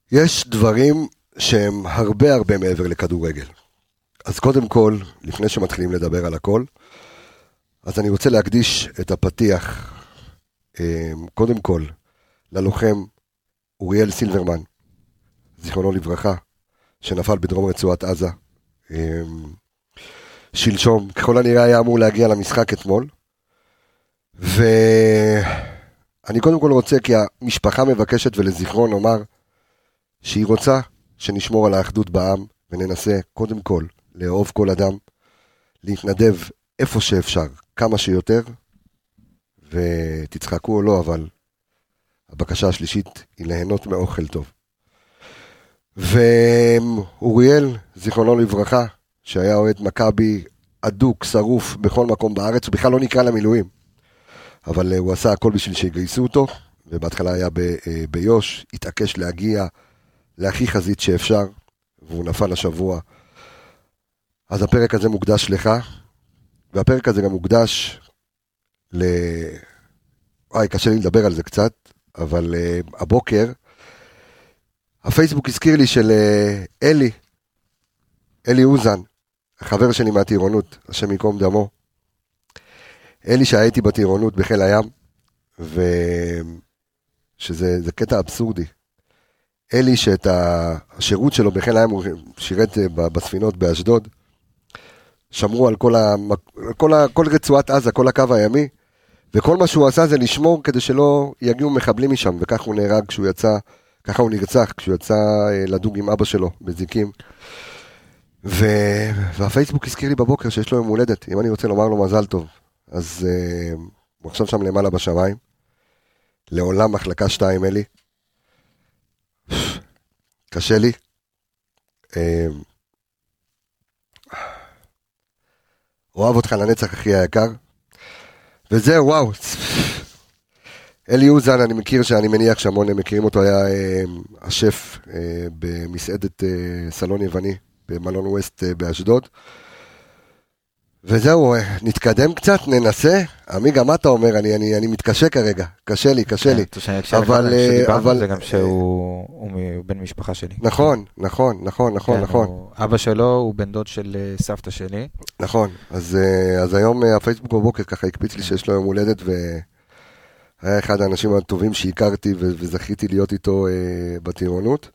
יש דברים שהם הרבה הרבה מעבר לכדורגל. אז קודם כל, לפני שמתחילים לדבר על הכל, אז אני רוצה להקדיש את הפתיח, קודם כל, ללוחם אוריאל סילברמן, זיכרונו לברכה, שנפל בדרום רצועת עזה. שלשום, ככל הנראה היה אמור להגיע למשחק אתמול, ואני קודם כל רוצה, כי המשפחה מבקשת ולזיכרון אומר, שהיא רוצה שנשמור על האחדות בעם, וננסה קודם כל לאהוב כל אדם, להתנדב איפה שאפשר, כמה שיותר, ותצחקו או לא, אבל הבקשה השלישית היא ליהנות מאוכל טוב. ואוריאל, זיכרונו לברכה, שהיה אוהד מכבי אדוק, שרוף בכל מקום בארץ, הוא בכלל לא נקרא למילואים, אבל הוא עשה הכל בשביל שיגייסו אותו, ובהתחלה היה ביוש, התעקש להגיע להכי חזית שאפשר, והוא נפל השבוע. אז הפרק הזה מוקדש לך, והפרק הזה גם מוקדש קשה לי לדבר על זה קצת, אבל הבוקר, הפייסבוק הזכיר לי של אלי אוזן, החבר שלי מהטירונות, השם יקום דמו, אלי שהייתי בטירונות בחיל הים, שזה קטע אבסורדי. אלי שאת השירות שלו בחיל הים הוא שירת בספינות באשדוד, שמרו על כל רצועת עזה, כל הקו הימי, וכל מה שהוא עשה זה לשמור כדי שלא יגיעו מחבלים משם, וכך הוא נהרג כשהוא יצא, ככה הוא נרצח כשהוא יצא לדוג עם אבא שלו בזיקים. והפייסבוק הזכיר לי בבוקר שיש לו יום הולדת, אם אני רוצה לומר לו מזל טוב, אז הוא עכשיו שם למעלה בשמיים, לעולם מחלקה 2 אלי, קשה לי, אוהב אותך לנצח אחי היקר, וזהו, וואו, אלי אוזן, אני מכיר שאני מניח שהמון מכירים אותו, היה השף במסעדת סלון יווני, במלון ווסט באשדוד, וזהו, נתקדם קצת, ננסה, עמיגה, מה אתה אומר? אני מתקשה כרגע, קשה לי, אבל זה גם שהוא בן משפחה שלי. נכון. אבא שלו הוא בן דוד של סבתא שלי. נכון, אז היום הפייסבוק בבוקר ככה הקפיץ לי שיש לו יום הולדת, והיה אחד האנשים הטובים שהכרתי וזכיתי להיות איתו בטירונות.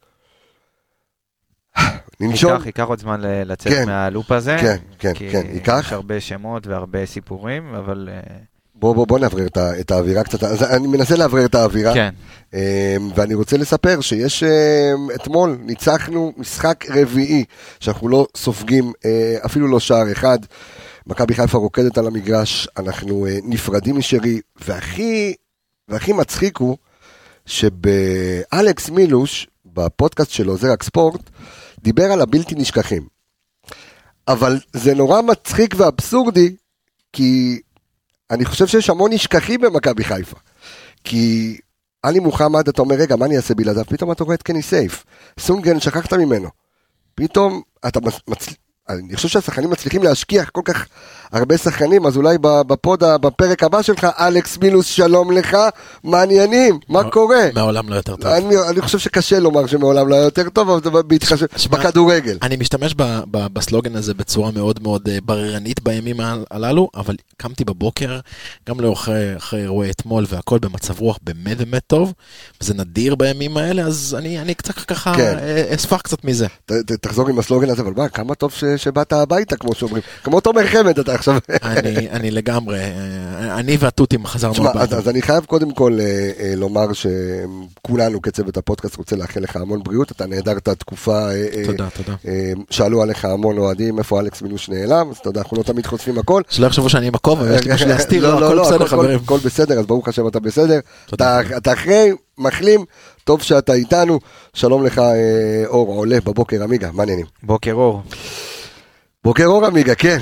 ייקח עוד זמן לצאת מהלופ הזה, כן, ייקח. יש הרבה שמות והרבה סיפורים, אבל בוא נעברר את האווירה קצת, אז אני מנסה לעברר את האווירה, ואני רוצה לספר שיש אתמול ניצחנו משחק רביעי, שאנחנו לא סופגים אפילו לא שער אחד, מכבי חיפה רוקדת על המגרש, אנחנו נפרדים משרי, והכי מצחיק הוא, שבאלכס מילוש, בפודקאסט שלו, זה רק ספורט, דיבר על הבלתי נשכחים. אבל זה נורא מצחיק ואבסורדי, כי אני חושב שיש המון נשכחים במכבי חיפה. כי עלי מוחמד, אתה אומר, רגע, מה אני אעשה בלעדיו? פתאום אתה רואה את קני סייף. סונגרן, שכחת ממנו. פתאום אתה אני חושב שהשחקנים מצליחים להשכיח כל כך הרבה שחקנים, אז אולי בפרק הבא שלך, אלכס מילוס, שלום לך, מעניינים, מה קורה? מעולם לא יותר טוב. אני חושב שקשה לומר שמעולם לא יותר טוב, אבל זה בכדורגל. אני משתמש בסלוגן הזה בצורה מאוד מאוד בררנית בימים הללו, אבל קמתי בבוקר, גם אחרי אירועי אתמול והכל במצב רוח באמת באמת טוב, וזה נדיר בימים האלה, אז אני קצת ככה אספח קצת מזה. תחזור עם הסלוגן הזה, אבל כמה טוב שבאת הביתה, כמו שאומרים. כמו תומר חמד אתה עכשיו. אני לגמרי, אני והטוטים חזרנו הביתה. אז אני חייב קודם כל לומר שכולנו כצוות הפודקאסט רוצה לאחל לך המון בריאות, אתה נהדרת תקופה. תודה. שאלו עליך המון אוהדים, איפה אלכס מילוש נעלם, אז תודה, אנחנו לא תמיד חושפים הכל. שלא יחשבו שאני עם הכובע, ויש לי משהו להסתיר, הכל בסדר חברים. הכל בסדר, אז ברוך השם אתה בסדר. אתה אחרי מחלים, טוב שאתה איתנו, שלום לך אור, עולה בבוקר עמיגה, מה העניינים? בוקר אור. בוקר אור עמיגה, כן.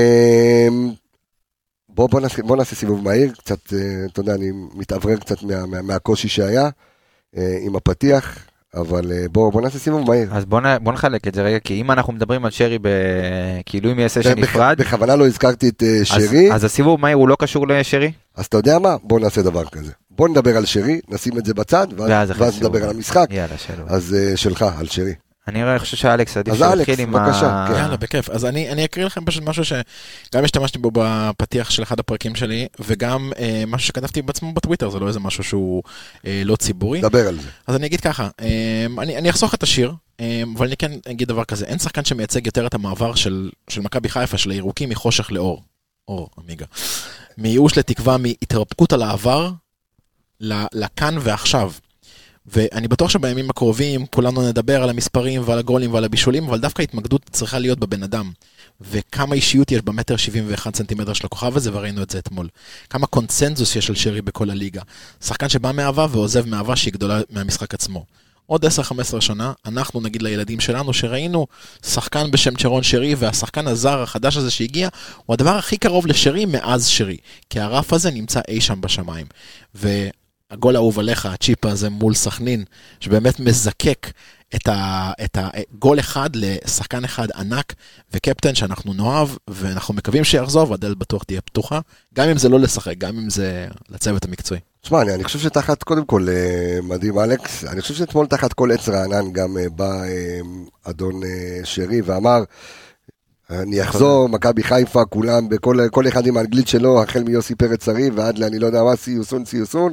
בוא נעשה סיבוב מהיר, קצת, אתה יודע, אני מתעברר קצת מהקושי שהיה, עם הפתיח, אבל בוא נעשה סיבוב מהיר. אז בוא נחלק את זה רגע, כי אם אנחנו מדברים על שרי, כאילו אם יעשה שנפרד. בכוונה לא הזכרתי את שרי. אז הסיבוב מהיר הוא לא קשור לשרי? אז אתה יודע מה? בוא נעשה דבר כזה. בוא נדבר על שרי, נשים את זה בצד, ואז נדבר על המשחק. יאללה, שלו. אז שלך, על שרי. אני חושב שאלכס עדיף שהתחיל עם בבקשה, יאללה, בכיף. אז אני אקריא לכם פשוט משהו שגם השתמשתי בו בפתיח של אחד הפרקים שלי, וגם משהו שכתבתי בעצמו בטוויטר, זה לא איזה משהו שהוא לא ציבורי. דבר על זה. אז אני אגיד ככה, אני אחסוך את השיר, אבל אני כן אגיד דבר כזה, אין שחקן שמייצג יותר את המעבר של מכבי חיפה, של הירוקים מחושך לאור. אור, אמיגה. מייאוש לתקווה, מהתרפקות על העבר, לכאן ועכשיו. ואני בטוח שבימים הקרובים כולנו נדבר על המספרים ועל הגולים ועל הבישולים, אבל דווקא התמקדות צריכה להיות בבן אדם. וכמה אישיות יש במטר 71 סנטימטר של הכוכב הזה, וראינו את זה אתמול. כמה קונצנזוס יש על שרי בכל הליגה. שחקן שבא מאהבה ועוזב מאהבה שהיא גדולה מהמשחק עצמו. עוד 10-15 שנה, אנחנו נגיד לילדים שלנו שראינו שחקן בשם צ'רון שרי, והשחקן הזר החדש הזה שהגיע, הוא הדבר הכי קרוב לשרי מאז שרי. כי הרף הזה נמצא אי שם בשמיים. הגול האהוב עליך, הצ'יפ הזה מול סכנין, שבאמת מזקק את הגול אחד לשחקן אחד ענק, וקפטן שאנחנו נאהב, ואנחנו מקווים שיחזור, והדלת בטוח תהיה פתוחה, גם אם זה לא לשחק, גם אם זה לצוות המקצועי. תשמע, אני חושב שתחת, קודם כל, מדהים אלכס, אני חושב שאתמול תחת כל עץ רענן, גם בא אדון שרי, ואמר, אני אחזור, מכבי חיפה, כולם, כל אחד עם האנגלית שלו, החל מיוסי פרץ שרי, ועד לאני לא יודע מה, סיוסון.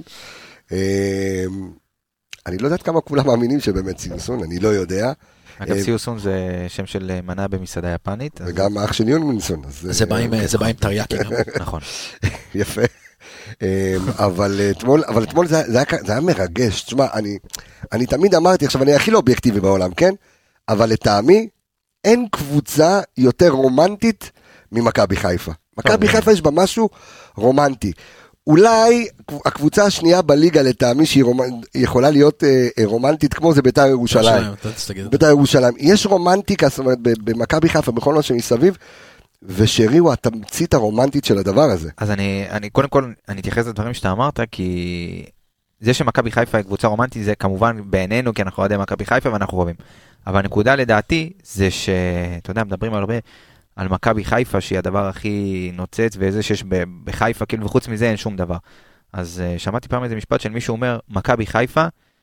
אני לא יודעת כמה כולם מאמינים שבאמת סיוסון, אני לא יודע. אגב, סיוסון זה שם של מנה במסעדה יפנית. וגם אח של יונגמינסון. זה בא עם טריאקי. נכון. יפה. אבל אתמול זה היה מרגש. תשמע, אני תמיד אמרתי, עכשיו אני הכי לא אובייקטיבי בעולם, כן? אבל לטעמי, אין קבוצה יותר רומנטית ממכבי חיפה. מכבי חיפה יש בה משהו רומנטי. אולי הקבוצה השנייה בליגה לטעמי שהיא יכולה להיות רומנטית כמו זה בית"ר ירושלים. בית"ר ירושלים. יש רומנטיקה, זאת אומרת, במכבי חיפה, בכל מה שמסביב, ושרי הוא התמצית הרומנטית של הדבר הזה. אז אני קודם כל, אני אתייחס לדברים שאתה אמרת, כי זה שמכבי חיפה היא קבוצה רומנטית, זה כמובן בעינינו, כי אנחנו אוהדי מכבי חיפה ואנחנו אוהבים. אבל הנקודה לדעתי, זה שאתה יודע, מדברים הרבה על מכבי חיפה, שהיא הדבר הכי נוצץ, וזה שיש בחיפה, כאילו, וחוץ מזה אין שום דבר. אז שמעתי פעם איזה משפט של מישהו אומר, מכבי חיפה,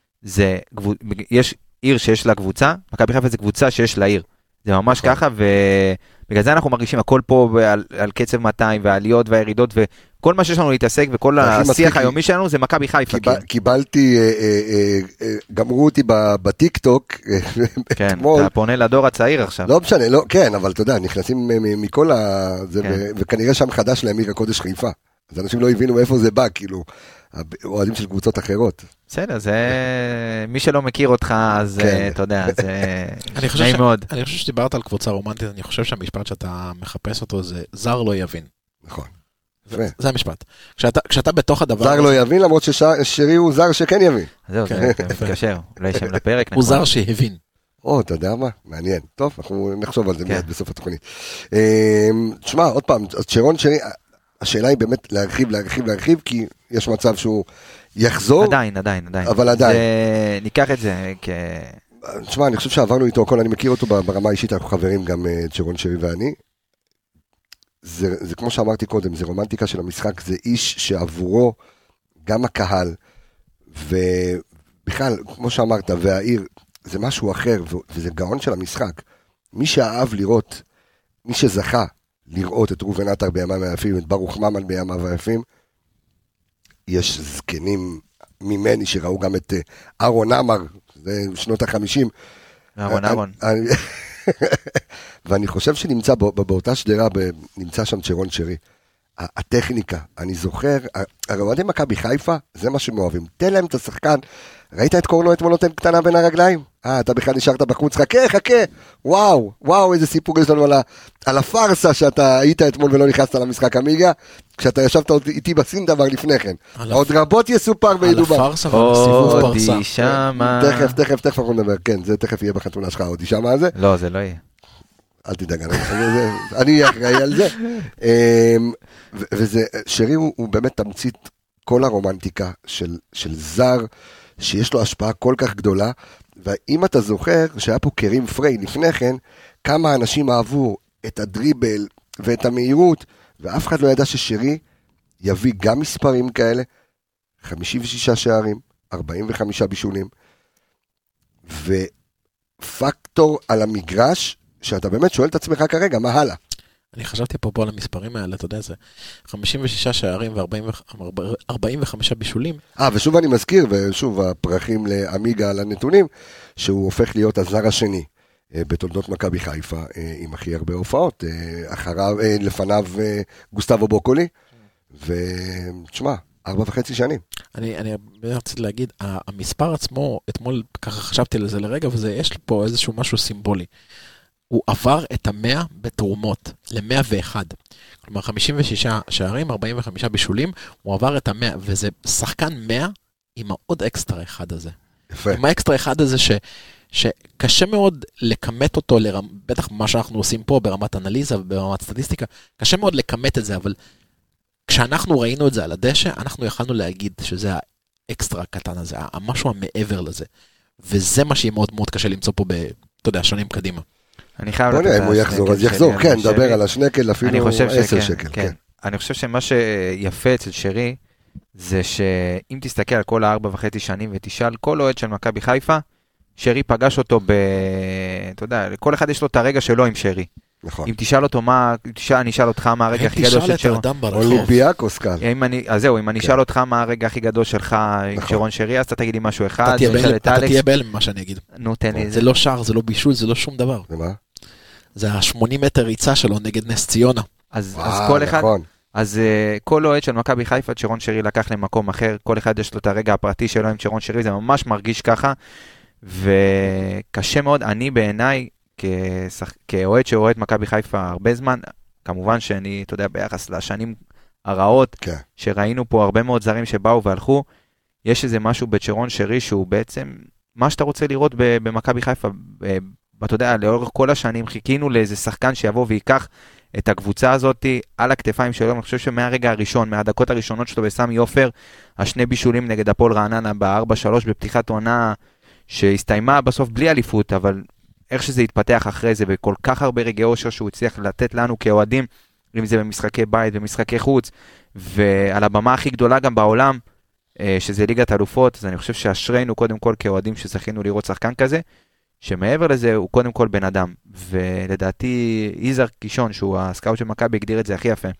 יש עיר שיש לה קבוצה, מכבי חיפה זה קבוצה שיש לה עיר. זה ממש ככה, ובגלל זה אנחנו מרגישים הכל פה על קצב 200, והעליות והירידות, וכל מה שיש לנו להתעסק, וכל השיח היומי שלנו זה מכבי חיפה. קיבלתי, גמרו אותי בטיק טוק. כן, אתה פונה לדור הצעיר עכשיו. לא משנה, כן, אבל אתה יודע, נכנסים מכל זה, וכנראה שם חדש להם עיר הקודש חיפה. אז אנשים לא הבינו מאיפה זה בא, כאילו, אוהדים של קבוצות אחרות. בסדר, זה מי שלא מכיר אותך, אז אתה יודע, זה נעים מאוד. אני חושב שדיברת על קבוצה רומנטית, אני חושב שהמשפט שאתה מחפש אותו זה זר לא יבין. נכון. זה המשפט. כשאתה בתוך הדבר... זר לא יבין, למרות ששרי הוא זר שכן יבין. זהו, זה מתקשר, אולי שם לפרק. הוא זר שהבין. אתה יודע מה? מעניין. טוב, אנחנו נחשוב על זה מיד בסוף התוכנית. תשמע, עוד פעם, צ'רון שרי... השאלה היא באמת להרחיב, כי יש מצב שהוא יחזור. עדיין. אבל עדיין. ניקח את זה תשמע, אני חושב שעברנו איתו הכל, אני מכיר אותו ברמה האישית, אנחנו חברים גם צ'רון שרי ואני. זה כמו שאמרתי קודם, זה רומנטיקה של המשחק, זה איש שעבורו גם הקהל, ובכלל, כמו שאמרת, והעיר, זה משהו אחר, וזה גאון של המשחק. מי שאהב לראות, מי שזכה, לראות את ראובן עטר בימיו היפים, את ברוך ממן בימיו היפים. יש זקנים ממני שראו גם את אהרון עמר, זה שנות ה-50. אהרון. ואני חושב שנמצא באותה שדרה, נמצא שם צ'רון שרי. הטכניקה, אני זוכר, אוהדי מכבי חיפה, זה מה שמאוהבים. תן להם את השחקן, ראית את קורנו אתמול נותן קטנה בין הרגליים? אתה בכלל נשארת בחוץ, חכה, וואו, איזה סיפור יש לנו על הפרסה שאתה היית אתמול ולא נכנסת למשחק אמיגה, כשאתה ישבת איתי בסין דבר לפני כן. עוד רבות יסופר וידובר. על הפרסה והסיבוב פרסה. אודי שמה. תכף אנחנו נדבר, כן, זה תכף יהיה בחתונה שלך, אודי שמה הזה. לא, זה לא יהיה. אל תדאג, אני אהיה אחראי על זה. וזה, שרי הוא באמת תמצית כל הרומנטיקה של זר, שיש לו השפעה כל כך גדולה, ואם אתה זוכר שהיה פה קרים פריי לפני כן, כמה אנשים אהבו את הדריבל ואת המהירות, ואף אחד לא ידע ששרי יביא גם מספרים כאלה, 56 שערים, 45 בישולים, ופקטור על המגרש, שאתה באמת שואל את עצמך כרגע, מה הלאה? אני חשבתי פה על המספרים האלה, אתה יודע, זה 56 שערים ו-45 בישולים. ושוב אני מזכיר, ושוב הפרחים לאמיגה על הנתונים, שהוא הופך להיות הזר השני בתולדות מכבי חיפה, עם הכי הרבה הופעות, לפניו גוסטבו בוקולי, ותשמע, 4.5 שנים. אני רציתי להגיד, המספר עצמו, אתמול ככה חשבתי לזה לרגע, יש פה איזשהו משהו סימבולי. הוא עבר את 100 בתרומות, ל-101. כלומר, 56 שערים, 45 בישולים, הוא עבר את 100, וזה שחקן 100 עם העוד אקסטרה אחד הזה. יפה. עם האקסטרה אחד הזה שקשה מאוד לקמת אותו, בטח מה שאנחנו עושים פה ברמת אנליזה וברמת סטטיסטיקה, קשה מאוד לקמת את זה, אבל כשאנחנו ראינו את זה על הדשא, אנחנו יכלנו להגיד שזה האקסטרה הקטן הזה, המשהו המעבר לזה. וזה מה שיהיה מאוד מאוד קשה למצוא פה אתה יודע, שנים קדימה. אני חייב לתת אם הוא יחזור, אז יחזור, כן, דבר על השנקל, אפילו 10 שקל. כן. אני חושב שמה שיפה אצל שרי, זה שאם תסתכל על כל 4.5 שנים ותשאל, כל אוהד של מכבי חיפה, שרי פגש אותו אתה יודע, כל אחד יש לו את הרגע שלו עם שרי. נכון. אם תשאל אותו אני אשאל אותך מה הרגע הכי גדול של שרון. אולימפיאקוס כאן. אם אני אשאל אותך מה הרגע הכי גדול שלך עם שרון שרי, אז אתה תגיד לי משהו אחד. אתה תהיה בהלם ממה שאני אגיד. נו, תן לי. זה לא שער, זה לא בישול, זה לא שום דבר. ומה? זה ה-80 מטר ריצה שלו נגד נס ציונה. אז כל אחד, אז כל אוהד של מכבי חיפה, שרון שרי לקח למקום אחר, כל אחד יש לו את הרגע הפרטי שלו עם שרון שרי, זה ממש מרגיש ככה, וקשה מאוד, אני בעיניי, כאוהד שאוהד מכבי חיפה הרבה זמן, כמובן שאני, אתה יודע, ביחס לשנים הרעות, שראינו פה הרבה מאוד זרים שבאו והלכו, יש איזה משהו בצ'רון שרי שהוא בעצם, מה שאתה רוצה לראות במכבי חיפה, אתה יודע, לאורך כל השנים חיכינו לאיזה שחקן שיבוא ויקח את הקבוצה הזאת על הכתפיים שלו, אני חושב שמהרגע הראשון, מהדקות הראשונות שלו בסמי עופר, השני בישולים נגד הפועל רעננה ב-4-3 בפתיחת עונה, שהסתיימה בסוף בלי אליפות, אבל איך שזה התפתח אחרי זה, בכל כך הרבה רגעי אושר שהוא הצליח לתת לנו כאוהדים, אם זה במשחקי בית ומשחקי חוץ, ועל הבמה הכי גדולה גם בעולם, שזה ליגת אלופות, אז אני חושב שאשרינו קודם כל כאוהדים שזכינו לראות שחקן כזה, שמעבר לזה הוא קודם כל בן אדם, ולדעתי איזר קישון, שהוא הסקאוט של מכבי, הגדיר את זה הכי יפה.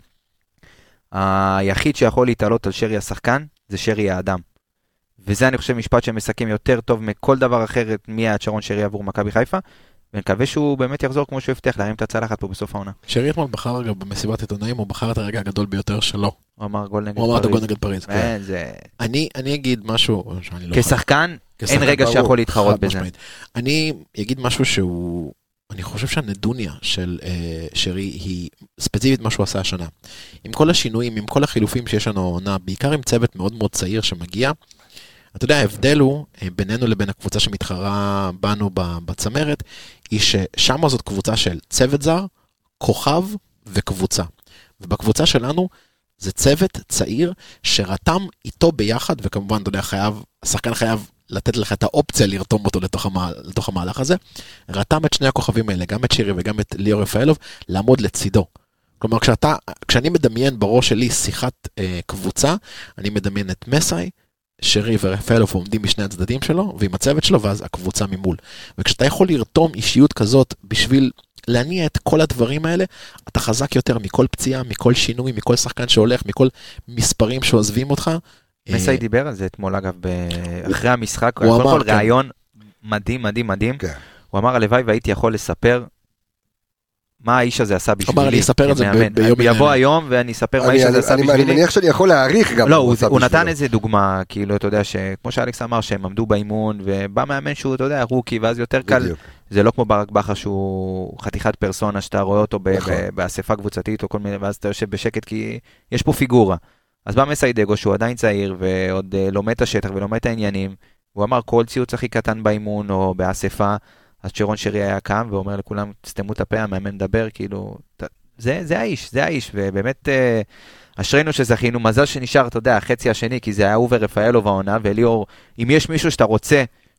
היחיד שיכול להתעלות על שרי השחקן, זה שרי האדם. וזה אני חושב משפט שמסכם יותר טוב מכל דבר אחר מי שרון שרי עבור מכבי חיפה, ונקווה שהוא באמת יחזור כמו שהוא הבטיח להרים את הצלחת פה בסוף העונה. שרי אתמול בחר רגע במסיבת עיתונאים, הוא בחר את הרגע הגדול ביותר שלו. הוא אמר גול נגד פריז. הוא אמר את הגול נגד פריז. אני אגיד משהו כשחקן, אין רגע שיכול להתחרות בזה. אני אגיד משהו שהוא, אני חושב שהנדוניה של שרי היא ספציפית מה שהוא עשה השנה. עם כל השינויים, עם כל החילופים שיש לנו עונה, בעיקר עם צוות מאוד מאוד צעיר שמגיע, אתה יודע, ההבדל הוא בינינו לבין הקבוצה שמתחרה בנו בצמרת, היא ששם זאת קבוצה של צוות זר, כוכב וקבוצה. ובקבוצה שלנו זה צוות צעיר שרתם איתו ביחד, וכמובן, אתה יודע, השחקן חייב לתת לך את האופציה לרתום אותו לתוך המהלך הזה, רתם את שני הכוכבים האלה, גם את שירי וגם את ליאור רפאלוב, לעמוד לצידו. כלומר, כשאני מדמיין בראש שלי שיחת קבוצה, אני מדמיין את מסאי, שרי ורפאלוב עומדים בשני הצדדים שלו, ועם הצוות שלו, ואז הקבוצה ממול. וכשאתה יכול לרתום אישיות כזאת בשביל להניע את כל הדברים האלה, אתה חזק יותר מכל פציעה, מכל שינוי, מכל שחקן שהולך, מכל מספרים שעוזבים אותך. מסאי דיבר על זה אתמול, אגב, אחרי המשחק, הוא אמר, רעיון מדהים, מדהים, מדהים. הוא אמר, הלוואי והייתי יכול לספר מה האיש הזה עשה בשבילי. אמר, אני אספר את זה ביום. יבוא היום ואני אספר מה האיש הזה עשה בשבילי. אני מניח שאני יכול להעריך גם. לא, הוא נתן איזה דוגמה, כאילו, אתה יודע, כמו שאלכס אמר, שהם עמדו באימון, ובא מאמן שהוא, אתה יודע, רוקי, ואז יותר קל. זה לא כמו ברק בכר שהוא חתיכת פרסונה, שאתה רואה אותו באספה קבוצתית, או כל מיני, ואז אתה יושב בשקט, כי יש פה פיגורה. אז בא מסאי דגו, שהוא עדיין צעיר, ועוד לומד את השטח ולומד את העניינים. הוא אמר, כל ציוץ הכי קטן באימון, או באספה, אז שרון שרי היה קם ואומר לכולם, תסתמו את הפה, המאמן מדבר, כאילו, זה האיש, ובאמת, אשרינו שזכינו, מזל שנשאר, אתה יודע, החצי השני, כי זה היה הוא ורפאלוב העונה, וליאור, אם יש מישהו שאתה רוצה,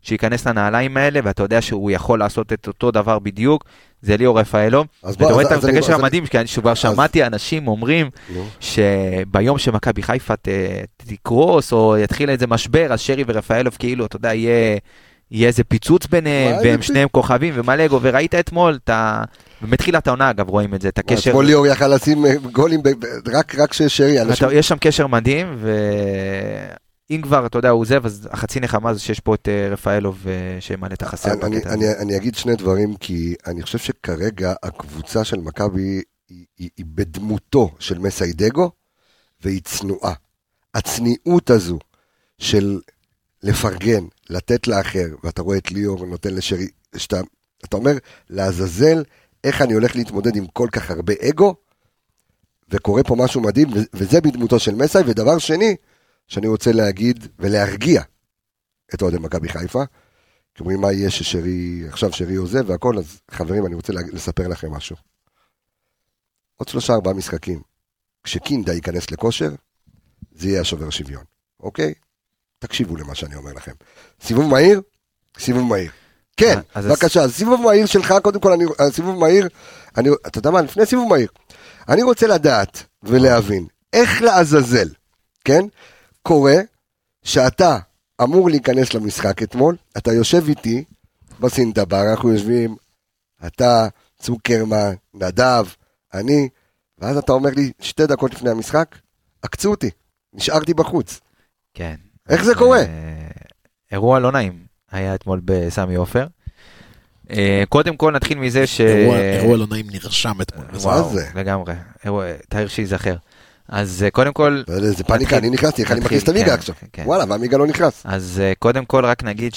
שייכנס לנעליים האלה, ואתה יודע שהוא יכול לעשות את אותו דבר בדיוק, זה ליאור רפאלוב, ואתה רואה את הקשר המדהים, כי כבר שמעתי אנשים אומרים, שביום שמכבי חיפה תקרוס, או יתחיל איזה משבר, אז שרי ורפאלוב כאילו, אתה יודע, יהיה איזה פיצוץ ביניהם, והם שניהם כוכבים, ומלא אגו, וראית אתמול, מתחילת העונה אגב רואים את זה, את הקשר. אתמול ליאור יכל לשים גולים, רק ששרי, יש שם קשר מדהים, אם כבר, אתה יודע, הוא עוזב, אז החצי נחמה זה שיש פה את רפאלוב שמעלה את החסר. אני אגיד שני דברים, כי אני חושב שכרגע הקבוצה של מכבי היא בדמותו של מסיידגו, והיא צנועה. הצניעות הזו של לפרגן, לתת לאחר, ואתה רואה את ליאור נותן לשרי, אתה אומר, לעזאזל, איך אני הולך להתמודד עם כל כך הרבה אגו, וקורה פה משהו מדהים, וזה בדמותו של מסי, ודבר שני, שאני רוצה להגיד ולהרגיע את אוהדי מכבי חיפה, כי אומרים מה יהיה ששרי, עכשיו שרי עוזב והכל, אז חברים, אני רוצה לספר לכם משהו. עוד 3-4 משחקים, כשקינדה ייכנס לכושר, זה יהיה השובר שוויון, אוקיי? תקשיבו למה שאני אומר לכם. סיבוב מהיר? סיבוב מהיר. כן, בבקשה, סיבוב מהיר שלך, קודם כל, סיבוב מהיר, אתה יודע מה, לפני סיבוב מהיר, אני רוצה לדעת ולהבין, איך לעזאזל, כן? קורה שאתה אמור להיכנס למשחק אתמול, אתה יושב איתי בסינטבר, אנחנו יושבים, אתה, צוקרמן, נדב, אני, ואז אתה אומר לי 2 דקות לפני המשחק, עקצו אותי, נשארתי בחוץ. כן. איך זה קורה? אירוע לא נעים היה אתמול בסמי עופר. קודם כל נתחיל מזה ש... אירוע לא נעים נרשם אתמול. וואו, לגמרי. תאיר שיזכר. אז קודם כל... זה פניקה, אני נכנסתי, איך אני מכניס את המיגה עכשיו? וואלה, והמיגה לא נכנס. אז קודם כל רק נגיד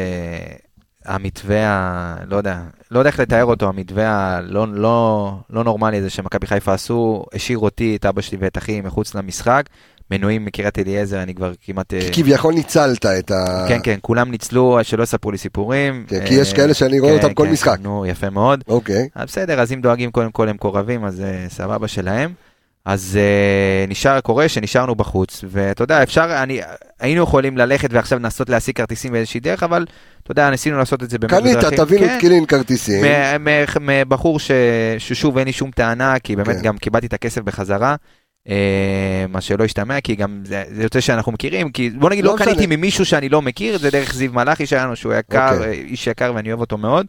שהמתווה, לא יודע איך לתאר אותו, המתווה לא נורמלי הזה שמכבי חיפה עשו, השאיר אותי, את אבא שלי ואת אחי מחוץ למשחק, מנויים מקריית אליעזר, אני כבר כמעט... כי כביכול ניצלת את ה... כן, כן, כולם ניצלו, שלא יספרו לי סיפורים. כי יש כאלה שאני רואה אותם כל משחק. נו, יפה מאוד. אוקיי. בסדר, אז אם דואגים קודם כל הם קורבים, אז סבבה שלהם. אז קורה שנשארנו בחוץ, ואתה יודע, היינו יכולים ללכת ועכשיו לנסות להשיג כרטיסים באיזושהי דרך, אבל אתה יודע, ניסינו לעשות את זה באמת בדרכים. קנית, תבינו תקילין כרטיסים. מבחור ששוב אין לי שום טענה, כי באמת גם קיבלתי את הכסף בחזרה, מה שלא השתמע, כי גם זה יוצא שאנחנו מכירים, כי בוא נגיד, לא קניתי ממישהו שאני לא מכיר, זה דרך זיו מלאכי שלנו, שהוא יקר, איש יקר ואני אוהב אותו מאוד,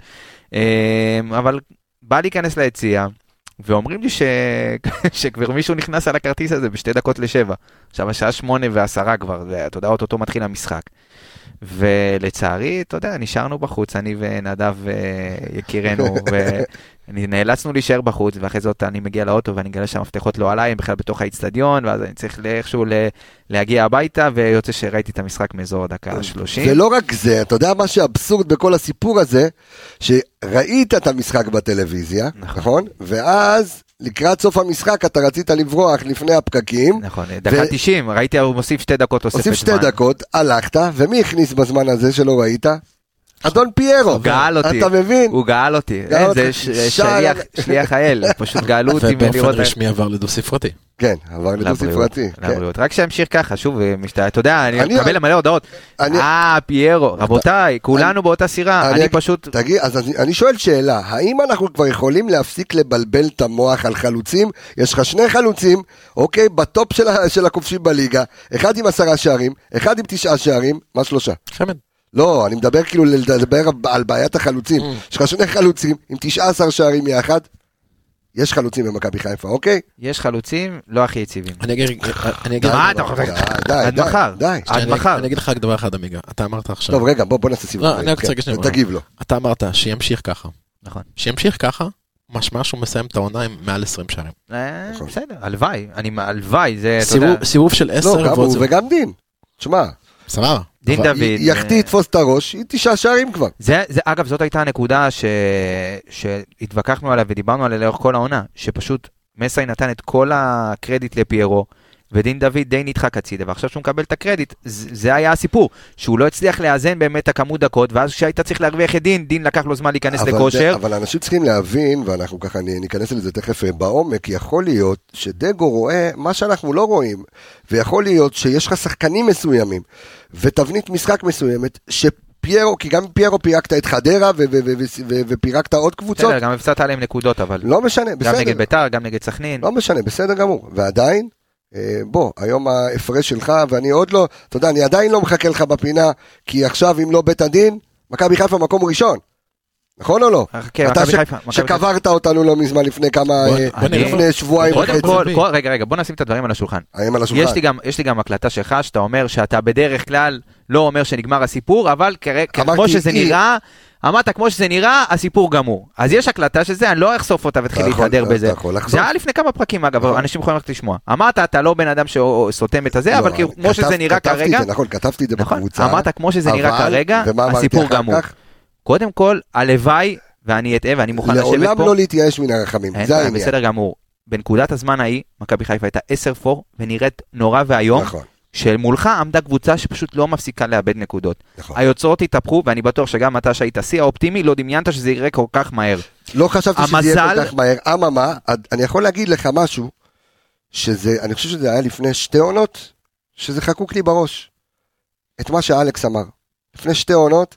אבל בא להיכנס ליציאה, ואומרים לי שכבר מישהו נכנס על הכרטיס הזה ב2 דקות ל7. עכשיו השעה 8:10 כבר, ואתה יודע, אותו מתחיל המשחק. ולצערי, אתה יודע, נשארנו בחוץ, אני ונדב יקירנו, ונאלצנו להישאר בחוץ, ואחרי זאת אני מגיע לאוטו, ואני אגלה שהמפתחות לא עליי, הם בכלל בתוך האצטדיון, ואז אני צריך איכשהו להגיע הביתה, ויוצא שראיתי את המשחק מאזור דקה 30. ולא רק זה, אתה יודע מה שאבסורד בכל הסיפור הזה, שראית את המשחק בטלוויזיה, נכון? ואז... לקראת סוף המשחק אתה רצית לברוח לפני הפקקים. נכון, דקה 90, ראיתי הוא מוסיף 2 דקות תוספת זמן. הוסיף 2 דקות, הלכת, ומי הכניס בזמן הזה שלא ראית? אדון פיירו. הוא גאל אותי. אתה מבין? הוא גאל אותי. זה שליח האל, פשוט גאלו אותי. ובאופן רשמי עבר לדו ספרתי. כן, עבר לדו ספרתי. רק שהמשיך ככה, שוב, אתה יודע, אני מקבל למלא הודעות. פיירו, רבותיי, כולנו באותה סירה, אני פשוט... תגיד, אז אני שואל שאלה, האם אנחנו כבר יכולים להפסיק לבלבל את המוח על חלוצים? יש לך 2 חלוצים, אוקיי, בטופ של הכובשים בליגה, אחד עם 10 שערים, אחד עם 9 שערים, מה 3? חמד. לא, אני מדבר כאילו לדבר על בעיית החלוצים. יש לך 2 חלוצים עם 19 שערים יחד, יש חלוצים במכבי חיפה, אוקיי? יש חלוצים, לא הכי יציבים. אני אגיד... מה אתה חושב? עד מחר. עד מחר. אני אגיד לך דבר אחד, עמיגה. אתה אמרת עכשיו... טוב, רגע, בוא נעשה סיבוב. תגיב לו. אתה אמרת שימשיך ככה. נכון. שימשיך ככה, משמע שהוא מסיים את העונה עם מעל 20 שערים. בסדר, הלוואי. הלוואי, זה... סיבוב של 10 לא, גם הוא וגם דין. תשמע. סבבה. דין דוד. יחטיא תפוס את הראש, היא 9 שערים כבר. אגב, זאת הייתה הנקודה שהתווכחנו עליה ודיברנו עליה לאורך כל העונה, שפשוט מסי נתן את כל הקרדיט לפיירו, ודין דוד די נדחק הצידה, ועכשיו שהוא מקבל את הקרדיט, זה היה הסיפור, שהוא לא הצליח לאזן באמת הכמות דקות, ואז כשהיית צריך להרוויח את דין לקח לו זמן להיכנס לכושר. אבל אנשים צריכים להבין, ואנחנו ככה ניכנס לזה תכף בעומק, יכול להיות שדגו רואה מה שאנחנו לא רואים, ויכול להיות שיש לך שחקנים מסוימים, ותבנית משחק מסוימת, פיירו, כי גם פיירו פירקת את חדרה ופירקת עוד קבוצות. בסדר, גם הפסדת עליהם נקודות, אבל... לא משנה, בסדר. גם נגד ביתר, גם נגד סכנין. לא משנה, בסדר גמור. ועדיין, בוא, היום ההפרש שלך, ואני עוד לא, אתה יודע, אני עדיין לא מחכה לך בפינה, כי עכשיו אם לא בית הדין, מכבי חיפה מקום ראשון. נכון או לא? אתה שקברת אותנו לא מזמן לפני כמה, לפני שבועיים וחצי. רגע, בוא נשים את הדברים על השולחן. יש לי גם הקלטה שלך, שאתה אומר שאתה בדרך כלל לא אומר שנגמר הסיפור, אבל כמו שזה נראה, אמרת כמו שזה נראה, הסיפור גמור. אז יש הקלטה שזה, אני לא אחשוף אותה ותחיל להתהדר בזה. זה היה לפני כמה פרקים, אגב, אנשים יכולים ללכת לשמוע. אמרת, אתה לא בן אדם שסותם את הזה, אבל כמו שזה נראה כרגע, נכון, כתבתי את זה בקבוצה. אמרת, כמו שזה נראה כרגע, הסיפור גמור. קודם כל, הלוואי, ואני אטעה, ואני מוכן לשבת פה. לעולם לא להתייאש מן הרחמים, זה העניין. בסדר גמור. בנקודת הזמן ההיא, מכבי חיפה הייתה 10-4, ונראית נורא והיום, שמולך עמדה קבוצה שפשוט לא מפסיקה לאבד נקודות. היוצרות התהפכו, ואני בטוח שגם אתה שהיית שיא האופטימי, לא דמיינת שזה יראה כל כך מהר. לא חשבתי שזה יהיה כל כך מהר. אממה, אני יכול להגיד לך משהו, אני חושב שזה היה לפני 2 עונות, שזה חקוק לי בראש. את מה שאלכס אמר. לפני 2 עונות,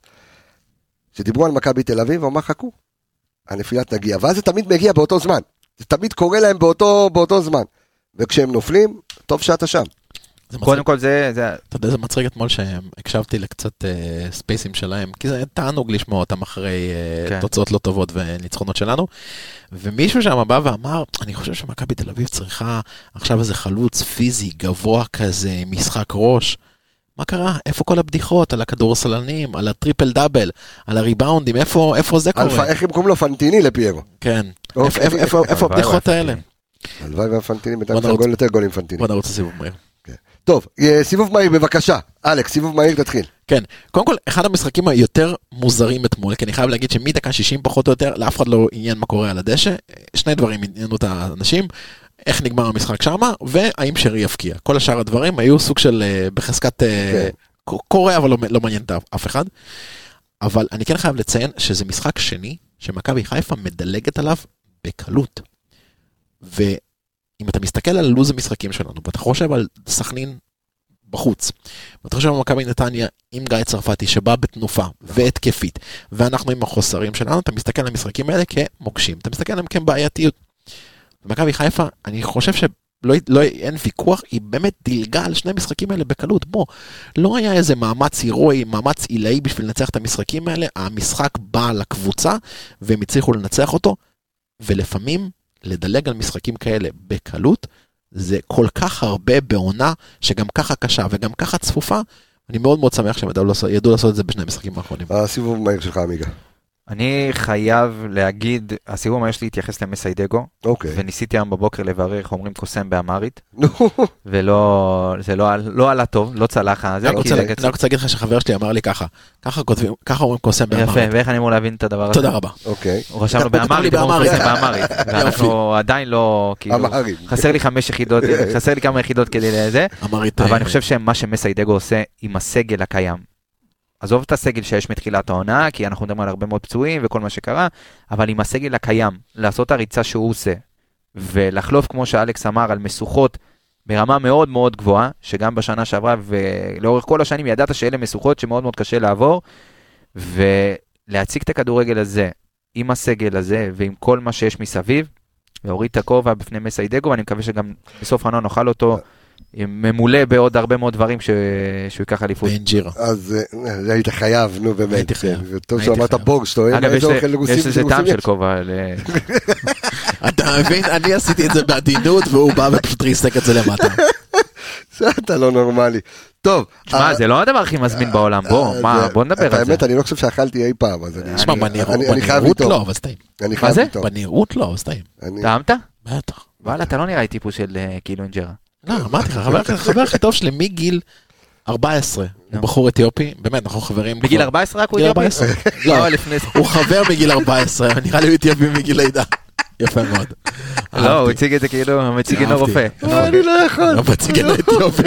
שדיברו על מכבי תל אביב, ואומר חכו, הנפילה תגיע, ואז זה תמיד מגיע באותו זמן, זה תמיד קורה להם באותו זמן, וכשהם נופלים, טוב שאתה שם. קודם כל זה... אתה יודע, זה מצחיק אתמול שהקשבתי לקצת ספייסים שלהם, כי זה תענוג לשמוע אותם אחרי תוצאות לא טובות וניצחונות שלנו, ומישהו שם בא ואמר, אני חושב שמכבי תל אביב צריכה עכשיו איזה חלוץ פיזי, גבוה כזה, משחק ראש, מה קרה? איפה כל הבדיחות? על הכדורסלנים, על הטריפל דאבל, על הריבאונדים, איפה זה קורה? איך הם קוראים לו פנטיני לפיירו? כן. איפה הבדיחות האלה? הלוואי והפנטיני, בינתיים יותר גולים פנטיני. בוא נרוץ לסיבוב מהיר. טוב, סיבוב מהיר בבקשה. אלכס, סיבוב מהיר תתחיל. כן. קודם כל, אחד המשחקים היותר מוזרים אתמול, כי אני חייב להגיד שמדקה 60 פחות או יותר, לאף אחד לא עניין מה קורה על הדשא. 2 דברים עניינו את האנשים. איך נגמר המשחק שמה, והאם שרי יפקיע. כל השאר הדברים היו סוג של בחזקת קורה, אבל לא מעניין אף אחד. אבל אני כן חייב לציין שזה משחק שני, שמכבי חיפה מדלגת עליו בקלות. ואם אתה מסתכל על לוז המשחקים שלנו, ואתה חושב על סכנין בחוץ, ואתה חושב על מכבי נתניה עם גיא צרפתי, שבא בתנופה והתקפית, ואנחנו עם החוסרים שלנו, אתה מסתכל על המשחקים האלה כמוקשים, אתה מסתכל עליהם כבעייתיות. ומכבי חיפה, אני חושב אין ויכוח, היא באמת דילגה על 2 משחקים האלה בקלות. בוא, לא היה איזה מאמץ הירואי, מאמץ עילאי בשביל לנצח את המשחקים האלה, המשחק בא לקבוצה, והם הצליחו לנצח אותו, ולפעמים לדלג על משחקים כאלה בקלות, זה כל כך הרבה בעונה, שגם ככה קשה וגם ככה צפופה, אני מאוד מאוד שמח שהם ידעו לעשות את זה ב2 משחקים האחרונים. הסיבוב מהיר שלך, עמיגה. אני חייב להגיד, הסיבוב מה יש להתייחס למסיידגו, וניסיתי היום בבוקר לברר איך אומרים קוסם באמרית, וזה לא עלה טוב, לא צלח. אני רוצה להגיד לך שחבר שלי אמר לי ככה אומרים קוסם באמרית. יפה, ואיך אני אמור להבין את הדבר הזה? תודה רבה. הוא רשם לו באמרית, ואנחנו עדיין לא, חסר לי 5 יחידות, חסר לי כמה יחידות כדי לזה, אבל אני חושב שמה שמסיידגו עושה עם הסגל הקיים, עזוב את הסגל שיש מתחילת העונה, כי אנחנו מדברים על הרבה מאוד פצועים וכל מה שקרה, אבל עם הסגל הקיים, לעשות הריצה שהוא עושה, ולחלוף, כמו שאלכס אמר, על משוכות ברמה מאוד מאוד גבוהה, שגם בשנה שעברה, ולאורך כל השנים ידעת שאלה משוכות שמאוד מאוד קשה לעבור, ולהציג את הכדורגל הזה, עם הסגל הזה, ועם כל מה שיש מסביב, להוריד את הכובע בפני מסיידגו, ואני מקווה שגם בסוף העונה נאכל אותו, ממולא בעוד הרבה מאוד דברים שהוא ייקח אליפות. באנג'ירה. אז היית חייב, נו באמת. טוב שאמרת בורגש, אתה אגב, יש לזה טעם של כובע. אתה מבין? אני עשיתי את זה בעדינות, והוא בא ופשוט ריסק את זה למטה. אתה לא נורמלי. טוב. שמע, זה לא הדבר הכי מזמין בעולם. בוא נדבר על זה. האמת, אני לא חושב שאכלתי אי פעם. שמע, בנראות לא, אבל סטעים. מה זה? בנראות לא, אבל סטעים. טעמת? בטח. וואלה, אתה לא נראה לי טיפוס של כאילו אינג'רה. לא, אמרתי לך, חבר הכי טוב שלי מגיל 14, הוא בחור אתיופי, באמת, אנחנו חברים. בגיל 14 רק הוא אתיופי? לא, הוא חבר מגיל 14, נראה לי הוא אתיופי מגיל לידה. יפה מאוד. לא, הוא הציג את זה כאילו, הוא מציג אינו רופא. אני לא יכול. הוא מציג אינו אתיופי.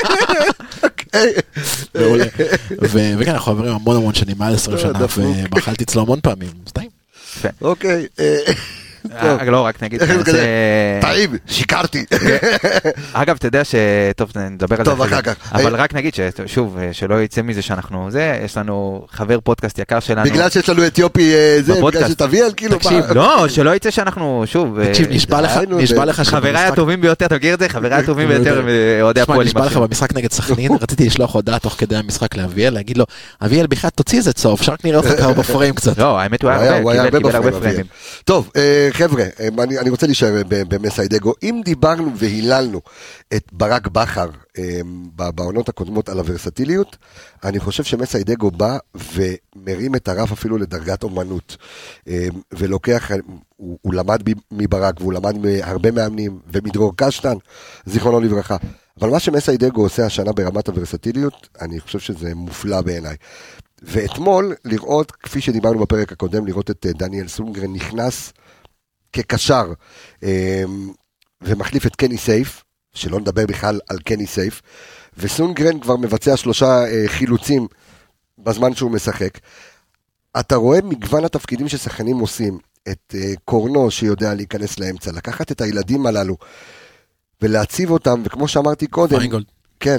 וכן, אנחנו חברים המון שנים, מעל 20 שנה, ומאכלתי אצלו המון פעמים, סתם. אוקיי. לא, רק נגיד. טעים, שיקרתי. אגב, אתה יודע טוב, נדבר על זה. טוב, אחר כך. אבל רק נגיד שוב, שלא יצא מזה שאנחנו יש לנו חבר פודקאסט יקר שלנו. בגלל שיש לנו אתיופי זה, בגלל שתביאל, כאילו. לא, שלא יצא שאנחנו, שוב. תקשיב, נשבע לך חבריי הטובים ביותר, אתה מכיר את זה? חבריי הטובים ביותר מאוהדי הפועל. נשבע לך במשחק נגד סכנין, רציתי לשלוח הודעה תוך כדי המשחק לאביאל, להגיד לו, אביאל, בכלל תוציא איזה צוף, שרק נראה אותך כמה בפריים קצת. לא, האמת הוא היה הרבה בפריימים. טוב, חבר'ה, אני רוצה להישאר במסיידגו. אם דיברנו והיללנו את ברק בכר בעונות הקודמות על הוורסטיליות, אני חושב שמסיידגו בא ומרים את הרף אפילו לדרגת אומנות, ולוקח, הוא למד מברק, והוא למד מהרבה מאמנים, ומדרור קשטן, זיכרונו לברכה. אבל מה שמסיידגו עושה השנה ברמת הוורסטיליות, אני חושב שזה מופלא בעיניי. ואתמול לראות, כפי שדיברנו בפרק הקודם, לראות את דניאל סונגרן נכנס כקשר, ומחליף את קני סייף, שלא נדבר בכלל על קני סייף, וסונגרן כבר מבצע 3 חילוצים בזמן שהוא משחק. אתה רואה מגוון התפקידים ששחקנים עושים, את קורנו שיודע להיכנס לאמצע, לקחת את הילדים הללו, ולהציב אותם, וכמו שאמרתי קודם, כן,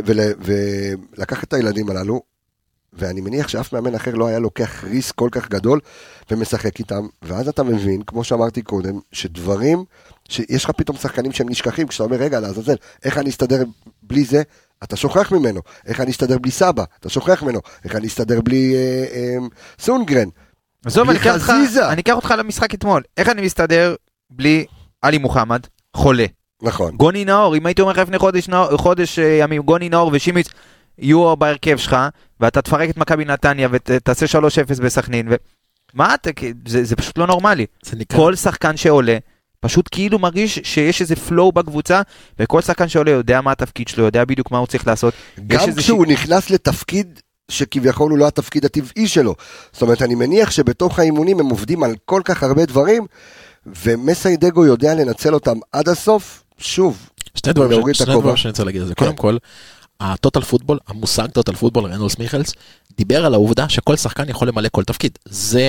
ולקחת את הילדים הללו, ואני מניח שאף מאמן אחר לא היה לוקח ריסק כל כך גדול, ומשחק איתם, ואז אתה מבין, כמו שאמרתי קודם, שדברים, שיש לך פתאום שחקנים שהם נשכחים, כשאתה אומר, רגע, לעזאזל, איך אני אסתדר בלי זה? אתה שוכח ממנו. איך אני אסתדר בלי סבא? אתה שוכח ממנו. איך אני אסתדר בלי סונגרן? עזוב, אני אקח אותך למשחק אתמול. איך אני מסתדר בלי עלי מוחמד? חולה. נכון. גוני נאור, אם הייתי אומר לך לפני חודש ימים, גוני נאור ושימיץ, יהיו בהרכב שלך, ואתה תפרק את מכבי נתניה, ותעשה 3-0 בסכנין, מה אתה, זה פשוט לא נורמלי. כל שחקן שעולה, פשוט כאילו מרגיש שיש איזה פלואו בקבוצה, וכל שחקן שעולה יודע מה התפקיד שלו, יודע בדיוק מה הוא צריך לעשות. גם כשהוא נכנס לתפקיד, שכביכול הוא לא התפקיד הטבעי שלו. זאת אומרת, אני מניח שבתוך האימונים הם עובדים על כל כך הרבה דברים, ומסיידגו יודע לנצל אותם עד הסוף, שוב. שני דברים שאני רוצה להגיד על זה. קודם כל, הטוטל פוטבול, המושג טוטל פוטבול, רנולס מיכלס, דיבר על העובדה שכל שחקן יכול למלא כל תפקיד.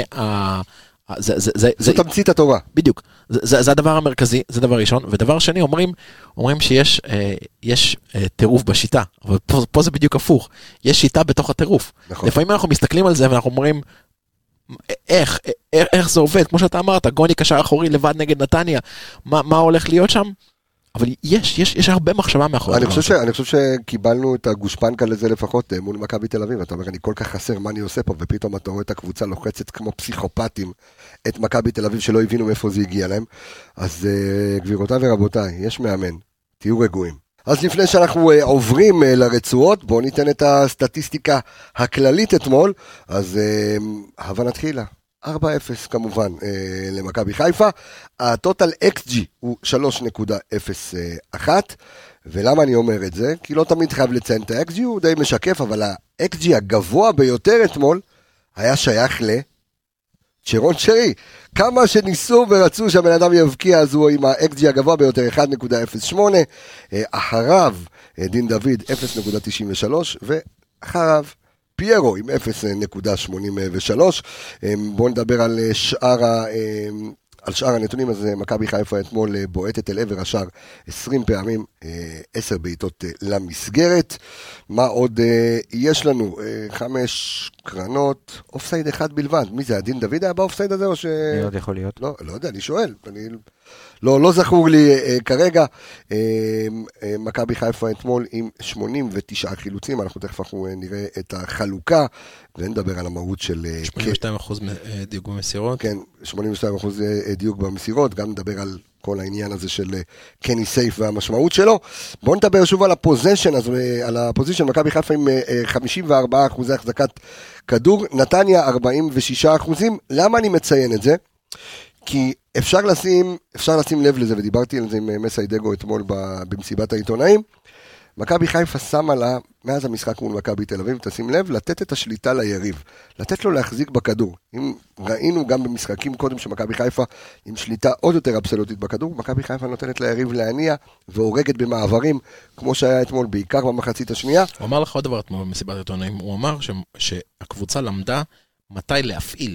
זה תמצית התורה. בדיוק. זה הדבר המרכזי, זה דבר ראשון. ודבר שני, אומרים שיש טירוף בשיטה, אבל פה זה בדיוק הפוך. יש שיטה בתוך הטירוף. לפעמים אנחנו מסתכלים על זה ואנחנו אומרים, איך זה עובד? כמו שאתה אמרת, גוני קשר אחורי לבד נגד נתניה, מה הולך להיות שם? אבל יש הרבה מחשבה מאחורי. אני חושב שקיבלנו את הגושפנקה לזה לפחות מול מכבי תל אביב. אתה אומר, אני כל כך חסר מה אני עושה פה, ופתאום אתה רואה את הקבוצה לוחצת כמו פסיכופטים את מכבי תל אביב שלא הבינו מאיפה זה הגיע להם. אז גבירותיי ורבותיי, יש מאמן, תהיו רגועים. אז לפני שאנחנו עוברים לרצועות, בואו ניתן את הסטטיסטיקה הכללית אתמול. אז הבה נתחילה. 4-0 כמובן למכבי חיפה, הטוטל XG הוא 3.01, ולמה אני אומר את זה? כי לא תמיד חייב לציין את ה-XG, הוא די משקף, אבל ה-XG הגבוה ביותר אתמול היה שייך לצ'רון שרי. כמה שניסו ורצו שהבן אדם יבקיע, אז הוא עם ה-XG הגבוה ביותר 1.08, אחריו דין דוד 0.93, ואחריו פיירו עם 0.83. בואו נדבר על שאר הנתונים. אז מכבי חיפה אתמול בועטת אל עבר השער 20 פעמים, 10 בעיטות למסגרת. מה עוד יש לנו? 5 קרנות, אופסייד אחד בלבד. מי זה? הדין דוד היה באופסייד הזה או ש... מי עוד יכול להיות? לא יודע, אני שואל. לא זכור לי כרגע. מכבי חיפה אתמול עם 89 חילוצים, אנחנו תכף נראה את החלוקה, ונדבר על המהות של... 82% דיוק במסירות. כן, 82% דיוק במסירות, גם נדבר על כל העניין הזה של קני סייף והמשמעות שלו. בואו נדבר שוב על הפוזיישן, אז על הפוזיישן, מכבי חיפה עם 54% החזקת כדור, נתניה 46%. למה אני מציין את זה? כי אפשר לשים לב לזה, ודיברתי על זה עם מסיידגו אתמול במסיבת העיתונאים. מכבי חיפה שמה לה, מאז המשחק מול מכבי תל אביב, תשים לב, לתת את השליטה ליריב, לתת לו להחזיק בכדור. אם ראינו גם במשחקים קודם שמכבי חיפה עם שליטה עוד יותר אבסולוטית בכדור, מכבי חיפה נותנת ליריב להניע והורגת במעברים, כמו שהיה אתמול, בעיקר במחצית השנייה. הוא אמר לך עוד דבר אתמול במסיבת העיתונאים, הוא אמר שהקבוצה למדה מתי להפעיל.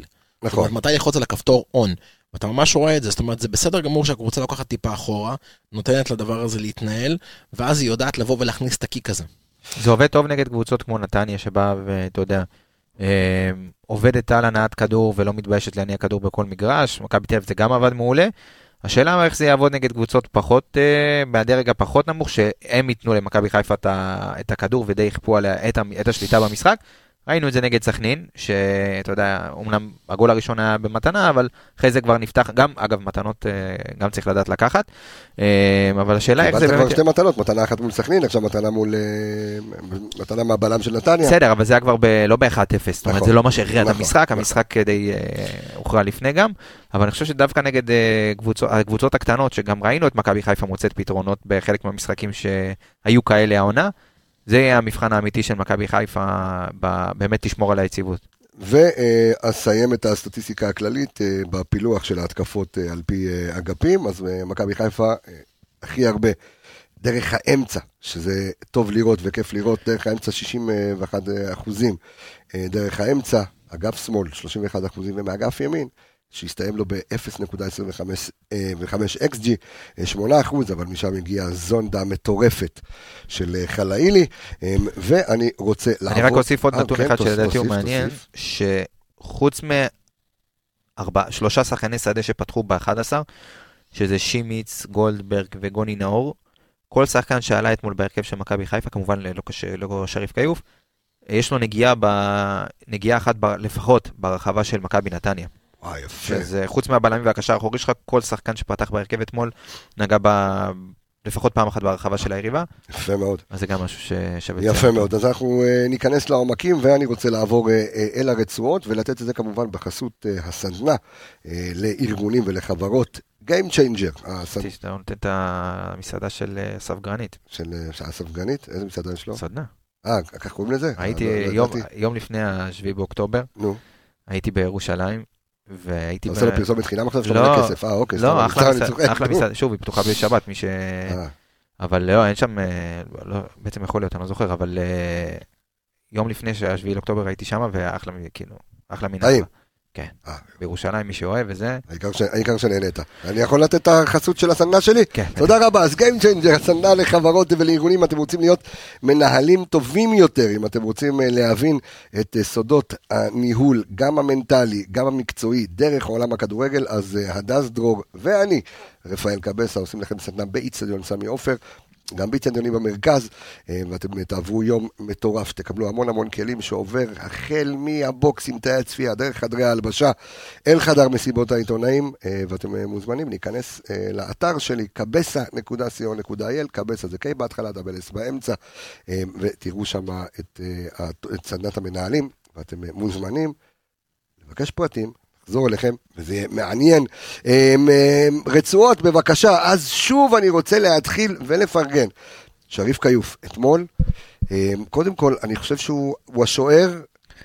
נכון. זאת אומרת, מתי ללחוץ על הכפתור on, ואתה ממש רואה את זה, זאת אומרת, זה בסדר גמור שהקבוצה לוקחת טיפה אחורה, נותנת לדבר הזה להתנהל, ואז היא יודעת לבוא ולהכניס את הקיק הזה. זה עובד טוב נגד קבוצות כמו נתניה, שבאה ואתה יודע, עובדת על הנעת כדור ולא מתביישת להניע כדור בכל מגרש, מכבי תל אביב זה גם עבד מעולה. השאלה איך זה יעבוד נגד קבוצות פחות, מהדרג הפחות נמוך, שהם ייתנו למכבי חיפה את הכדור ודי יכפו עליה את השליטה במשחק. ראינו את זה נגד סכנין, שאתה יודע, אומנם הגול הראשון היה במתנה, אבל אחרי זה כבר נפתח, גם, אגב, מתנות גם צריך לדעת לקחת, אבל השאלה איך זה באמת... כבר שתי מתנות, מתנה אחת מול סכנין, עכשיו מתנה מול... מתנה מהבלם של נתניה. בסדר, אבל זה היה כבר לא ב-1-0, זאת אומרת, זה לא מה שהכריע את המשחק, המשחק די הוכרע לפני גם, אבל אני חושב שדווקא נגד הקבוצות הקטנות, שגם ראינו את מכבי חיפה מוצאת פתרונות בחלק מהמשחקים שהיו כאלה העונה, זה יהיה המבחן האמיתי של מכבי חיפה, באמת תשמור על היציבות. ואסיים את הסטטיסטיקה הכללית בפילוח של ההתקפות על פי אגפים, אז מכבי חיפה הכי הרבה דרך האמצע, שזה טוב לראות וכיף לראות, דרך האמצע 61%, דרך האמצע, אגף שמאל 31%, ומאגף ימין, שהסתיים לו ב-0.25 XG, 8%, אבל משם הגיעה זונדה מטורפת של חלאילי, ואני רוצה לעבור... אני רק אוסיף עוד נתון אחד שלדעתי הוא מעניין, שחוץ שלושה שחקני שדה שפתחו ב-11, שזה שימיץ, גולדברג וגוני נאור, כל שחקן שעלה אתמול בהרכב של מכבי חיפה, כמובן לא שריף קיוף, יש לו נגיעה אחת לפחות ברחבה של מכבי נתניה. יפה. אז חוץ מהבלמים והקשר האחורי שלך, כל שחקן שפתח בהרכב אתמול נגע לפחות פעם אחת ברחבה של היריבה. יפה מאוד. אז זה גם משהו ששווה. יפה מאוד. אז אנחנו ניכנס לעומקים, ואני רוצה לעבור אל הרצועות, ולתת את זה כמובן בחסות הסדנה לארגונים ולחברות. Game Changer. אתה נותן את המסעדה של אסף גרנית. של אסף גרנית? איזה מסעדה יש לו? סדנה. כך קוראים לזה? הייתי יום לפני ה7 באוקטובר. נו. הייתי בירושלים. אתה עושה לו פרסומת חינם עכשיו שאתה מלא כסף, אוקיי. לא, אחלה מסעדה, שוב, היא פתוחה בשבת, אבל לא, אין שם, בעצם יכול להיות, אני לא זוכר, אבל יום לפני שה7 לאוקטובר הייתי שם, ואחלה, כאילו, אחלה מן אחלה. כן, בירושלים מי שאוהב וזה. העיקר שנהנית. אני יכול לתת את החסות של הסדנה שלי? כן. תודה רבה. אז Game Changer, הסדנה לחברות ולארגונים, אתם רוצים להיות מנהלים טובים יותר, אם אתם רוצים להבין את סודות הניהול, גם המנטלי, גם המקצועי, דרך עולם הכדורגל, אז הדס דרור ואני, רפאל קבסה, עושים לכם סדנה באיצטדיון סמי עופר, גם באיצטדיונים במרכז, ואתם תעברו יום מטורף, תקבלו המון כלים שעובר החל מהבוקסים, תאי הצפייה, דרך חדרי ההלבשה, אל חדר מסיבות העיתונאים, ואתם מוזמנים להיכנס לאתר שלי, kabesa.co.il, קבסה זה K בהתחלה, דאבל אס באמצע, ותראו שם את סדנת המנהלים, ואתם מוזמנים לבקש פרטים, לחזור אליכם, וזה יהיה מעניין. רצועות, בבקשה, אז שוב אני רוצה להתחיל ולפרגן. שריף קיוף, אתמול, קודם כל, אני חושב שהוא השוער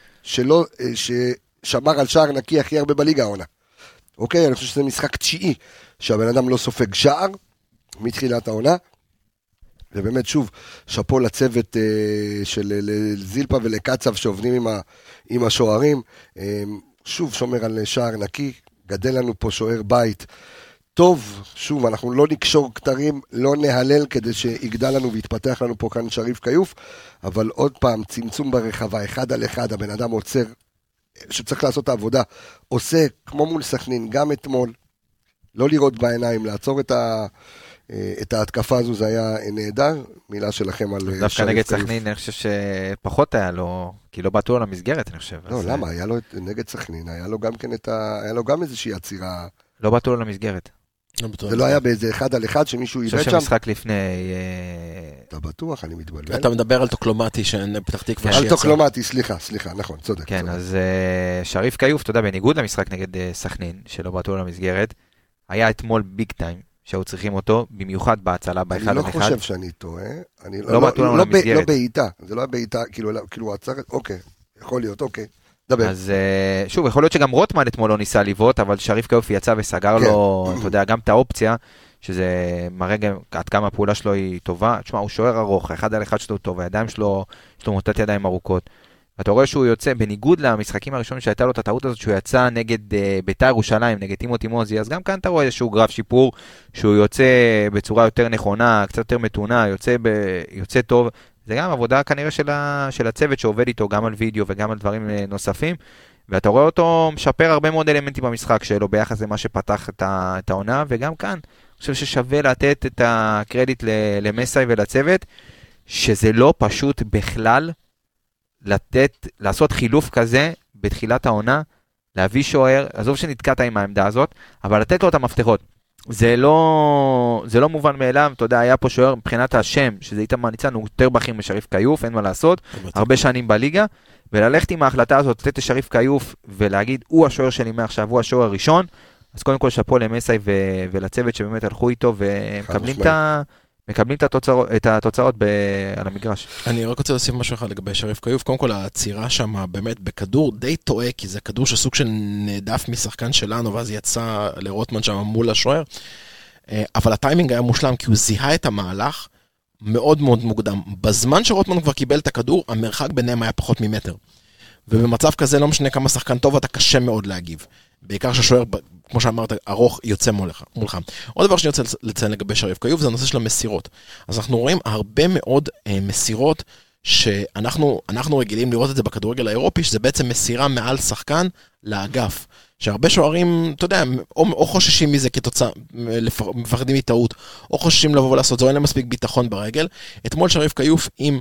ששמר על שער נקי הכי הרבה בליגה העונה. אוקיי, אני חושב שזה משחק תשיעי, שהבן אדם לא סופג שער, מתחילת העונה, ובאמת שוב, שפו לצוות של זילפה ולקצב שעובדים עם השוערים, שוב שומר על שער נקי, גדל לנו פה שוער בית טוב, שוב אנחנו לא נקשור כתרים, לא נהלל כדי שיגדל לנו ויתפתח לנו פה כאן שריף קיוף, אבל עוד פעם צמצום ברחבה, 1 על 1, הבן אדם עוצר, שצריך לעשות את העבודה, עושה כמו מול סכנין, גם אתמול, לא לראות בעיניים, לעצור את ההתקפה הזו, זה היה נהדר, מילה שלכם על שריף קיוף. דווקא נגד סכנין, אני חושב שפחות היה לו, כי לא בטוח למסגרת, אני חושב. לא, למה? היה לו נגד סכנין, היה לו גם כן היה לו גם איזושהי עצירה. לא בטוח למסגרת. זה לא היה באיזה 1 על 1 שמישהו איבד שם? אני חושב שמשחק לפני... אתה בטוח, אני מתבלבל. אתה מדבר על טוקלומטי פתח תקווה שיצא. על טוקלומטי, סליחה, נכון, צודק. כן, אז שריף קיוף, אתה יודע, בניגוד למשחק נגד סכנין, שלא בטוח למסגרת, היה אתמול ביג טיים, שהיו צריכים אותו, במיוחד בהצלה באחד על אחד. אני לא חושב שאני טועה. לא בטוח למסגרת. לא בעיטה, זה לא היה בעיטה, כאילו עצרת, אוקיי, יכול להיות, אוקיי. דבר. אז שוב, יכול להיות שגם רוטמן אתמול לא ניסה לבעוט, אבל שריף קיוף יצא וסגר לו, אתה יודע, גם את האופציה, שזה מראה גם עד כמה הפעולה שלו היא טובה. תשמע, הוא שוער ארוך, 1 על 1 שלו טוב, הידיים שלו, יש לו מוטת ידיים ארוכות, אתה רואה שהוא יוצא, בניגוד למשחקים הראשונים שהייתה לו את הטעות הזאת, שהוא יצא נגד בית"ר ירושלים, נגד טימותי מוזי, אז גם כאן אתה רואה איזשהו גרף שיפור, שהוא יוצא בצורה יותר נכונה, קצת יותר מתונה, יוצא טוב, זה גם עבודה כנראה של הצוות שעובד איתו, גם על וידאו וגם על דברים נוספים, ואתה רואה אותו משפר הרבה מאוד אלמנטים במשחק שלו, ביחס למה שפתח את העונה, וגם כאן, אני חושב ששווה לתת את הקרדיט למסאי ולצוות, שזה לא פשוט בכלל, לעשות חילוף כזה בתחילת העונה, להביא שוער, עזוב שנתקעת עם העמדה הזאת, אבל לתת לו את המפתחות. זה לא מובן מאליו, אתה יודע, היה פה שוער מבחינת השם, שזה איתמר ניצן, הוא יותר בכיר משריף כיוף, אין מה לעשות, הרבה שנים בליגה, וללכת עם ההחלטה הזאת, לתת לשריף כיוף, ולהגיד, הוא השוער שלי מעכשיו, הוא השוער הראשון, אז קודם כל שפו למסאי ולצוות שבאמת הלכו איתו, ומקבלים את התוצאות על המגרש. אני רק רוצה להוסיף משהו אחד לגבי שריף כיוף. קודם כל, העצירה שם באמת בכדור די טועה, כי זה כדור שסוג של נעדף משחקן שלנו, ואז יצא לרוטמן שם מול השוער. אבל הטיימינג היה מושלם, כי הוא זיהה את המהלך מאוד מאוד מוקדם. בזמן שרוטמן כבר קיבל את הכדור, המרחק ביניהם היה פחות ממטר. ובמצב כזה, לא משנה כמה שחקן טוב, אתה קשה מאוד להגיב. בעיקר שהשוער, כמו שאמרת, ארוך יוצא מולך. עוד דבר שאני רוצה לציין לגבי שריף כיוף, זה הנושא של המסירות. אז אנחנו רואים הרבה מאוד מסירות, שאנחנו רגילים לראות את זה בכדורגל האירופי, שזה בעצם מסירה מעל שחקן לאגף. שהרבה שוערים, אתה יודע, או חוששים מזה כתוצאה, מפחדים מטעות, או חוששים לבוא ולעשות, זו אין להם מספיק ביטחון ברגל. אתמול שריף כיוף עם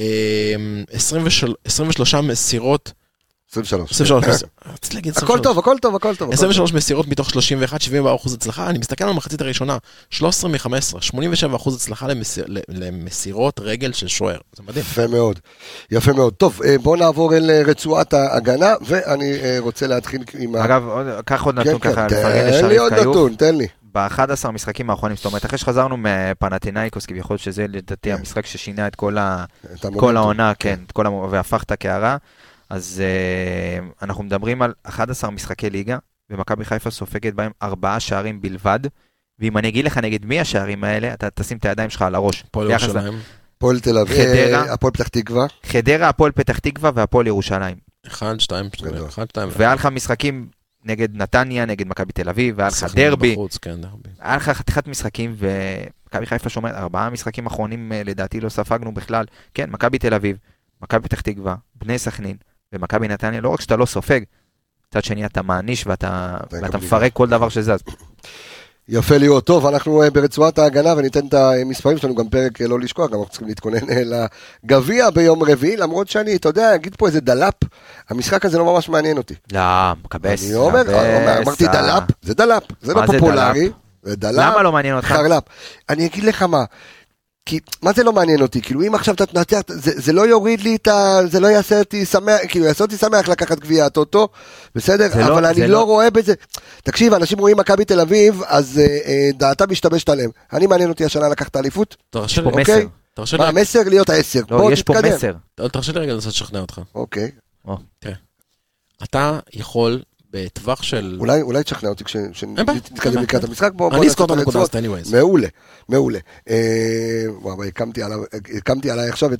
23 מסירות, 23. הכל טוב. 23 מסירות מתוך 31, 74% הצלחה. אני מסתכל על המחצית הראשונה, 13 מ-15, 87% הצלחה למסירות רגל של שוער. זה מדהים. יפה מאוד. טוב, בואו נעבור אל רצועת ההגנה, ואני רוצה להתחיל עם... אגב, קח עוד נתון ככה, לפרגן לשריף כיוף. תן לי. ב-11 משחקים האחרונים, זאת אומרת, אחרי שחזרנו מפנתינייקוס, כביכול שזה לדעתי המשחק ששינה את כל העונה, כן, והפך את הקערה. אז אנחנו מדברים על 11 משחקי ליגה, ומכבי חיפה סופגת בהם 4 שערים בלבד, ואם אני אגיד לך נגד מי השערים האלה, אתה תשים את הידיים שלך על הראש. הפועל תל אביב, הפועל פתח תקווה. חדרה, הפועל פתח תקווה והפועל ירושלים. 1, 2, והיה לך משחקים נגד נתניה, נגד מכבי תל אביב, והיה לך דרבי. היה לך חתיכת משחקים, ומכבי חיפה שומעת 4 משחקים אחרונים, לדעתי לא ספגנו בכלל. כן, מכבי תל אביב, מכבי פתח תקווה, בני סכנין, ומכבי נתניה, לא רק שאתה לא סופג, מצד שני אתה מעניש ואתה מפרק כל דבר שזז. יפה לראות. טוב, אנחנו ברצועת ההגנה וניתן את המספרים שלנו, גם פרק לא לשכוח, גם אנחנו צריכים להתכונן לגביע ביום רביעי, למרות שאני, אתה יודע, אגיד פה איזה דלאפ, המשחק הזה לא ממש מעניין אותי. לא, מקבס. אני אמרתי דלאפ, זה דלאפ, זה לא פופולרי, זה דלאפ. למה לא מעניין אותך? חרלאפ. אני אגיד לך מה, כי, מה זה לא מעניין אותי? כאילו, אם עכשיו אתה תנצח, זה לא יוריד לי זה לא יעשה אותי שמח, כאילו, יעשה אותי שמח לקחת גביע הטוטו, בסדר? אבל אני לא רואה בזה. תקשיב, אנשים רואים מכבי תל אביב, אז דעתה משתבשת עליהם. אני מעניין אותי השנה לקחת האליפות. יש פה מסר. מה, המסר להיות ה10. לא, יש פה מסר. תרשה לי רגע לנסות לשכנע אותך. אוקיי. תראה, אתה יכול... בטווח של... אולי תשכנע אותי כשנתקדם לקראת המשחק. אני אזכור את הנקודה הזאת anyways. מעולה. וואו, הקמתי עליי עכשיו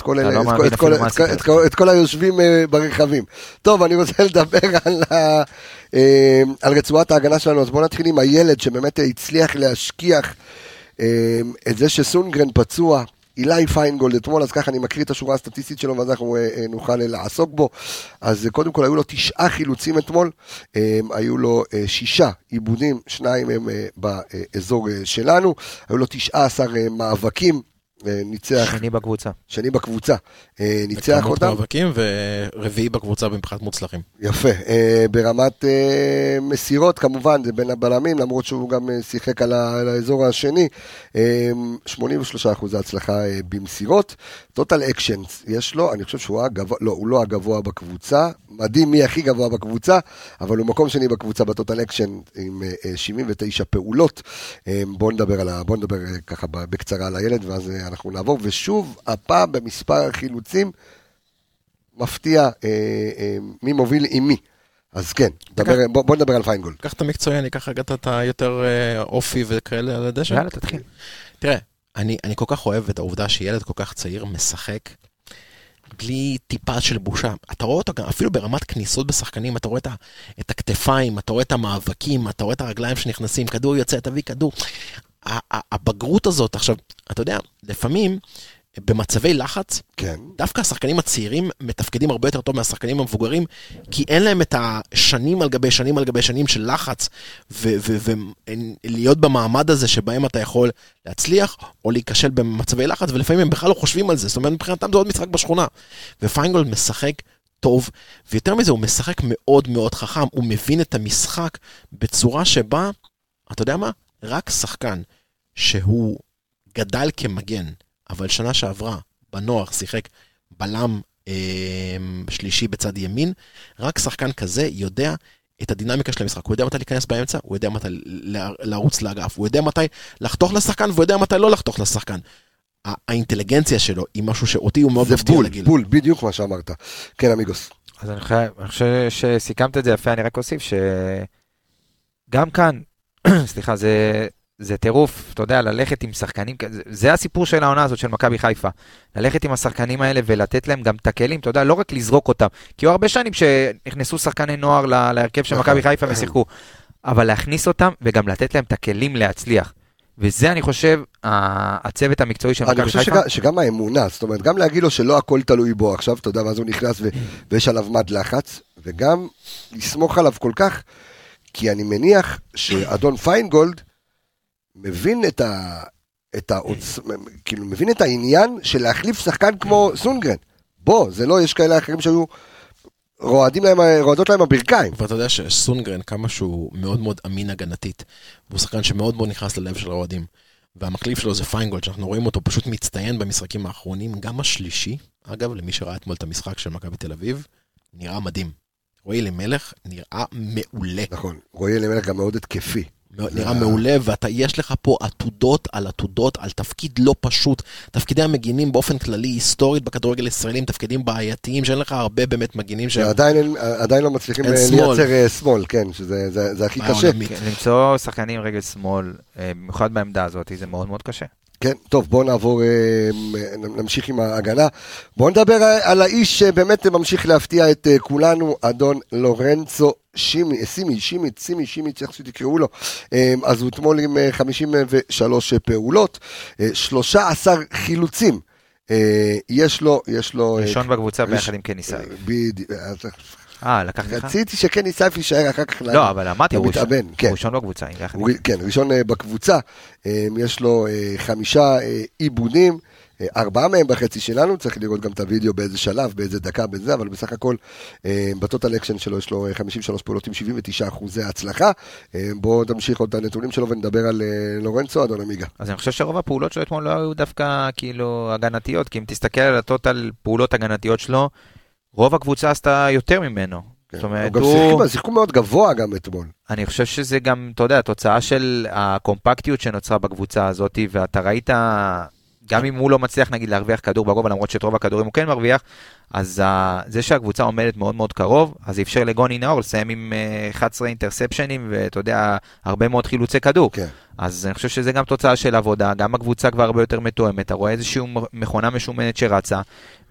את כל היושבים ברכבים. טוב, אני רוצה לדבר על רצועת ההגנה שלנו, אז בואו נתחיל עם הילד שבאמת הצליח להשכיח את זה שסונגרן פצוע, אילי פיינגולד אתמול, אז ככה אני מקריא את השורה הסטטיסטית שלו, ואז אנחנו נוכל לעסוק בו. אז קודם כל, היו לו 9 חילוצים אתמול, היו לו 6 עיבודים, 2 הם באזור שלנו, היו לו 19 מאבקים, ניצח... שני בקבוצה, ניצח אותם. מאבקים ורביעי בקבוצה במבחינת מוצלחים. יפה, ברמת מסירות כמובן, זה בין הבלמים, למרות שהוא גם שיחק על האזור השני, 83% הצלחה במסירות. טוטל אקשנס יש לו, אני חושב שהוא הגבוה, לא, הוא לא הגבוה בקבוצה, מדהים מי הכי גבוה בקבוצה, אבל הוא מקום שני בקבוצה בטוטל אקשן עם 79 פעולות. בואו נדבר ככה בקצרה על הילד, ואז אנחנו נעבור, ושוב, הפעם במספר החילוצים, מפתיע מי מוביל עם מי. אז כן, בוא נדבר על פיינגולד. קח את המקצועי, אני ככה הגעת את היותר אופי וכאלה על הדשא. יאללה, תתחיל. תראה, אני כל כך אוהב את העובדה שילד כל כך צעיר משחק בלי טיפה של בושה. אתה רואה אותו גם, אפילו ברמת כניסות בשחקנים, אתה רואה את הכתפיים, אתה רואה את המאבקים, אתה רואה את הרגליים שנכנסים, כדור יוצא, תביא כדור. הבגרות הזאת, עכשיו, אתה יודע, לפעמים, במצבי לחץ, כן. דווקא השחקנים הצעירים מתפקדים הרבה יותר טוב מהשחקנים המבוגרים, כי אין להם את השנים על גבי שנים על גבי שנים של לחץ, ולהיות במעמד הזה שבהם אתה יכול להצליח, או להיכשל במצבי לחץ, ולפעמים הם בכלל לא חושבים על זה, זאת אומרת, מבחינתם זה עוד משחק בשכונה. ופיינגולד משחק טוב, ויותר מזה הוא משחק מאוד מאוד חכם, הוא מבין את המשחק בצורה שבה, אתה יודע מה? רק שחקן שהוא גדל כמגן, אבל שנה שעברה, בנוער, שיחק בלם שלישי בצד ימין, רק שחקן כזה יודע את הדינמיקה של המשחק. הוא יודע מתי להיכנס באמצע, הוא יודע מתי לרוץ לאגף, הוא יודע מתי לחתוך לשחקן, והוא יודע מתי לא לחתוך לשחקן. האינטליגנציה שלו היא משהו שאותי הוא מאוד מפתיע לגיל. זה בול, בדיוק מה שאמרת. כן, אמיגוס. אז אני חושב שסיכמת את זה יפה, אני רק אוסיף שגם כאן, סליחה, זה טירוף, אתה יודע, ללכת עם שחקנים, זה הסיפור של העונה הזאת של מכבי חיפה, ללכת עם השחקנים האלה ולתת להם גם את הכלים, אתה יודע, לא רק לזרוק אותם, כי הוא הרבה שנים שנכנסו שחקני נוער להרכב של מכבי חיפה ושיחקו, אבל להכניס אותם וגם לתת להם את הכלים להצליח, וזה אני חושב, הצוות המקצועי של מכבי חיפה. אני חושב שגם האמונה, זאת אומרת, גם להגיד לו שלא הכל תלוי בו עכשיו, אתה יודע, ואז הוא נכנס ויש עליו מד לחץ, וגם לסמוך עליו כל כך, כי אני מניח שאדון פיינגולד מבין כאילו מבין את העניין של להחליף שחקן כמו סונגרן. בוא, זה לא, יש כאלה אחרים שהיו רועדות להם הברכיים. ואתה יודע שסונגרן, כמה שהוא מאוד מאוד אמין הגנתית, והוא שחקן שמאוד מאוד נכנס ללב של הרועדים, והמחליף שלו זה פיינגולד, שאנחנו רואים אותו פשוט מצטיין במשחקים האחרונים, גם השלישי, אגב, למי שראה אתמול את המשחק של מכבי תל אביב, נראה מדהים. רועי אלימלך נראה מעולה. נכון, רועי אלימלך גם מאוד התקפי. נראה מעולה, ויש לך פה עתודות על תפקיד לא פשוט, תפקידי המגינים באופן כללי, היסטורית בכדורגל ישראלים, תפקידים בעייתיים, שאין לך הרבה באמת מגינים עדיין לא מצליחים לייצר שמאל, כן, שזה הכי קשה. למצוא שחקנים רגל שמאל, במיוחד בעמדה הזאת, זה מאוד מאוד קשה. כן, טוב, בואו נעבור, נמשיך עם ההגנה. בואו נדבר על האיש שבאמת ממשיך להפתיע את כולנו, אדון לורנצו שימיץ, איך שתקראו לו. אז הוא אתמול עם 53 פעולות, 13 חילוצים. יש לו... ראשון בקבוצה ביחד עם קני סייף. בדיוק. לקחתי לך? רציתי שקני סייף יישאר אחר כך. לא, אבל אמרתי, הוא ראשון בקבוצה. כן, ראשון בקבוצה. יש לו 5 עיבודים, 4 מהם בחצי שלנו, צריך לראות גם את הוידאו באיזה שלב, באיזה דקה, בזה, אבל בסך הכל, בטוטל אקשן שלו יש לו 53 פעולות עם 79% הצלחה. בואו נמשיך עוד את הנתונים שלו ונדבר על לורנצו, אדון אמיגה. אז אני חושב שרוב הפעולות שלו אתמול לא היו דווקא כאילו הגנתיות, כי אם תסתכל על הטוטל פעולות הגנתיות שלו, רוב הקבוצה עשתה יותר ממנו. זאת אומרת, שיחקו מאוד גבוה גם אתמול. אני חושב שזה גם, אתה יודע, התוצאה של הקומפקטיות שנוצרה בקבוצה הזאת, ואתה ראית, גם אם הוא לא מצליח נגיד להרוויח כדור בגובה, למרות שאת רוב הכדורים הוא כן מרוויח, אז זה שהקבוצה עומדת מאוד מאוד קרוב, אז אפשר לגוני נאור לסיים עם 11 אינטרספשנים, ואתה יודע, הרבה מאוד חילוצי כדור. כן. אז אני חושב שזה גם תוצאה של עבודה, גם הקבוצה כבר הרבה יותר מתואמת, אתה רואה איזושהי מכונה משומנת שרצה,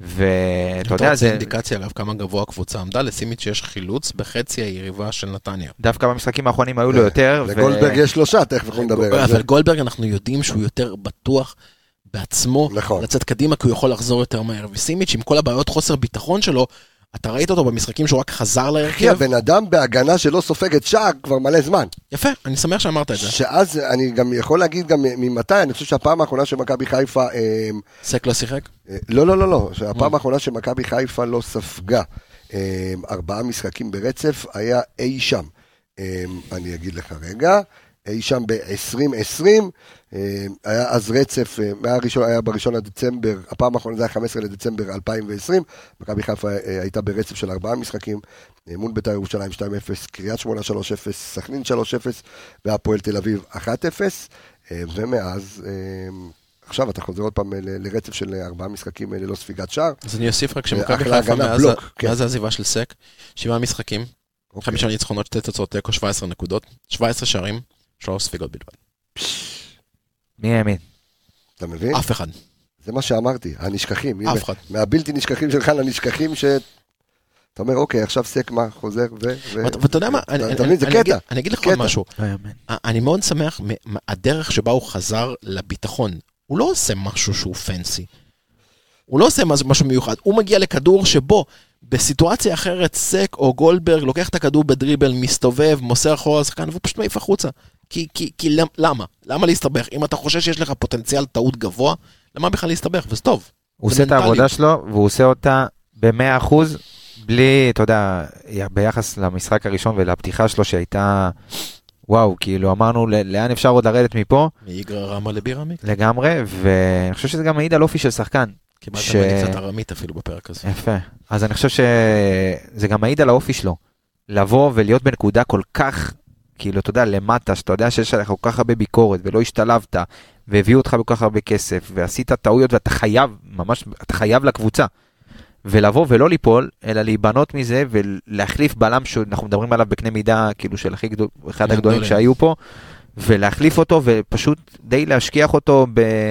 ואתה יודע, זה אינדיקציה אגב כמה גבוה הקבוצה עמדה, לסימית שיש חילוץ בחצי היריבה של נתניה. דווקא במשחקים האחרונים היו לו יותר. לגולדברג יש 3, תכף אנחנו נדבר על זה. אבל גולדברג אנחנו יודעים שהוא יותר בטוח בעצמו, לצאת קדימה, כי הוא יכול לחזור יותר מהר. וסימיץ' עם כל הבעיות חוסר ביטחון שלו, אתה ראית אותו במשחקים שהוא רק חזר להרכב. הבן אדם בהגנה שלא סופגת שער כבר מלא זמן. יפה, אני שמח שאמרת את זה. שאז אני גם יכול להגיד גם ממתי, אני חושב שהפעם האחרונה שמכבי חיפה... סק לא שיחק? לא, שהפעם האחרונה שמכבי חיפה לא ספגה 4 משחקים ברצף, היה אי שם. אני אגיד לך רגע, אי שם ב-2020, היה אז רצף, היה בראשון לדצמבר, הפעם האחרונה זה היה 15 לדצמבר 2020, מכבי חיפה הייתה ברצף של 4 משחקים, מול בית"ר ירושלים 2-0, קריית שמונה 3-0, סכנין 3-0, והפועל תל אביב 1-0, ומאז, עכשיו אתה חוזר עוד פעם לרצף של 4 משחקים ללא ספיגת שער. אז אני אוסיף רק שמכבי חיפה מאז העזיבה של סק, 7 משחקים, 5 ניצחונות, 2 תוצאות תיקו, 17 נקודות, 17 שערים, 3 ספיגות בלבד. מי האמין? אתה מבין? אף אחד. זה מה שאמרתי, הנשכחים. אף אחד. מהבלתי נשכחים שלך לנשכחים אתה אומר, אוקיי, עכשיו סקמה חוזר ואתה יודע מה, זה קטע. אני אגיד לך עוד משהו. אני מאוד שמח מהדרך שבה הוא חזר לביטחון. הוא לא עושה משהו שהוא פנסי. הוא לא עושה משהו מיוחד. הוא מגיע לכדור שבו, בסיטואציה אחרת, סק או גולדברג לוקח את הכדור בדריבל, מסתובב, מוסר אחורה לשחקן, והוא פשוט מעיף החוצה. כי למה? למה להסתבך? אם אתה חושב שיש לך פוטנציאל טעות גבוה, למה בכלל להסתבך? וזה טוב. הוא עושה את העבודה שלו, והוא עושה אותה ב-100%, בלי, אתה יודע, ביחס למשחק הראשון ולפתיחה שלו שהייתה, וואו, כאילו אמרנו, לאן אפשר עוד לרדת מפה? מאיגרא רמא לבירמיק. לגמרי, ואני חושב שזה גם מעיד על אופי של שחקן. כמעט אמרתי קצת ארמית אפילו בפרק הזה. יפה. אז אני חושב שזה גם מעיד על האופי שלו. לבוא ולהיות בנקודה כל כך, כאילו, אתה יודע, למטה, שאתה יודע שיש עליך כל כך הרבה ביקורת, ולא השתלבת, והביאו אותך בכל כך הרבה כסף, ועשית טעויות, ואתה חייב, ממש, אתה חייב לקבוצה. ולבוא ולא ליפול, אלא להיבנות מזה, ולהחליף בלם שאנחנו מדברים עליו בקנה מידה, כאילו, של אחד הגדולים שהיו פה, ולהחליף אותו, ופשוט די להשכיח אותו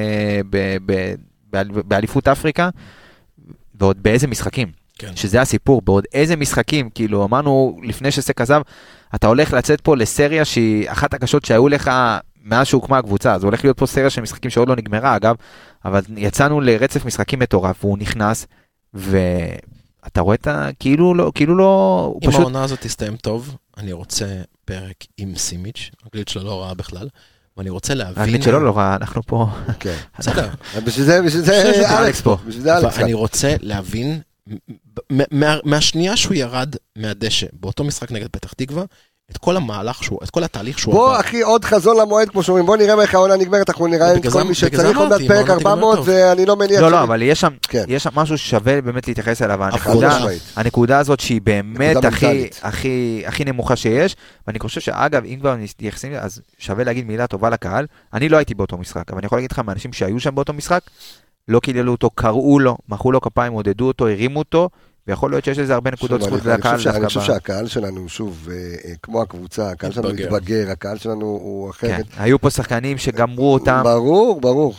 באליפות אפריקה, ועוד באיזה משחקים. כן. שזה הסיפור, בעוד איזה משחקים, כאילו אמרנו לפני שסק עזב, אתה הולך לצאת פה לסריה שהיא אחת הקשות שהיו לך מאז שהוקמה הקבוצה, אז הולך להיות פה סריה של משחקים שעוד לא נגמרה אגב, אבל יצאנו לרצף משחקים מטורף, והוא נכנס, ואתה רואה את ה... כאילו לא... אם העונה הזאת תסתיים טוב, אני רוצה פרק עם סימיץ', האנגלית שלו לא רעה בכלל, ואני רוצה להבין... האנגלית שלו לא רעה, אנחנו פה... כן. בסדר. בשביל זה אלכס פה. אני רוצה להבין, מהשנייה שהוא ירד מהדשא, באותו משחק נגד פתח תקווה, את כל המהלך שהוא, את כל התהליך שהוא... בוא אחי, עוד חזון למועד, כמו שאומרים, בוא נראה איך העונה נגמרת, אנחנו נראה את כל מי שצריך עוד מעט פרק 400, ואני לא מניח... לא, אבל יש שם משהו ששווה באמת להתייחס אליו, הנקודה הזאת שהיא באמת הכי נמוכה שיש, ואני חושב שאגב, אם כבר נתייחסים, אז שווה להגיד מילה טובה לקהל, אני לא הייתי באותו משחק, אבל אני יכול להגיד לך מאנשים שהיו שם באותו משחק, לא קיללו אותו, קראו לו, מחאו לו כפיים, עודדו אותו, הרימו אותו, ויכול להיות שיש איזה הרבה נקודות זכות לקהל. אני חושב שהקהל שלנו, שוב, כמו הקבוצה, הקהל שלנו מתבגר, הקהל שלנו הוא אחרת. היו פה שחקנים שגמרו אותם. ברור.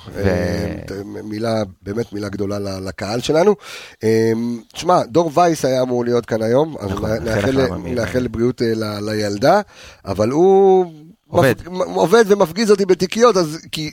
באמת מילה גדולה לקהל שלנו. תשמע, דור וייס היה אמור להיות כאן היום, אז נאחל לבריאות לילדה, אבל הוא עובד ומפגיז אותי בתיקיות, אז כי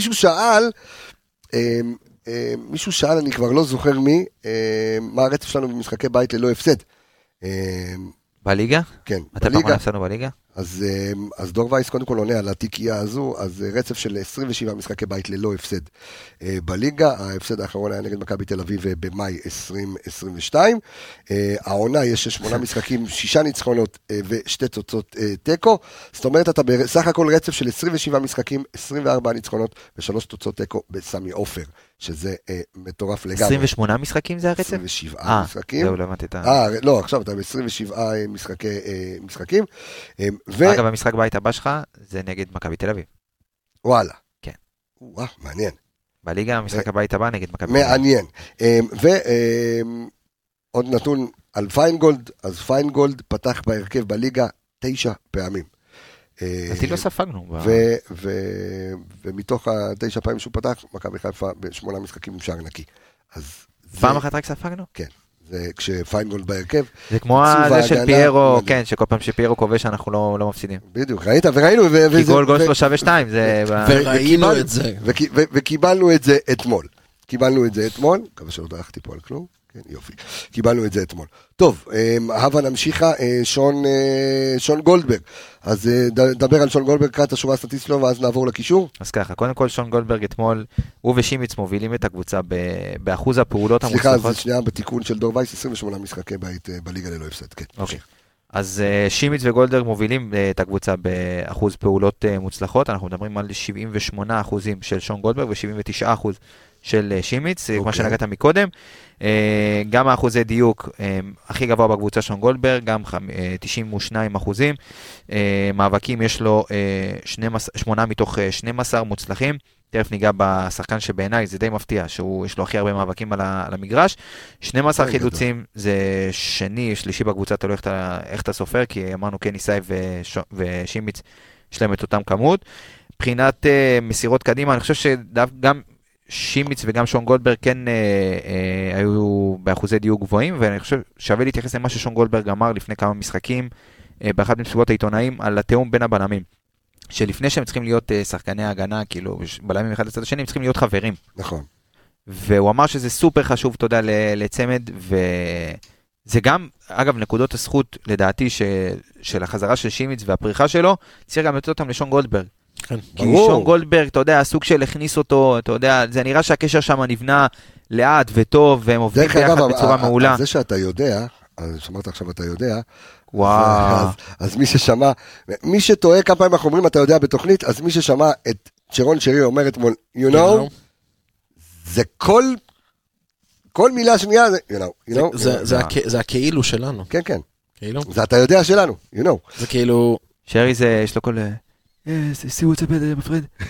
מישהו שאל, אני כבר לא זוכר מה הרצף שלנו במשחקי בית ללא הפסד. בליגה? כן, אתה פעם נפסנו בליגה? אז דור וייס קודם כל עונה על התיקייה הזו, אז רצף של 27 משחקי בית ללא הפסד בליגה, ההפסד האחרון היה נגד מכבי תל אביב במאי 2022, העונה יש 8 משחקים, 6 ניצחונות ו2 תוצאות טקו, זאת אומרת אתה בסך הכל רצף של 27 משחקים, 24 ניצחונות ו3 תוצאות טקו בסמי עופר, שזה מטורף לגמרי. 28 משחקים זה הרצף? 27 משחקים. זהו, לא אמרתי את ה... לא, עכשיו אתה ב-27 משחקים. אגב, המשחק בית הבא שלך זה נגד מכבי תל אביב. וואלה. כן. מעניין. בליגה המשחק הבית הבא נגד מכבי תל אביב. מעניין. ועוד נתון על פיינגולד, אז פיינגולד פתח בהרכב בליגה 9 פעמים. אז לא ספגנו. ומתוך ה9 פעמים שהוא פתח, מכבי חיפה ב8 משחקים עם שער נקי. פעם אחת רק ספגנו? כן. זה כשפיינגולד בהרכב. זה כמו זה של פיירו, כן, שכל פעם שפיירו כובש אנחנו לא מפסידים. בדיוק, ראית וראינו. כי גול 3-2. וראינו את זה. וקיבלנו את זה אתמול. מקווה שלא דרכתי פה על כלום. כן, יופי. קיבלנו את זה אתמול. טוב, הבה נמשיכה, שון גולדברג. אז דבר על שון גולדברג, קראת השורה הסטטיסטית שלו, ואז נעבור לקישור. אז ככה, קודם כל שון גולדברג אתמול, הוא ושימיץ מובילים את הקבוצה באחוז הפעולות המוצלחות. סליחה, זה שנייה בתיקון של דור וייס, 28 משחקי בית בליגה ללא הפסד, כן. אוקיי. אז שימיץ וגולדברג מובילים את הקבוצה באחוז פעולות מוצלחות, אנחנו מדברים על 78% של שון גולדברג ו79% של שימיץ, כמו שנגעת מקודם. גם האחוזי דיוק הכי גבוה בקבוצה שון גולדברג, גם 92%. מאבקים יש לו 8 מתוך 12 מוצלחים. תכף ניגע בשחקן שבעיניי זה די מפתיע, שיש לו הכי הרבה מאבקים על המגרש. 12 חילוצים זה שלישי בקבוצה, תלוי איך אתה סופר, כי אמרנו כן ניסאי ושימיץ יש להם את אותם כמות. מבחינת מסירות קדימה, אני חושב שגם שימיץ וגם שון גולדברג כן היו באחוזי דיוק גבוהים, ואני חושב שווה להתייחס למה ששון גולדברג אמר לפני כמה משחקים, באחת מסיבות העיתונאים, על התאום בין הבלמים. שלפני שהם צריכים להיות שחקני ההגנה, כאילו בלמים אחד לצד השני, הם צריכים להיות חברים. נכון. והוא אמר שזה סופר חשוב, תודה, לצמד, וזה גם, אגב, נקודות הזכות, לדעתי, של החזרה של שימיץ והפריחה שלו, צריך גם לתת אותם לשון גולדברג. כן, כי שון גולדברג, אתה יודע, הסוג של הכניס אותו, אתה יודע, זה נראה שהקשר שם נבנה לאט וטוב, והם עובדים ביחד בצורה מעולה. זה שאתה יודע, שמעת עכשיו אתה יודע, וואו. אז מי ששמע, מי שטועה כמה פעמים אנחנו אומרים, אתה יודע בתוכנית, אז מי ששמע את שרון שרי אומר אתמול, you know, זה כל מילה שנייה, you know. זה הכאילו שלנו. כן, כן. כאילו? זה אתה יודע שלנו, you know. זה כאילו... שרי זה, יש לו כל... see what's up, my friend.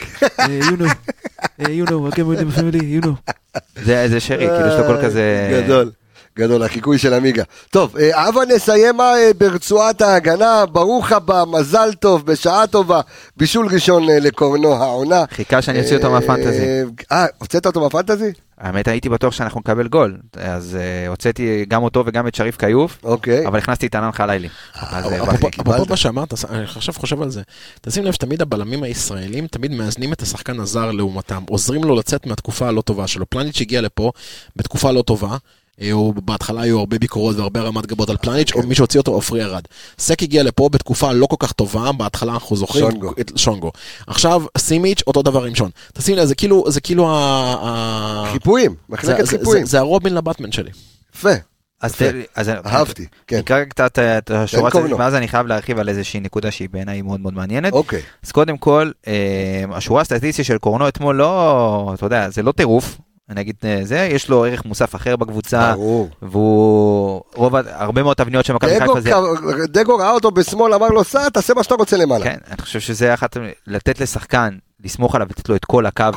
You know, I came with my family, you know. זה שרי, כאילו יש לו כל כזה... גדול, החיקוי של אמיגה. טוב, אבא נסיימה ברצועת ההגנה, ברוך הבא, מזל טוב, בשעה טובה, בישול ראשון לקורנו העונה. חיכה שאני אוציא אותו מהפנטזי. הוצאת אותו מהפנטזי? האמת, הייתי בטוח שאנחנו נקבל גול, אז הוצאתי גם אותו וגם את שריף קיוף, אבל הכנסתי את ענן חלילי. אפרופו מה שאמרת, אני עכשיו חושב על זה, תשים לב שתמיד הבלמים הישראלים תמיד מאזנים את השחקן הזר לעומתם, עוזרים לו לצאת מהתקופה הלא טובה שלו. פלניץ' הגיע לפה בתקופה לא טובה, בהתחלה היו הרבה ביקורות והרבה רמת גבות על פלניץ', או מי שהוציא אותו עופרי ארד. סק הגיע לפה בתקופה לא כל כך טובה, בהתחלה אנחנו זוכרים שונגו. עכשיו סימיץ' אותו דבר עם שון. תשים לב, זה כאילו חיפויים, מחלקת חיפויים. זה הרובין לבטמן שלי. יפה. אז אהבתי, כן. נקרא קצת את השורה הזאת, ואז אני חייב להרחיב על איזושהי נקודה שהיא בעיניי מאוד מאוד מעניינת. אוקיי. אז קודם כל, השורה הסטטיסטית של קורנו אתמול לא, אתה יודע, זה לא טירוף. אני אגיד זה, יש לו ערך מוסף אחר בקבוצה, והוא הרבה מאוד תבניות של מכבי חיפה זה... דגו ראה אותו בשמאל, אמר לו, סע, תעשה מה שאתה רוצה למעלה. כן, אני חושב שזה אחת, לתת לשחקן, לסמוך עליו, לתת לו את כל הקו,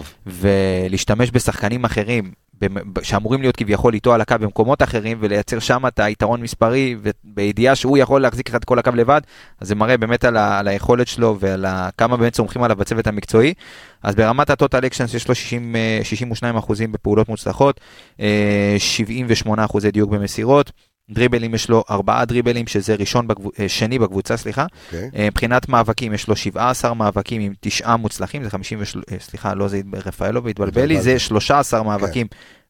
ולהשתמש בשחקנים אחרים, שאמורים להיות כביכול איתו על הקו במקומות אחרים, ולייצר שם את היתרון מספרי, ובידיעה שהוא יכול להחזיק את כל הקו לבד, אז זה מראה באמת על היכולת שלו, ועל כמה באמת סומכים עליו בצוות המקצועי. אז ברמת הטוטל אקשנס יש לו 62% בפעולות מוצלחות, 78% אחוזי דיוק במסירות, דריבלים יש לו 4 דריבלים, שזה שני בקבוצה, סליחה. מבחינת מאבקים יש לו 17 מאבקים עם 9 מוצלחים, זה 50, לא זה רפאלו והתבלבל לי, זה 13 מאבקים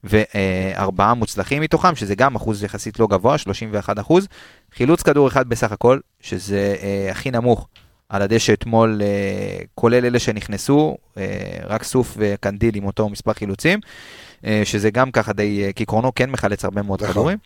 ו4 מוצלחים מתוכם, שזה גם אחוז יחסית לא גבוה, 31%. חילוץ כדור אחד בסך הכל, שזה הכי נמוך על הדשא אתמול, כולל אלה שנכנסו, רק סוף וקנדיל עם אותו מספר חילוצים, שזה גם ככה די, כי קורנו כן מחלץ הרבה מאוד כדורים.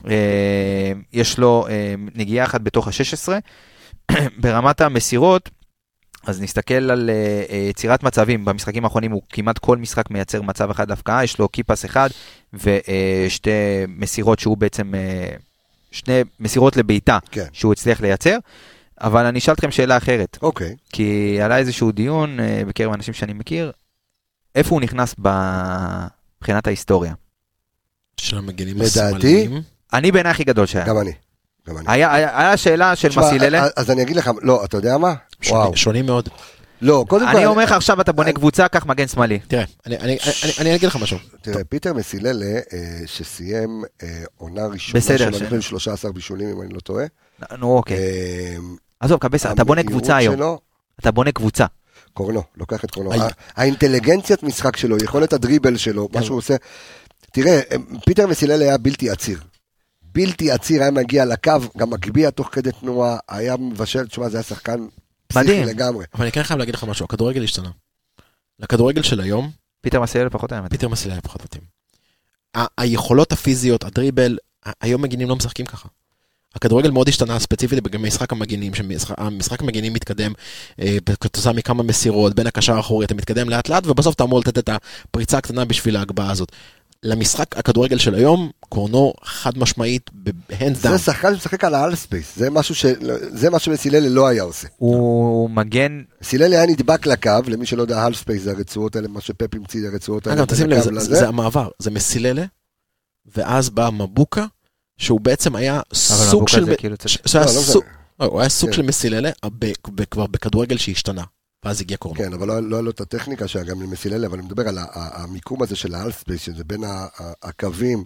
יש לו נגיעה אחת בתוך ה-16. ברמת המסירות, אז נסתכל על יצירת מצבים. במשחקים האחרונים הוא כמעט כל משחק מייצר מצב אחד להפקעה, יש לו קיפס אחד ושתי מסירות שהוא בעצם, שני מסירות לביתה שהוא הצליח לייצר. אבל אני אשאל אתכם שאלה אחרת. אוקיי. כי עלה איזשהו דיון בקרב אנשים שאני מכיר, איפה הוא נכנס מבחינת ההיסטוריה? של המגנים השמאליים? אני בעיניי הכי גדול שהיה. גם אני. היה שאלה של מסיללה. אז אני אגיד לך, לא, אתה יודע מה? שונים מאוד. לא, קודם כל... אני אומר לך עכשיו, אתה בונה קבוצה, כך מגן שמאלי. תראה, אני אגיד לך משהו. תראה, פיטר מסיללה, שסיים עונה ראשונה של 13 בישולים, אם אני לא טועה. נו, אוקיי. עזוב, קבסה, אתה בונה קבוצה היום. אתה בונה קבוצה. קורנו, לוקח את קורנו. האינטליגנציית משחק שלו, יכולת הדריבל שלו, מה שהוא עושה. תראה, פיטר מסיללה היה בלתי עציר. בלתי עציר, היה מגיע לקו, גם מגביע תוך כדי תנועה, היה מבשל, תשמע, זה היה שחקן פסיכי לגמרי. אבל אני כן חייב להגיד לך משהו, הכדורגל השתנה. לכדורגל של היום, פיטר מסיללה פחות מתאים. פיטר מסיללה פחות מתאים. היכולות הפיזיות, הדריבל, היום מגינים לא משחקים ככה. הכדורגל מאוד השתנה ספציפית במשחק המגינים, שהמשחק המגינים מתקדם כתוצאה מכמה מסירות, בין הקשר האחורי, אתה מתקדם לאט לאט, ובסוף אתה אמור לתת את הפריצה הקטנה בשביל ההגבהה הזאת. למשחק הכדורגל של היום, קורנו חד משמעית, בהנד דאון. זה שחקן שמשחק על האלספייס, זה מה שמסיללה לא היה עושה. הוא מגן... מסיללה היה נדבק לקו, למי שלא יודע, האלספייס זה הרצועות האלה, מה שפפ המציא, הרצועות האלה. אגב, תשים לב, זה המעבר, זה מסיללה, ואז בא מבוקה, שהוא בעצם היה סוג של... הוא היה סוג של מסיללה, כבר בכדורגל שהשתנה. ואז הגיע קורנו. כן, אבל לא לו את הטכניקה שגם למסיללה, אבל אני מדבר על המיקום הזה של האלף ספייס, שזה בין הקווים,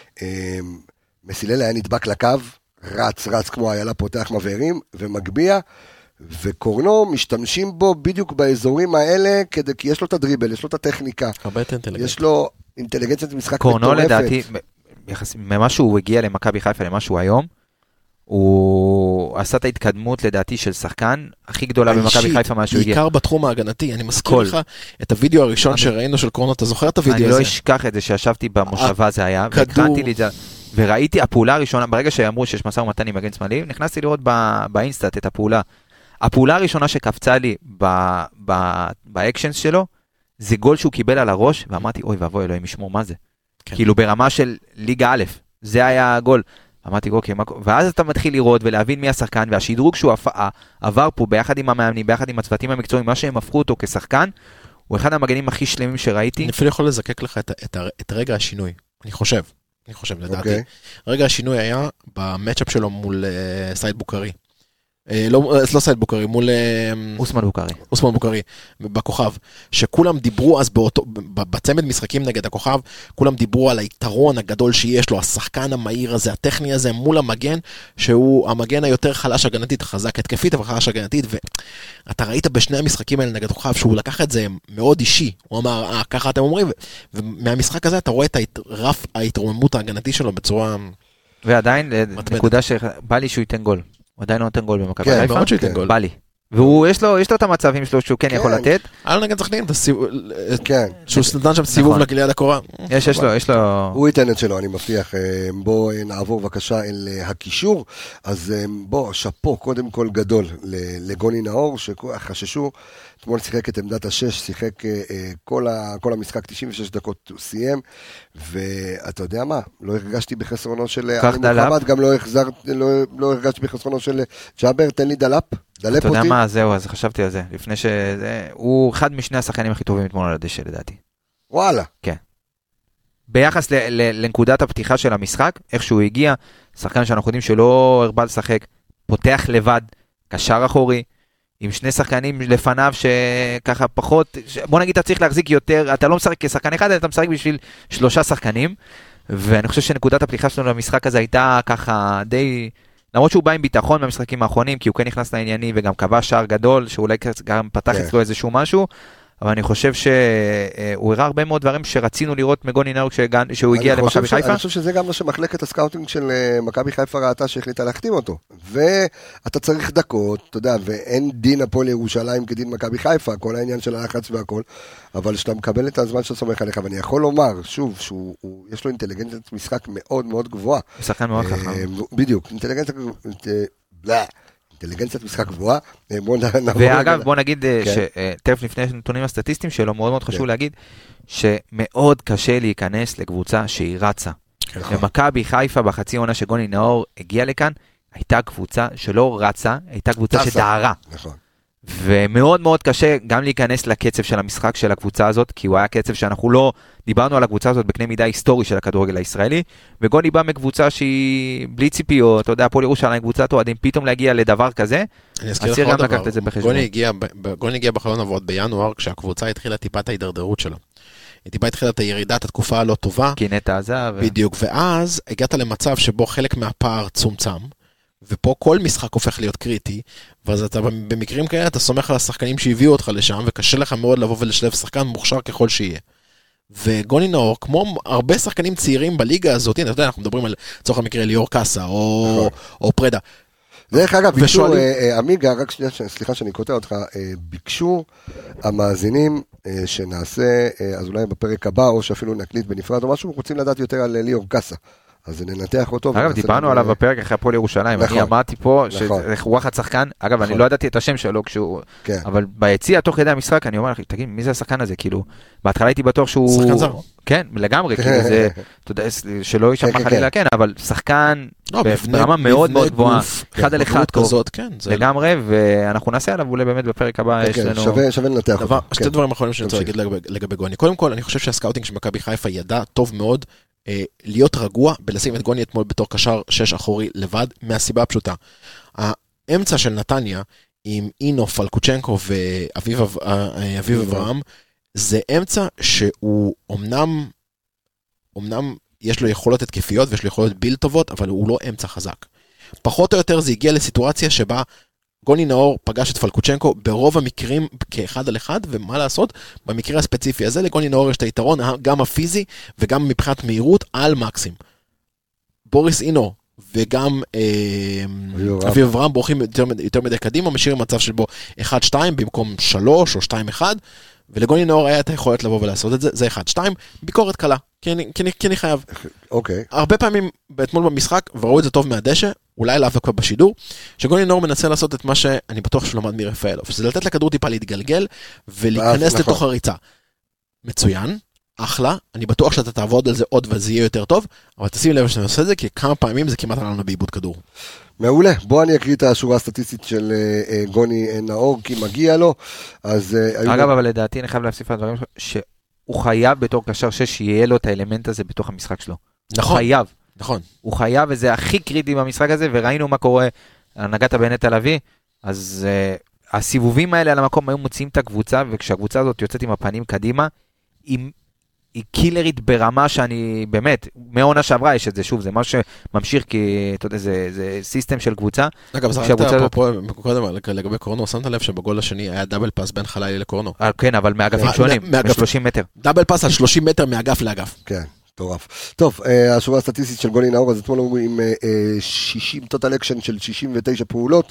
מסיללה היה נדבק לקו, רץ כמו איילה פותח מבערים, ומגביע, וקורנו משתמשים בו בדיוק באזורים האלה, כי יש לו את הדריבל, יש לו את הטכניקה, יש לו אינטליגנציית משחק מטורפת. קורנו לדעתי, ממה שהוא הגיע למכבי חיפה, למה שהוא היום, הוא עשה את ההתקדמות לדעתי של שחקן הכי גדולה במכבי חיפה מה שהוא הגיע. בעיקר בתחום ההגנתי, אני מזכיר לך את הוידאו הראשון שראינו של קורנו, אתה זוכר את הוידאו הזה? אני לא אשכח את זה שישבתי במושבה זה היה, והקרנתי לי את זה, וראיתי הפעולה הראשונה, ברגע שאמרו שיש מסע ומתן עם מגן שמאלי, נכנסתי לראות באינסטאט את הפעולה. הפעולה הראשונה שקפצה לי באקשנס שלו, זה גול שהוא קיבל על הראש, ואמרתי, אוי ואבוי, אלוהים ישמור מה זה. כאילו ברמה של ליגה א', זה היה הגול. אמרתי, אוקיי, ואז אתה מתחיל לראות ולהבין מי השחקן, והשדרוג שהוא עבר פה ביחד עם המאמנים, ביחד עם הצוותים המקצועיים, מה שהם הפכו אותו כשחקן, הוא אחד המגנים הכי שלמים שראיתי. אני אפילו יכול לזקק לך את רגע השינוי, אני חושב לדעתי. רגע השינוי היה במצ'אפ שלו מול סייד בוקרי. לא סייד בוקרי, מול אוסמן בוקרי, בכוכב, שכולם דיברו אז בצמד משחקים נגד הכוכב, כולם דיברו על היתרון הגדול שיש לו, השחקן המהיר הזה, הטכני הזה, מול המגן, שהוא המגן היותר חלש הגנתית, חזק התקפית, אבל חלש הגנתית, ואתה ראית בשני המשחקים האלה נגד הכוכב, שהוא לקח את זה מאוד אישי, הוא אמר, ככה אתם אומרים, ומהמשחק הזה אתה רואה את רף ההתרוממות ההגנתי שלו בצורה... ועדיין, נקודה שבא לי שהוא ייתן גול. הוא עדיין לא נותן גול במכבי חיפה. מאוד שהוא ייתן גול. בא לי. ויש לו את המצבים שלו שהוא כן יכול לתת. היה לו נגד סכנין, שהוא נתן שם סיבוב ליד הקורה. יש לו... הוא ייתן את שלו, אני מבטיח. בוא נעבור בבקשה אל הקישור. אז בוא, שפו קודם כל גדול לגוני נאור, שחששו, אתמול שיחק את עמדת השש, שיחק כל המשחק 96 דקות הוא סיים, ואתה יודע מה, לא הרגשתי בחסרונו של עלי מוחמד, גם לא הרגשתי בחסרונו של ג'אבר, תן לי דלאפ. אתה יודע מה, זהו, אז חשבתי על זה, לפני שזה, הוא אחד משני השחקנים הכי טובים אתמול על הדשא לדעתי. וואלה. כן. ביחס לנקודת הפתיחה של המשחק, איך שהוא הגיע, שחקן שאנחנו יודעים שלא הרבה לשחק, פותח לבד, קשר אחורי, עם שני שחקנים לפניו שככה פחות, בוא נגיד אתה צריך להחזיק יותר, אתה לא משחק כשחקן אחד, אתה משחק בשביל 3 שחקנים, ואני חושב שנקודת הפתיחה שלנו למשחק הזה הייתה ככה די... למרות שהוא בא עם ביטחון במשחקים האחרונים, כי הוא כן נכנס לענייני וגם קבע שער גדול, שאולי גם פתח אצלו איזשהו משהו, אבל אני חושב שהוא הראה הרבה מאוד דברים שרצינו לראות מגוני נאור כשהוא הגיע למכבי חיפה. אני חושב שזה גם מה שמחלקת הסקאוטינג של מכבי חיפה ראתה שהחליטה להחתים אותו. ואתה צריך דקות, אתה יודע, ואין דין הפועל ירושלים כדין מכבי חיפה, כל העניין של הלחץ והכל, אבל שאתה מקבל את הזמן שאתה סומך עליך, ואני יכול לומר, שוב, שיש לו אינטליגנציית משחק מאוד מאוד גבוהה. שחקן מאוד חכם. בדיוק, אינטליגנציית משחק גבוהה. ואגב, בוא נגיד, שתכף לפני נתונים הסטטיסטיים שלו, מאוד מאוד חשוב להגיד, שמאוד קשה להיכנס לקבוצה שהיא רצה. ומכבי חיפה בחצי עונה שגוני נאור הגיע לכאן, הייתה קבוצה שלא רצה, הייתה קבוצה שדהרה. נכון. ומאוד מאוד קשה גם להיכנס לקצב של המשחק של הקבוצה הזאת, כי הוא היה קצב שאנחנו לא דיברנו על הקבוצה הזאת בקנה מידה היסטורי של הכדורגל הישראלי, וגוני בא מקבוצה שהיא בלי ציפיות, אתה יודע, הפועל ירושלים, קבוצת אוהדים, פתאום להגיע לדבר כזה, אז צריך גם לקחת את זה בחשבון. גוני הגיע בחלון עבוד בינואר, כשהקבוצה התחילה טיפה את ההידרדרות שלו. היא טיפה התחילה את הירידת התקופה הלא טובה. כי נטע עזב. בדיוק, ואז הגעת למצב שבו חלק מהפער צומצם, ופה כל משחק הופך להיות קריטי, ואז אתה במקרים כאלה, אתה סומך על השחקנים שהביאו אותך לשם, וקשה לך מאוד לבוא ולשלב שחקן מוכשר ככל שיהיה. וגוני נאור, כמו הרבה שחקנים צעירים בליגה הזאת, אתה יודע, אנחנו מדברים על צורך המקרה ליאור קאסה, או פרדה. דרך אגב, ביקשו, עמיגה, רק שנייה, סליחה שאני קוטע אותך, ביקשו המאזינים שנעשה, אז אולי בפרק הבא, או שאפילו נקליט בנפרד או משהו, רוצים לדעת יותר על ליאור קאסה. אז ננתח אותו. אגב, דיברנו עליו בפרק אחרי הפועל ירושלים, אני אמרתי פה שהוא אחד שחקן, אגב, אני לא ידעתי את השם שלו כשהוא, אבל ביציע, תוך כדי המשחק, אני אומר לך, תגיד, מי זה השחקן הזה? כאילו, בהתחלה הייתי בטוח שהוא... שחקן זר. כן, לגמרי, כאילו זה, אתה יודע, שלא יישמע חלילה, כן, אבל שחקן ברמה מאוד מאוד גבוהה, אחד על אחד טוב, לגמרי, ואנחנו נעשה עליו אולי באמת בפרק הבא, יש לנו... שווה לנתח אותו. שתי דברים אחרונים שאני רוצה להגיד לגבי גוני. קודם כל, אני חושב שהסקאוטינג של מכבי חיפה ידע טוב מאוד להיות רגוע בלשים את גוני אתמול בתור קשר 6 אחורי לבד, מהסיבה הפשוטה. האמצע של נתניה עם אינו, פלקוצ'נקו ואביב אברהם, זה אמצע שהוא אמנם יש לו יכולות התקפיות ויש לו יכולות ביל טובות, אבל הוא לא אמצע חזק. פחות או יותר זה הגיע לסיטואציה שבה גוני נאור פגש את פלקוצ'נקו ברוב המקרים כאחד על אחד, ומה לעשות? במקרה הספציפי הזה לגוני נאור יש את היתרון גם הפיזי וגם מבחינת מהירות על מקסים. בוריס אינו וגם אביב אברהם בורחים יותר מדי קדימה, משאירים מצב שבו 1-2 במקום 3 או 2-1, ולגוני נאור היה את היכולת לבוא ולעשות את זה, זה 1-2, ביקורת קלה, כי אני חייב. אוקיי. הרבה פעמים אתמול במשחק, וראו את זה טוב מהדשא, אולי לאו כבר בשידור, שגוני נאור מנסה לעשות את מה שאני בטוח שלמד מרפאלוב, שזה לתת לכדור טיפה להתגלגל, ולהיכנס לתוך הריצה. מצוין, אחלה, אני בטוח שאתה תעבוד על זה עוד וזה יהיה יותר טוב, אבל תשים לב שאני עושה את זה, כי כמה פעמים זה כמעט עלה לנו באיבוד כדור. מעולה, בוא אני אקריא את השורה הסטטיסטית של גוני נאור, כי מגיע לו, אז... אגב, אבל לדעתי אני חייב להוסיף על הדברים שהוא חייב בתור קשר שיהיה לו את האלמנט הזה בתוך המשחק שלו. נכון. חייב. נכון. הוא חייב, וזה הכי קריטי במשחק הזה, וראינו מה קורה, נגעת בנטע לביא, אז הסיבובים האלה על המקום היו מוציאים את הקבוצה, וכשהקבוצה הזאת יוצאת עם הפנים קדימה, היא קילרית ברמה שאני, באמת, מעונה שעברה יש את זה, שוב, זה משהו שממשיך, כי, אתה יודע, זה סיסטם של קבוצה. אגב, זרקת פה קודם, לגבי קורנו, שמת לב שבגול השני היה דאבל פאס בין חלילי לקורנו. כן, אבל מאגפים שונים, מ-30 מטר. דאבל פאס על 30 מטר מאגף לאגף. כן. טורף. טוב, השורה הסטטיסטית של גוני נאור, אז אתמול אמרו עם 60 טוטל אקשן של 69 פעולות,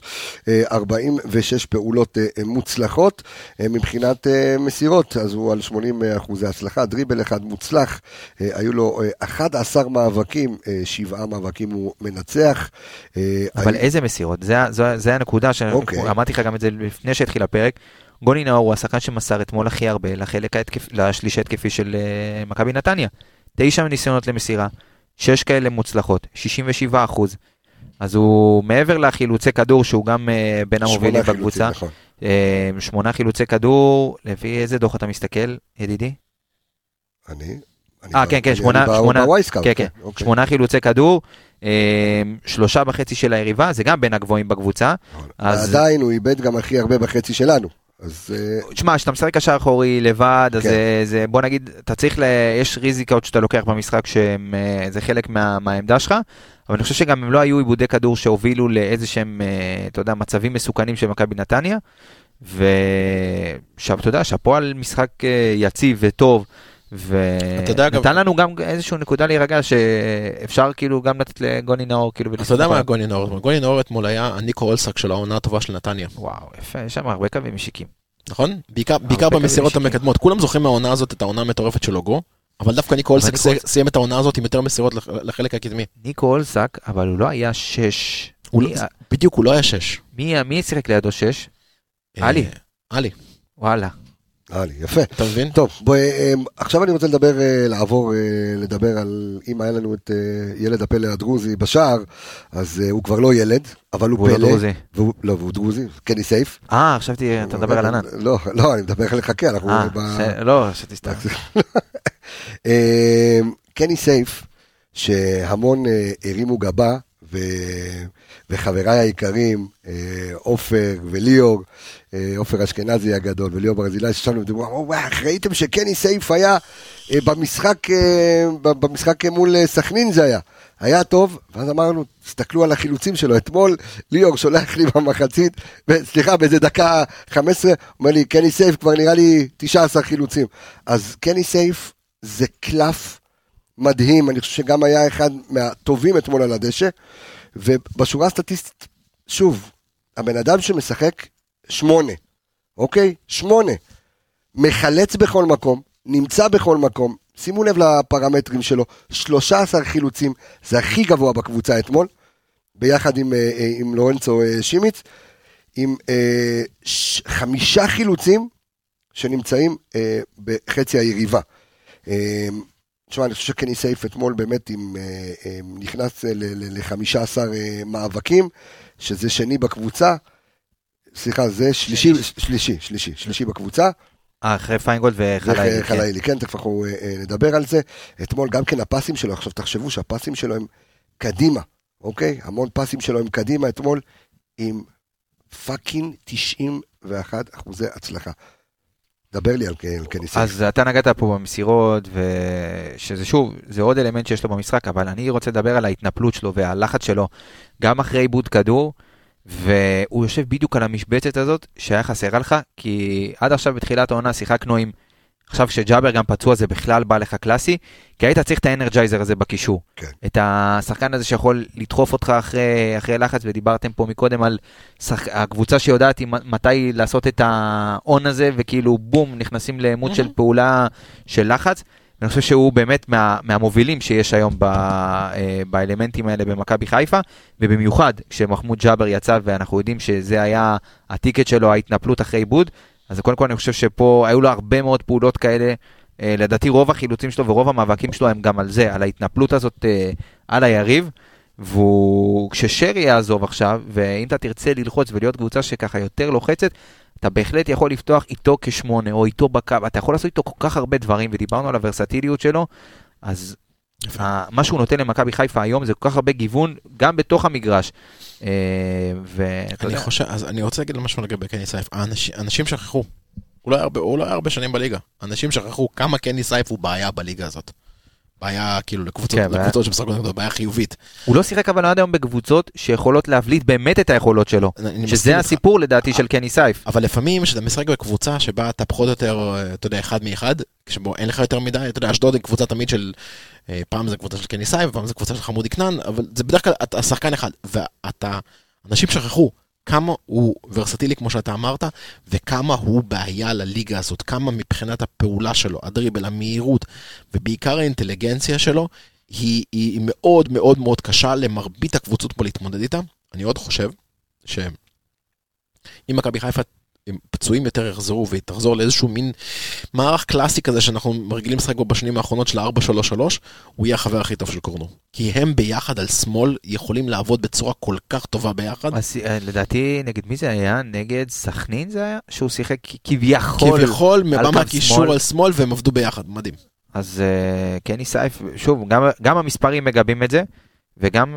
46 פעולות מוצלחות, מבחינת מסירות, אז הוא על 80% הצלחה, דריבל אחד מוצלח, היו לו 11 מאבקים, 7 מאבקים הוא מנצח. אבל איזה מסירות? זה הנקודה שאמרתי לך גם את זה לפני שהתחיל הפרק, גוני נאור הוא השחקן שמסר אתמול הכי הרבה לשליש התקפי של מכבי נתניה. 9 ניסיונות למסירה, 6 כאלה מוצלחות, 67%. אז הוא מעבר לחילוצי כדור, שהוא גם בין המובילים בקבוצה. 8 חילוצי כדור, לפי איזה דוח אתה מסתכל, ידידי? כן, 8 חילוצי כדור, 3.5 של היריבה, זה גם בין הגבוהים בקבוצה. עדיין הוא איבד גם הכי הרבה בחצי שלנו. תשמע, שאתה משחק קשר אחורי לבד, אז זה, בוא נגיד, אתה צריך, יש ריזיקות שאתה לוקח במשחק, שזה חלק מהעמדה שלך, אבל אני חושב שגם הם לא היו איבודי כדור שהובילו לאיזה שהם, אתה יודע, מצבים מסוכנים של מכבי נתניה, אתה יודע, שהפועל משחק יציב וטוב, ונתן לנו גם איזשהו נקודה להירגע שאפשר כאילו גם לתת לגוני נאור כאילו. אתה יודע מה גוני נאור? גוני נאור אתמול היה הניקו אולסק של העונה הטובה של נתניה. וואו, יפה, יש שם הרבה קווים משיקים. נכון? בעיקר במסירות המקדמות. כולם זוכרים מהעונה הזאת את העונה המטורפת של לוגו, אבל דווקא ניקו אולסק סיים את העונה הזאת עם יותר מסירות לחלק הקדמי. ניקו אולסק, אבל הוא לא היה 6. בדיוק, הוא לא היה 6. מי שיחק לידו 6? עלי. וואלה. יפה. אתה מבין? טוב, עכשיו אני רוצה לדבר על אם היה לנו את ילד הפלא הדרוזי בשער, אז הוא כבר לא ילד, אבל הוא פלא. והוא דרוזי, קני סייף. חשבתי, אתה מדבר על ענן. לא, אני מדבר על לחכה, אנחנו... לא, שתסתכל. קני סייף, שהמון הרימו גבה, וחבריי היקרים, אופר וליאור, אופר אשכנזי הגדול וליאור ברזילי, ששמנו ודברו, ראיתם שקני סייף היה במשחק מול סכנין זה היה טוב, ואז אמרנו, תסתכלו על החילוצים שלו, אתמול ליאור שולח לי במחצית, סליחה, באיזה דקה 15, אומר לי, קני סייף כבר נראה לי 19 חילוצים, אז קני סייף זה קלף מדהים, אני חושב שגם היה אחד מהטובים אתמול על הדשא, ובשורה הסטטיסטית, שוב, הבן אדם שמשחק 8, אוקיי? 8, מחלץ בכל מקום, נמצא בכל מקום, שימו לב לפרמטרים שלו, 13 חילוצים, זה הכי גבוה בקבוצה אתמול, ביחד עם לורנצו שימיץ, עם 5 חילוצים שנמצאים בחצי היריבה. תשמע, אני חושב שקני סייף אתמול באמת נכנס ל-15 מאבקים, שזה שני בקבוצה, סליחה, זה שלישי בקבוצה. אחרי פיינגולד וחלאילי. כן, תכף אנחנו נדבר על זה. אתמול גם כן הפסים שלו, עכשיו תחשבו שהפסים שלו הם קדימה, אוקיי? המון פסים שלו הם קדימה אתמול, עם פאקינג 91% הצלחה. דבר לי על קני סייף. אז אתה נגעת פה במסירות, שזה שוב, זה עוד אלמנט שיש לו במשחק, אבל אני רוצה לדבר על ההתנפלות שלו והלחץ שלו, גם אחרי עיבוד כדור, והוא יושב בדיוק על המשבצת הזאת, שהיה חסרה לך, כי עד עכשיו בתחילת העונה שיחקנו עם, עכשיו שג'אבר גם פצוע זה בכלל בא לך קלאסי, כי היית צריך את האנרג'ייזר הזה בקישור. כן. את השחקן הזה שיכול לדחוף אותך אחרי לחץ, ודיברתם פה מקודם על הקבוצה שיודעת מתי לעשות את העון הזה, וכאילו בום, נכנסים לעימות של פעולה של לחץ. אני חושב שהוא באמת מהמובילים שיש היום באלמנטים האלה במכבי חיפה, ובמיוחד כשמחמוד ג'אבר יצא, ואנחנו יודעים שזה היה הטיקט שלו, ההתנפלות אחרי עיבוד, אז קודם כל אני חושב שפה היו לו הרבה מאוד פעולות כאלה, לדעתי רוב החילוצים שלו ורוב המאבקים שלו הם גם על זה, על ההתנפלות הזאת על היריב, וכששרי יעזוב עכשיו, ואם אתה תרצה ללחוץ ולהיות קבוצה שככה יותר לוחצת, אתה בהחלט יכול לפתוח איתו כשמונה, או איתו בקו, אתה יכול לעשות איתו כל כך הרבה דברים, ודיברנו על הוורסטיליות שלו, אז מה שהוא נותן למכבי חיפה היום, זה כל כך הרבה גיוון, גם בתוך המגרש. אני רוצה להגיד משהו לגבי קני סייף, אנשים שכחו, הוא לא היה הרבה שנים בליגה, אנשים שכחו כמה קני סייף הוא בעיה בליגה הזאת. בעיה כאילו לקבוצות שמשחקות, בעיה חיובית. הוא לא שיחק אבל עד היום בקבוצות שיכולות להבליט באמת את היכולות שלו, שזה הסיפור לדעתי של קני סייף. אבל לפעמים שאתה משחק בקבוצה שבה אתה פחות או יותר, אתה יודע, אחד מאחד, כשבו אין לך יותר מדי, אתה יודע, אשדוד היא קבוצה תמיד של, פעם זה קבוצה של קני סייף, פעם זה קבוצה של חמודי כנען, אבל זה בדרך כלל אתה שחקן אחד, אנשים שכחו כמה הוא ורסטילי כמו שאתה אמרת, וכמה הוא בעיה לליגה הזאת, כמה מבחינת הפעולה שלו, הדריבל, המהירות, ובעיקר האינטליגנציה שלו, היא מאוד מאוד מאוד קשה למרבית הקבוצות פה להתמודד איתה. אני עוד חושב שאם מכבי חיפה פצועים יותר יחזרו, ותחזור לאיזשהו מין מערך קלאסי כזה שאנחנו מרגילים לשחק בו בשנים האחרונות של 4-3-3, הוא יהיה החבר הכי טוב של קורנו. כי הם ביחד על שמאל יכולים לעבוד בצורה כל כך טובה ביחד. אז לדעתי, נגד מי זה היה? נגד סכנין זה היה? שהוא שיחק כביכול מבמה הקישור על שמאל, והם עבדו ביחד, מדהים. אז קני סייף, שוב, גם המספרים מגבים את זה, וגם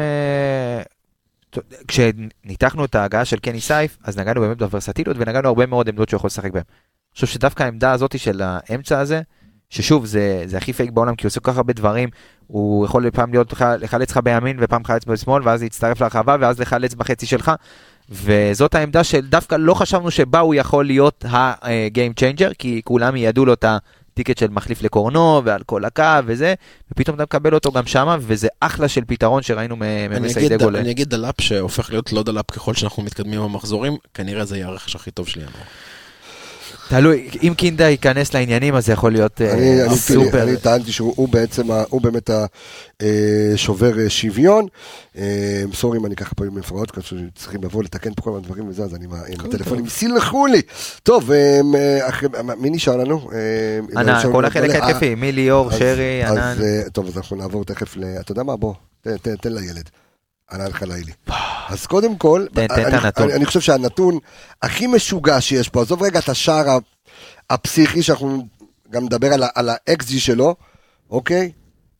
כשניתחנו את ההגעה של קני סייף, אז נגענו באמת בוורסטיליות, ונגענו הרבה מאוד עמדות שהוא יכול לשחק בהן. אני חושב שדווקא העמדה הזאת של האמצע הזה, ששוב, זה הכי פייק בעולם, כי הוא עושה כל כך הרבה דברים, הוא יכול פעם לחלץ לך בימין, ופעם לחלץ בשמאל, ואז להצטרף לרחבה, ואז לחלץ בחצי שלך, וזאת העמדה של דווקא לא חשבנו שבה הוא יכול להיות ה-game changer, כי כולם ידעו לו את הטיקט של מחליף לקורנו, ועל כל הקו וזה, ופתאום אתה מקבל אותו גם שמה, וזה אחלה של פתרון שראינו ממסיידי גולה. אני אגיד דלאפ שהופך להיות לא דלאפ ככל שאנחנו מתקדמים במחזורים, כנראה זה יהיה הרכש הכי טוב שלי. תלוי, אם קינדה ייכנס לעניינים, אז זה יכול להיות סופר. אני טענתי שהוא בעצם, הוא באמת השובר שוויון. סורי אם אני ככה פה עם מפרעות, צריכים לבוא לתקן פה כל מיני דברים וזה, אז אני עם הטלפונים, סילחו לי. טוב, מי נשאר לנו? ענן, כל החלק התקפי, מי ליאור, שרי, ענן. טוב, אז אנחנו נעבור תכף, אתה יודע מה? בוא, תן לילד. ענן חלילי. אז קודם כל, אני חושב שהנתון הכי משוגע שיש פה, עזוב רגע את השער הפסיכי, שאנחנו גם נדבר על ה-XG שלו, אוקיי?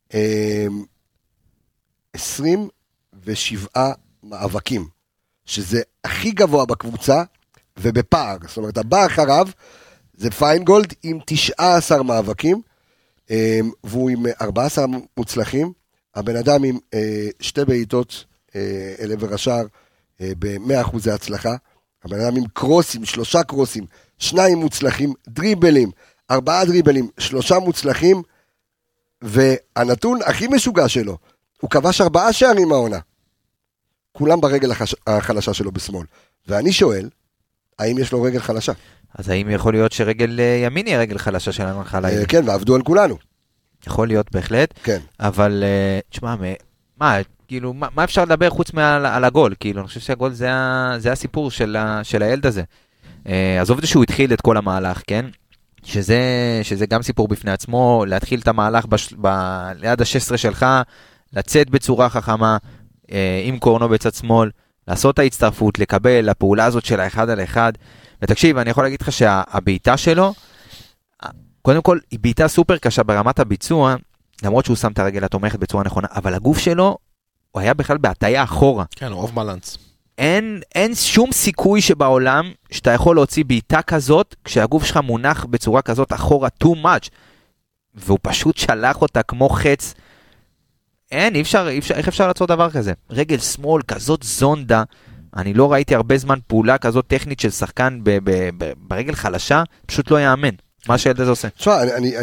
27 מאבקים, שזה הכי גבוה בקבוצה, ובפער, זאת אומרת, הבא אחריו, זה פיינגולד עם 19 מאבקים, והוא עם 14 מוצלחים, הבן אדם עם 2 בעיטות, אל עבר השער, ב-100% הצלחה, הבן אדם עם קרוסים, 3 קרוסים, 2 מוצלחים, דריבלים, 4 דריבלים, 3 מוצלחים, והנתון הכי משוגע שלו, הוא כבש 4 שערים העונה, כולם ברגל החלשה שלו בשמאל, ואני שואל, האם יש לו רגל חלשה? אז האם יכול להיות שרגל ימין היא רגל חלשה שלנו? כן, ועבדו על כולנו. יכול להיות בהחלט, כן. אבל תשמע, כאילו, מה אפשר לדבר חוץ על הגול? כאילו, אני חושב שהגול זה הסיפור של הילד הזה. עזוב את זה שהוא התחיל את כל המהלך, כן? שזה גם סיפור בפני עצמו, להתחיל את המהלך ליד ה-16 שלך, לצאת בצורה חכמה, עם קורנו בצד שמאל, לעשות את ההצטרפות, לקבל הפעולה הזאת של האחד על אחד. ותקשיב, אני יכול להגיד לך שהבעיטה שלו, קודם כל, היא בעיטה סופר קשה ברמת הביצוע, למרות שהוא שם את הרגל התומכת בצורה נכונה, אבל הגוף שלו, הוא היה בכלל בהטיה אחורה. כן, הוא אוף בלנס. אין שום סיכוי שבעולם שאתה יכול להוציא בעיטה כזאת, כשהגוף שלך מונח בצורה כזאת אחורה too much, והוא פשוט שלח אותה כמו חץ. איך אפשר לעשות דבר כזה? רגל שמאל, כזאת זונדה, אני לא ראיתי הרבה זמן פעולה כזאת טכנית של שחקן ברגל חלשה, פשוט לא יאמן. מה שהילד הזה עושה? תשמע,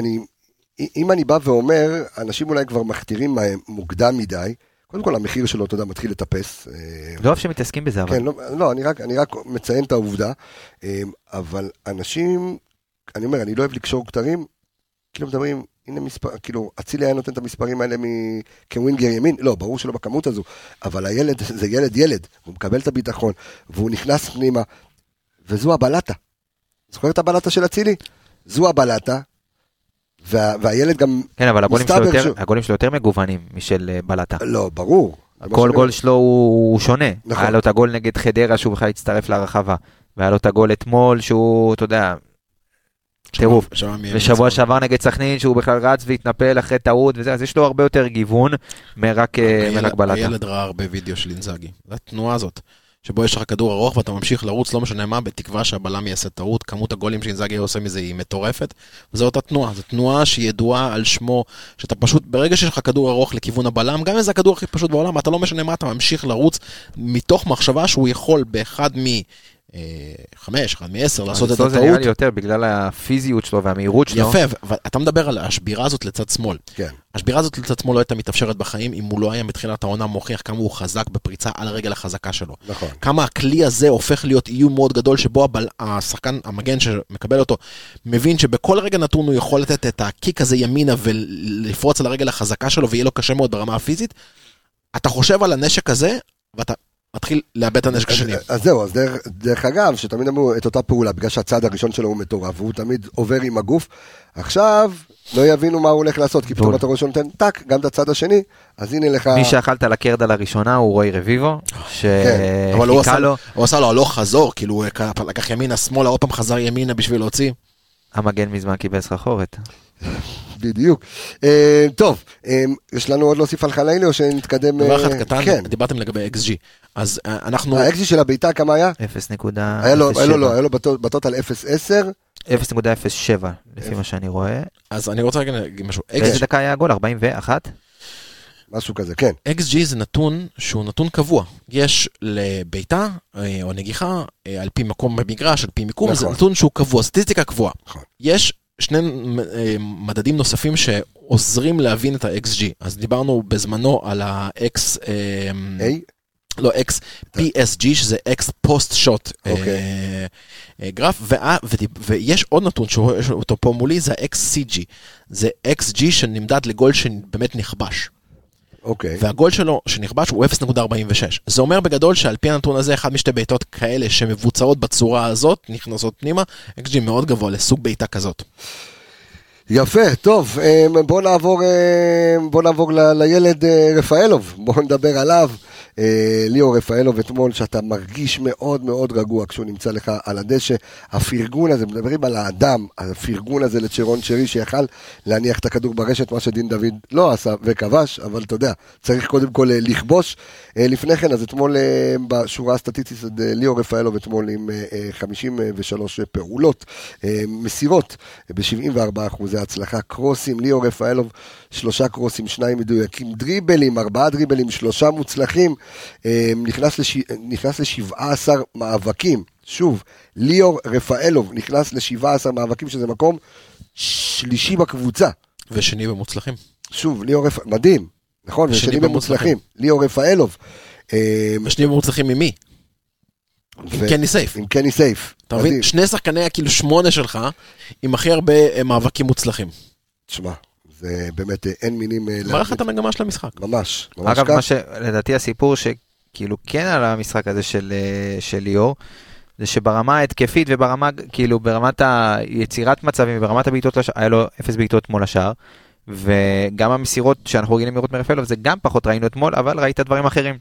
אם אני בא ואומר, אנשים אולי כבר מכתירים מוקדם מדי, קודם כל המחיר שלו, אתה יודע, מתחיל לטפס. לא אוהב שמתעסקים בזה, אבל... כן, לא, אני רק מציין את העובדה, אבל אנשים, אני אומר, אני לא אוהב לקשור כתרים, כאילו מדברים, הנה מספר, כאילו, אצילי היה נותן את המספרים האלה כווינגר ימין, לא, ברור שלא בכמות הזו, אבל הילד, זה ילד, הוא מקבל את הביטחון, והוא נכנס פנימה, וזו הבלטה. זוכר את הבלטה של אצילי? זו הבלטה, והילד גם... כן, אבל הגולים שלו יותר מגוונים משל בלטה. לא, ברור. כל גול שלו הוא שונה. היה לו את הגול נגד חדרה שהוא בכלל הצטרף לרחבה, והיה לו את הגול אתמול שהוא, אתה יודע, טירוף. ושבוע שעבר נגד סכנין שהוא בכלל רץ והתנפל אחרי טעות וזה, אז יש לו הרבה יותר גיוון מרק בלטה. הילד ראה הרבה וידאו של אינזאגי. זו התנועה הזאת. שבו יש לך כדור ארוך ואתה ממשיך לרוץ, לא משנה מה, בתקווה שהבלם יעשה טעות, כמות הגולים שאינזאגי עושה מזה היא מטורפת, וזו אותה תנועה, זו תנועה שהיא ידועה על שמו, שאתה פשוט, ברגע שיש לך כדור ארוך לכיוון הבלם, גם אם זה הכדור הכי פשוט בעולם, אתה לא משנה מה, אתה ממשיך לרוץ, מתוך מחשבה שהוא יכול באחד מ-5, אחד מ-10, לעשות את הטעות. זה נראה לי יותר בגלל הפיזיות שלו והמהירות שלו. יפה, אבל אתה מדבר על השבירה הזאת לצד שמאל. כן. השבירה הזאת לצד שמאל לא הייתה מתאפשרת בחיים, אם הוא לא היה מתחילת העונה מוכיח כמה הוא חזק בפריצה על הרגל החזקה שלו. נכון. כמה הכלי הזה הופך להיות איום מאוד גדול, שבו השחקן, המגן שמקבל אותו, מבין שבכל רגע נתון הוא יכול לתת את הקיק הזה ימינה, ולפרוץ על הרגל החזקה שלו, ויהיה לו קשה מאוד ברמה הפיזית. אתה חושב על הנשק הזה, ואתה מתחיל לאבד את הנשק השני. אז זהו, אז דרך אגב, שתמיד אמרו את אותה פעולה, בגלל שהצד הראשון שלו הוא מטורף, והוא תמיד עובר עם הגוף, עכשיו לא יבינו מה הוא הולך לעשות, כי פתאום אתה ראשון נותן טק, גם את הצד השני, אז הנה לך... מי שאכלת על הקרדל הראשונה הוא רוי רביבו, שחיכה לו... הוא עשה לו הלוך חזור, כאילו הוא לקח ימינה שמאלה, עוד פעם חזר ימינה בשביל להוציא. המגן מזמן קיבל סחרחורת. בדיוק. טוב, יש לנו עוד להוסיף על חלילי או שנתקדם? דבר אחד קטן, דיברתם לגבי XG. אז אנחנו... ה-XG של הביתה כמה היה? 0.07. היה לו בטוטל 0.10. 0.07 לפי מה שאני רואה. אז אני רוצה להגיד משהו. איזה דקה היה הגול? 41? משהו כזה, כן. XG זה נתון שהוא נתון קבוע. יש לביתה או נגיחה על פי מקום במגרש, על פי מיקום, זה נתון שהוא קבוע, סטטיסטיקה קבועה. יש שני מדדים נוספים שעוזרים להבין את ה-XG. אז דיברנו בזמנו על ה-X... לא, XPSG, שזה X פוסט שוט גרף, ויש עוד נתון שיש אותו פה מולי, זה ה-XCG. זה XG שנמדד לגול שבאמת נכבש. והגול שלו שנכבש הוא 0.46. זה אומר בגדול שעל פי הנתון הזה, אחד משתי בעיטות כאלה שמבוצעות בצורה הזאת, נכנסות פנימה, XG מאוד גבוה לסוג בעיטה כזאת. יפה, טוב, בוא נעבור לילד רפאלוב, בוא נדבר עליו. ליאור רפאלוב אתמול, שאתה מרגיש מאוד מאוד רגוע כשהוא נמצא לך על הדשא, הפרגון הזה, מדברים על האדם, הפרגון הזה לצ'רון שרי שיכל להניח את הכדור ברשת, מה שדין דוד לא עשה וכבש, אבל אתה יודע, צריך קודם כל לכבוש. לפני כן, אז אתמול בשורה הסטטיסטית, ליאור רפאלוב אתמול עם 53 פעולות, מסירות ב-74% הצלחה, קרוסים, ליאור רפאלוב 3 קרוסים, 2 מדויקים, דריבלים, 4 דריבלים, 3 מוצלחים, נכנס ל-17 מאבקים. שוב, ליאור רפאלוב נכנס ל-17 מאבקים, שזה מקום שלישי בקבוצה. ושני במוצלחים. שוב, ליאור רפאלוב, מדהים, נכון? ושני במוצלחים. ליאור רפאלוב. ושני במוצלחים ממי? עם קני סייף. עם קני סייף. אתה מבין? שני שחקני כאילו 8 שלך, עם הכי הרבה מאבקים מוצלחים. תשמע. זה באמת אין מינים... מראה את המגמה של המשחק. ממש. אגב, מה שלדעתי הסיפור שכאילו כן על המשחק הזה של ליאור, זה שברמה ההתקפית וברמה, כאילו ברמת היצירת מצבים, ברמת הבעיטות, היה לו 0 בעיטות מול השאר, וגם המסירות שאנחנו רגילים לראות מרפאלוב, זה גם פחות ראינו אתמול, אבל ראית דברים אחרים.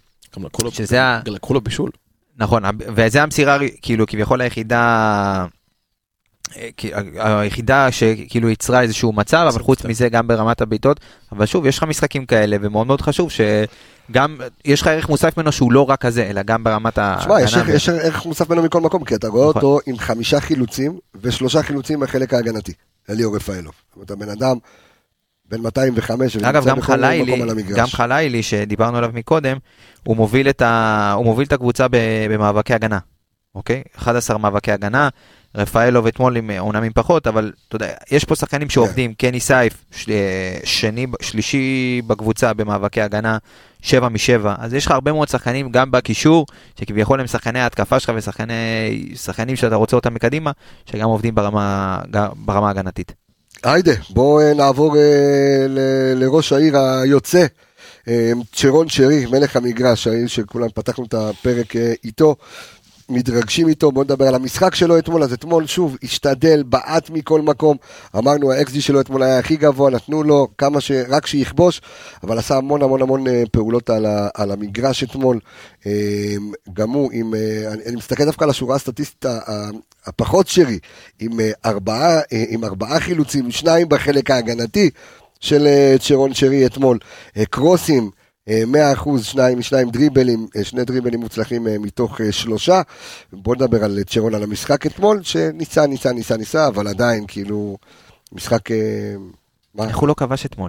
לקחו לו בישול. נכון, וזה המסירה, כאילו כביכול היחידה היחידה שכאילו יצרה איזשהו מצב, אבל חוץ מזה גם ברמת הביתות, אבל שוב, יש לך משחקים כאלה, ומאוד מאוד חשוב שגם, יש לך ערך מוסף ממנו שהוא לא רק כזה, אלא גם ברמת ההגנה. שמע, יש ערך מוסף ממנו מכל מקום, כי אתה רואה אותו עם 5 חילוצים, ו3 חילוצים בחלק ההגנתי, אליאור רפאלוב. זאת אומרת, הבן אדם בין 205, אגב, גם חלילי, שדיברנו עליו מקודם, הוא מוביל את הקבוצה במאבקי הגנה, אוקיי? 11 מאבקי הגנה, רפאלוב אתמול עם עונמים פחות, אבל אתה יודע, יש פה שחקנים שעובדים, קני סייף, שלישי בקבוצה במאבקי הגנה, 7/7, אז יש לך הרבה מאוד שחקנים גם בקישור, שכביכול הם שחקני ההתקפה שלך ושחקנים שאתה רוצה אותם מקדימה, שגם עובדים ברמה הגנתית. היידה, בואו נעבור לראש העיר היוצא, צ'רון שרי, מלך המגרש, העיר שכולם פתחנו את הפרק איתו, מתרגשים איתו, בואו נדבר על המשחק שלו אתמול, אז אתמול שוב השתדל, בעט מכל מקום, אמרנו האקסג'י שלו אתמול היה הכי גבוה, נתנו לו כמה רק שיכבוש, אבל עשה המון המון המון פעולות על המגרש אתמול, גם הוא, אני מסתכל דווקא על השורה הסטטיסטית הפחות שרי, עם 4 חילוצים, 2 בחלק ההגנתי של צ'רון שרי אתמול, קרוסים, 100%, 2 דריבלים, 2 דריבלים מוצלחים מתוך 3. בוא נדבר על צ'רון, על המשחק אתמול, שניסה, אבל עדיין, כאילו, משחק... איך הוא לא כבש אתמול?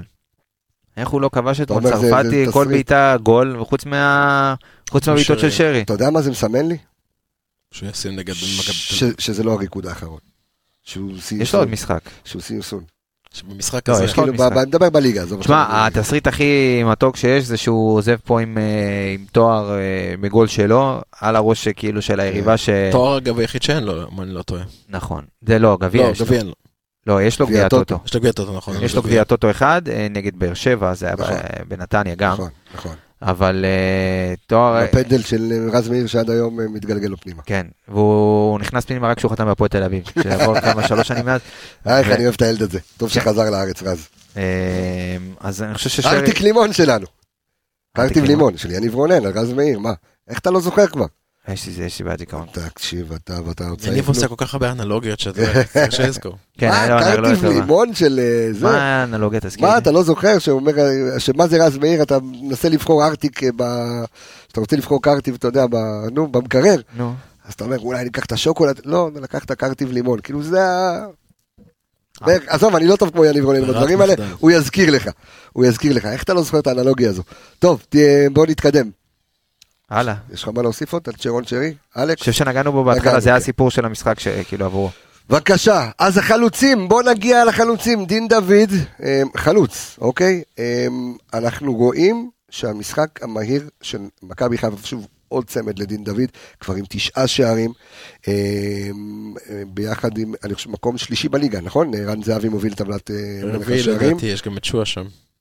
צרפתי, כל בעיטה גול, וחוץ מהבעיטות של שרי. אתה יודע מה זה מסמן לי? שישים נגד... שזה לא הריקוד האחרון. יש לו עוד משחק. שהוא סיוסון. במשחק הזה, כאילו, נדבר בליגה. תשמע, התסריט הכי מתוק שיש זה שהוא עוזב פה עם תואר מגול שלו, על הראש כאילו של היריבה ש... תואר אגב היחיד שאין לו, אם אני לא טועה. נכון. זה לא, גביע יש לו. לא, יש לו גביע טוטו. יש לו גביע טוטו, נכון. יש לו גביע טוטו אחד, נגד באר שבע, זה היה בנתניה גם. נכון. אבל תואר... הפנדל של רז מאיר שעד היום מתגלגל לו פנימה. כן, והוא נכנס פנימה רק כשהוא חתם בהפועל תל אביב, שעבור כמה 3 שנים מאז. איך אני אוהב את הילד הזה, טוב שחזר לארץ רז. אז אני חושב ששרי... ארטיק לימון שלנו. ארטיק לימון של יניב רונן, רז מאיר, מה? איך אתה לא זוכר כבר? יש לי בעד זיכרון. תקשיב, אתה רוצה... יניב עושה כל כך הרבה אנלוגיות שאתה צריך שיזכור. ארטיק לימון של זה. מה האנלוגיה תזכיר? מה, אתה לא זוכר שאומר, שמה זה רז מאיר, אתה מנסה לבחור ארטיק, שאתה רוצה לבחור קרטיב, אתה יודע, במקרר. אז אתה אומר, אולי ניקח את השוקולד, לא, לקחת קרטיב לימון, כאילו זה עזוב, אני לא טוב כמו יניב רונן בדברים האלה, הוא יזכיר לך, איך אתה לא זוכר את האנלוגיה הזו? טוב, בואו נתקדם. הלאה. יש לך מה להוסיף עוד על צ'רון שרי? אלכס? חושב שנגענו בו בהתחלה, זה היה הסיפור של המשחק שכאילו עבורו. בבקשה, אז החלוצים, בוא נגיע לחלוצים, דין דוד, חלוץ, אוקיי? אנחנו רואים שהמשחק המהיר של מכבי חיפה, שוב עוד צמד לדין דוד, כבר עם 9 שערים, ביחד עם, אני חושב, מקום שלישי בליגה, נכון? רן זהבי מוביל טבלת מלך השערים. רביעי לדעתי, יש גם את שועה שם.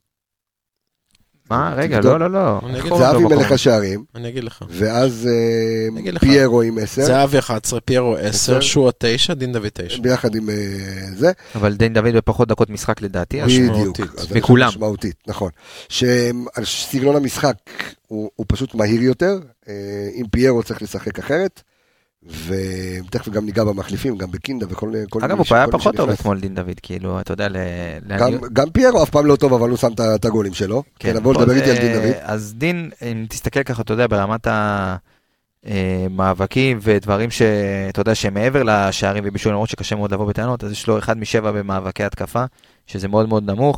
מה? רגע, לא. זהבי מלך השערים. אני אגיד לך. ואז פיירו עם 10. זהבי 11, פיירו 10, שועה 9, דין דוד 9. ביחד עם זה. אבל דין דוד בפחות דקות משחק לדעתי. בדיוק. מכולם. משמעותית, נכון. שסגנון המשחק הוא פשוט מהיר יותר. עם פיירו צריך לשחק אחרת. ותכף גם ניגע במחליפים, גם בקינדה וכל... אגב, הוא היה פחות טוב אתמול דין דוד, כאילו, אתה יודע... גם פיירו אף פעם לא טוב, אבל הוא שם את הגולים שלו. כן, בוא נדבר איתי על דין דוד. אז דין, אם תסתכל ככה, אתה יודע, ברמת המאבקים ודברים שאתה יודע, שמעבר לשערים ובישול, למרות שקשה מאוד לבוא בטענות, אז יש לו 1 מ-7 במאבקי התקפה, שזה מאוד מאוד נמוך.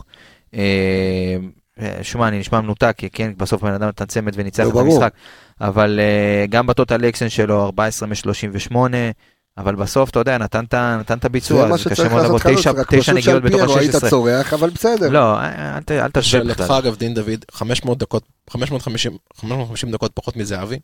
שומע, אני נשמע מנותק, כי כן, בסוף בן אדם נתן צמד וניצח את המשחק, אבל גם בטוטל אקסן שלו 14 מ-38, אבל בסוף, אתה יודע, נתן את הביצוע, זה מה שצריך לעשות חלוץ, רק פשוט של פיירו, היית צורח, אבל בסדר. לא, אל תשווה שאלתך אגב, דין דוד, 550 דקות פחות מזהבי,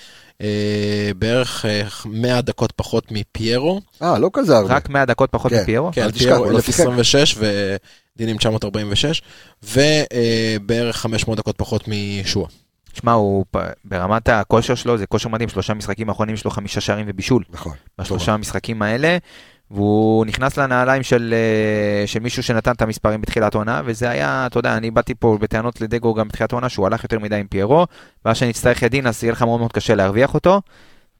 בערך 100 דקות פחות מפיירו. לא כזה הרבה. רק 100 דקות פחות מפיירו? כן, פיירו 1026 ודינים 946, ובערך 500 דקות פחות משועה. תשמע, הוא ברמת הכושר שלו, זה כושר מדהים, 3 משחקים האחרונים יש לו 5 שערים ובישול. נכון. ב3 המשחקים האלה, והוא נכנס לנעליים של מישהו שנתן את המספרים בתחילת העונה, וזה היה, אתה יודע, אני באתי פה בטענות לדגו גם בתחילת העונה, שהוא הלך יותר מדי עם פיירו, ואז שנצטרך ידין, אז יהיה לך מאוד מאוד קשה להרוויח אותו,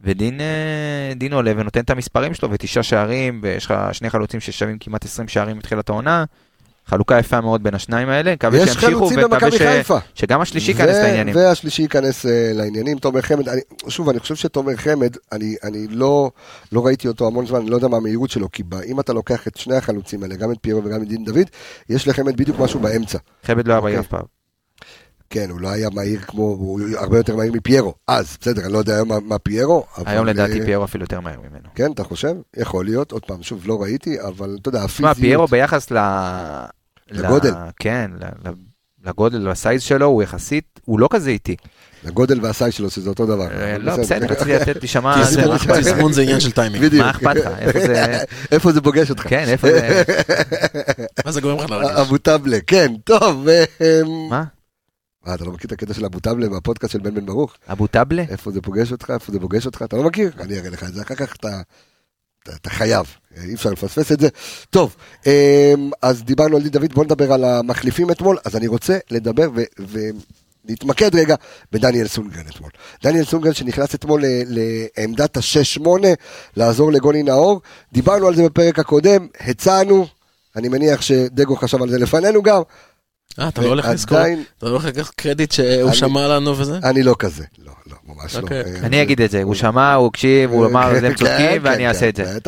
ודין עולה ונותן את המספרים שלו, ו9 שערים, ויש לך 2 חלוצים ששווים כמעט 20 שערים מתחילת העונה, חלוקה יפה מאוד בין השניים האלה, מקווה שימשיכו, ומקווה שגם השלישי ייכנס לעניינים. והשלישי ייכנס לעניינים, תומר חמד, שוב, אני חושב שתומר חמד, אני לא ראיתי אותו המון זמן, אני לא יודע מה המהירות שלו, כי אם אתה לוקח את שני החלוצים האלה, גם את פיירו וגם את דין דוד, יש לחמד בדיוק משהו באמצע. חמד לא היה מהיר אף פעם. כן, הוא לא היה מהיר כמו, הוא הרבה יותר מהיר מפיירו, אז, בסדר, אני לא יודע היום מה פיירו. היום לדעתי פיירו אפילו יותר מהיר ממנו. כן, אתה חושב? יכול להיות, עוד פעם, שוב, לא ראיתי, אבל אתה יודע, הפיזיות. פיירו ביחס לגודל. כן, לגודל, לסייז שלו, הוא יחסית, הוא לא כזה איטי. לגודל והסייז שלו, שזה אותו דבר. לא, בסדר, רציתי לתת לי שמע... תזמון זה עניין של טיימינג. מה אכפת לך? איפה זה פוגש אותך? כן, איפה זה... מה זה גורם לך להרגיש? אבו טבלה, כן, טוב. מה? אתה לא מכיר את הקטע של אבו טבלה בפודקאסט של בן ברוך? אבו טבלה? איפה זה פוגש אותך? איפה זה פוגש אותך? אתה לא מכיר? אני אראה לך את זה, אחר כך אתה חייב, אי אפשר לפספס את זה. טוב, אז דיברנו על דין דוד, בואו נדבר על המחליפים אתמול, אז אני רוצה לדבר ולהתמקד רגע בדניאל סונגרן אתמול. דניאל סונגרן שנכנס אתמול לעמדת ה-6-8, לעזור לגוני נאור, דיברנו על זה בפרק הקודם, הצענו, אני מניח שדגו חשב על זה לפנינו גם, אתה לא הולך לזכור, אתה לא הולך לקחת קרדיט שהוא שמע לנו וזה? אני לא כזה, לא, ממש לא. אני אגיד את זה, הוא שמע, הוא הקשיב, הוא אמר, זה צודקים, ואני אעשה את זה. בטח,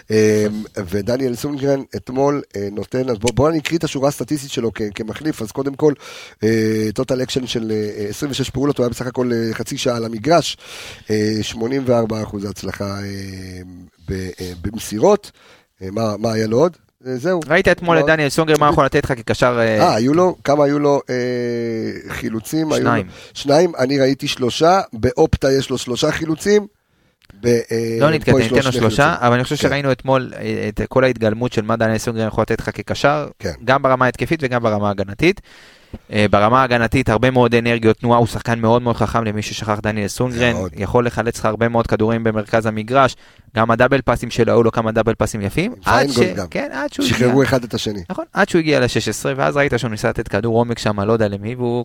ודניאל סונגרן אתמול נותן, אז בואו נקריא את השורה הסטטיסטית שלו כמחליף, אז קודם כל, טוטל אקשן של 26 פעולות, הוא היה בסך הכל חצי שעה על המגרש, 84% הצלחה במסירות, מה היה לו עוד? זהו. ראית אתמול את דניאל סונגרן, מה יכול לתת לך כקשר... כמה היו לו חילוצים? 2, אני ראיתי 3, באופטה יש לו 3 חילוצים. לא נתקדם, ניתן לו 3, אבל אני חושב שראינו אתמול את כל ההתגלמות של מה דניאל סונגרן יכול לתת לך כקשר, גם ברמה ההתקפית וגם ברמה ההגנתית. ברמה ההגנתית הרבה מאוד אנרגיות תנועה, הוא שחקן מאוד מאוד חכם למי ששכח דניאל סונגרן, יכול לחלץ לך הרבה מאוד כדורים במרכז המגרש, גם הדאבל פאסים שלו, היו לו כמה דאבל פאסים יפים, שחררו אחד את השני. נכון, עד שהוא הגיע ל-16, ואז ראית שהוא ניסה לתת כדור עומק שם, לא יודע למי, והוא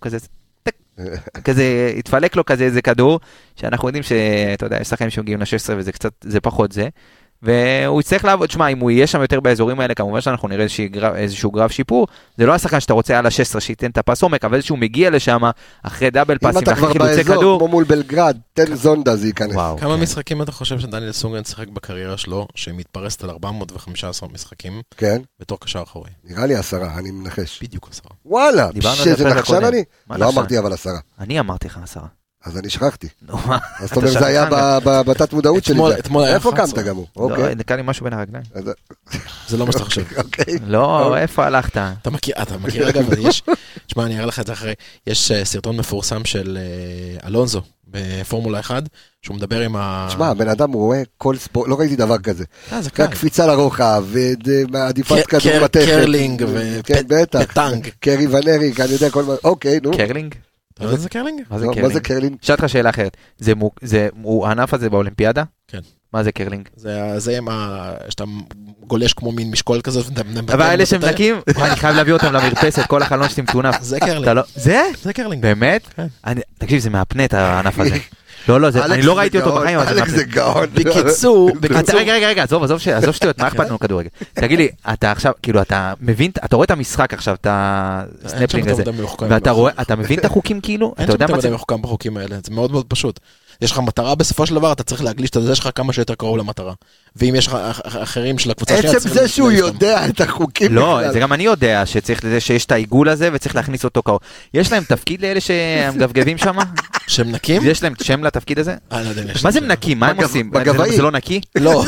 כזה התפלק לו כזה איזה כדור, שאנחנו יודעים שאתה יודע, יש שחקנים שמגיעים ל-16 וזה קצת, זה פחות זה, והוא יצטרך לעבוד, שמה, אם הוא יהיה שם יותר באזורים האלה, כמובן שאנחנו נראה איזשהו גרף שיפור, זה לא השחקן שאתה רוצה על ה-16 שייתן את הפס עומק, אבל שהוא מגיע לשם, אחרי דאבל פסים, אם אתה כבר באזור, כמו מול בלגרד, תן זונדה זה ייכנס. כמה משחקים אתה חושב שדניאל סונגרן שחק בקריירה שלו, שמתפרסת על 415 משחקים, בתור קשר אחורי? נראה לי 10, אני מנחש. בדיוק 10. וואלה, שזה נחשן אני? לא אמרתי אבל 10. אני אמרתי לך 10. אז אני שכחתי. אז זאת אומרת, זה היה בתת מודעות שלי. איפה קמת גם הוא? לא, נקע לי משהו בין הרגליים. זה לא מה שאתה חושב. לא, איפה הלכת? אתה מכיר אגב, תשמע, אני אראה לך את זה אחרי, יש סרטון מפורסם של אלונזו בפורמולה 1, שהוא מדבר עם תשמע, הבן אדם הוא רואה כל ספורט, לא ראיתי דבר כזה. קפיצה לרוחב, ועדיפת כדור מתכת. קרלינג וטנג. קרי ונרי, אני יודע כל מה, אוקיי, נו. קרלינג? אתה יודע זה קרלינג? מה זה קרלינג? שאלת לך שאלה אחרת, הוא הענף הזה באולימפיאדה? כן. מה זה קרלינג? זה שאתה גולש כמו מין משקול כזאת. אבל אלה שמנקים, אני חייב להביא אותם למרפסת, כל החלון שלי מטונף. זה קרלינג. זה? זה קרלינג. באמת? תקשיב, זה מהפנה את הענף הזה. לא, אני לא ראיתי אותו בחיים. אלכס זה גאון. בקיצור. רגע, עזוב שטויות, מה אכפת לנו כדורגל? תגיד לי, אתה עכשיו, כאילו, אתה מבין, אתה רואה את המשחק עכשיו, את הסנפלינג הזה, ואתה מבין את החוקים כאילו? אין שם תמיד מחוקם בחוקים האלה, זה מאוד מאוד פשוט. יש לך מטרה בסופו של דבר, אתה צריך להגליש את זה שלך כמה שיותר קרוב למטרה. ואם יש לך אחרים של הקבוצה שלה... עצם זה שהוא יודע את החוקים. לא, זה גם אני יודע שיש את העיגול הזה וצריך להכניס אותו קרוב. יש להם תפקיד לאלה שמגבגבים שם? שהם נקים? יש להם שם לתפקיד הזה? מה זה מנקים? מה הם עושים? זה לא נקי? לא.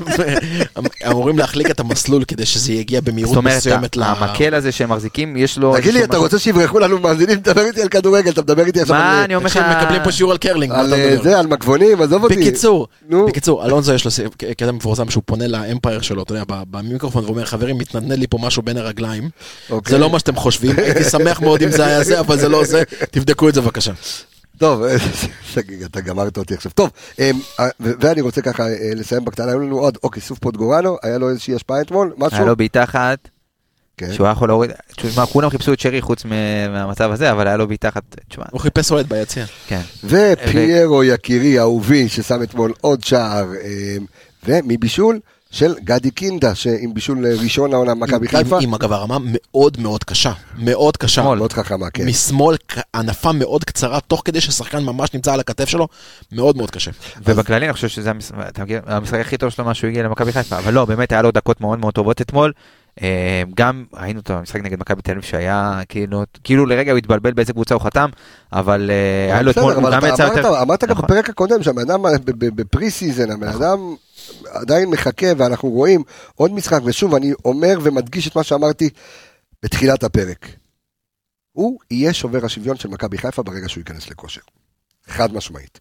אמורים להחליק את המסלול כדי שזה יגיע במהירות מסוימת. זאת אומרת, המקל הזה שהם מחזיקים, יש לו... תגיד לי, אתה רוצה שיברחו לנו מאזינים? תדבר איתי על כדורגל, אתה מדבר איתי מה אני אומר לך? מקבלים פה שיעור על קרלינג. זה, על מגבונים, עזוב אותי. בקיצור, אלונזו יש לו קטע מפורסם שהוא פונה לאמפייר שלו, אתה יודע, במיקרופון ואומר, חברים, מתנדנד לי פה משהו בין הרגליים. זה לא מה שאתם חושבים, הייתי שמח מאוד אם זה היה זה, אבל זה לא זה, תבדקו את זה בבקשה. טוב, אתה גמרת אותי עכשיו. טוב, ואני רוצה ככה לסיים בקטנה, היו לנו עוד, אוקיי, סוף פוטגורנו, היה לו איזושהי השפעה אתמול, משהו? היה לו בעיטה אחת, שהוא היה יכול להוריד, תשמע, כולם חיפשו את שרי חוץ מהמצב הזה, אבל היה לו ביתחת, תשמע. הוא חיפש אוהד ביציע. כן. ופיירו יקירי, אהובי, ששם אתמול עוד שער, ומבישול של גדי קינדה, שעם בישול ראשון העונה מכבי חיפה. עם אגב הרמה מאוד מאוד קשה, מאוד קשה. מאוד חכמה, כן. משמאל, ענפה מאוד קצרה, תוך כדי ששחקן ממש נמצא על הכתף שלו, מאוד מאוד קשה. ובכללי אני חושב שזה המשחק הכי טוב שלו מה שהוא הגיע למכבי חיפה, אבל לא, באמת היה לו דקות מאוד מאוד טובות אתמול, גם ראינו אותו במשחק נגד מכבי תל אביב שהיה כאילו לרגע הוא התבלבל באיזה קבוצה הוא חתם, אבל היה לו אתמול, הוא גם יצא יותר... אמרת גם בפרק הקודם שהבן אדם בפרי סיזן, הבן אדם עדיין מחכה ואנחנו רואים עוד משחק, ושוב אני אומר ומדגיש את מה שאמרתי בתחילת הפרק, הוא יהיה שובר השוויון של מכבי חיפה ברגע שהוא ייכנס לכושר, חד משמעית.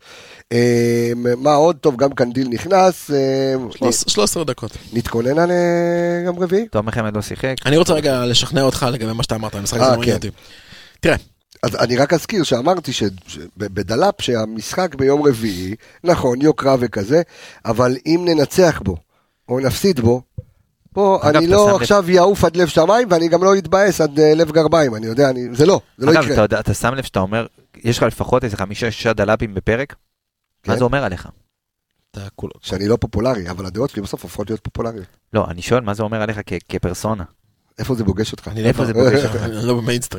מה עוד טוב, גם קנדיל נכנס, 13 דקות. נתכונן על יום רביעי? טוב, מחמד לא שיחק. אני רוצה רגע לשכנע אותך לגבי מה שאתה אמרת, המשחק הזה מעניין אותי. תראה. אז אני רק אזכיר שאמרתי שבדלאפ שהמשחק ביום רביעי, נכון, יוקרה וכזה, אבל אם ננצח בו, או נפסיד בו, פה אני לא עכשיו יעוף עד לב שמיים, ואני גם לא יתבאס עד לב גרביים, אני יודע, זה לא יקרה. אגב, אתה שם לב שאתה אומר, יש לך לפחות איזה 5-6 דלאפים בפרק, מה זה אומר עליך? שאני לא פופולרי, אבל הדעות שלי בסוף הופכות להיות פופולריות. לא, אני שואל, מה זה אומר עליך כפרסונה? איפה זה פוגש אותך? איפה זה פוגש אותך? אני לא במיינסטרים.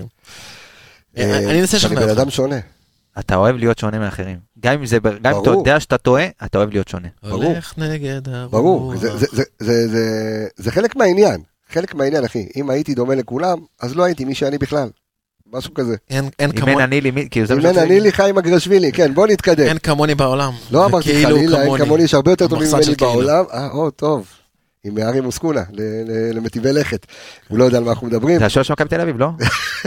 אני אנסה שאני בן אדם שונה. אתה אוהב להיות שונה מאחרים. גם אם אתה יודע שאתה טועה, אתה אוהב להיות שונה. הולך נגד הרוח. ברור, זה חלק מהעניין. חלק מהעניין, אחי. אם הייתי דומה לכולם, אז לא הייתי מי שאני בכלל. משהו כזה. אין כמוני. אם אין אני לי חיים אגרשווילי, כן, בוא נתקדם. אין כמוני בעולם. לא אמרתי חלילה, אין כמוני, יש הרבה יותר טובים ממני בעולם. טוב. עם הארי מוסקונה, למטיבי לכת. הוא לא יודע על מה אנחנו מדברים. זה השואל של מכבי תל אביב, לא?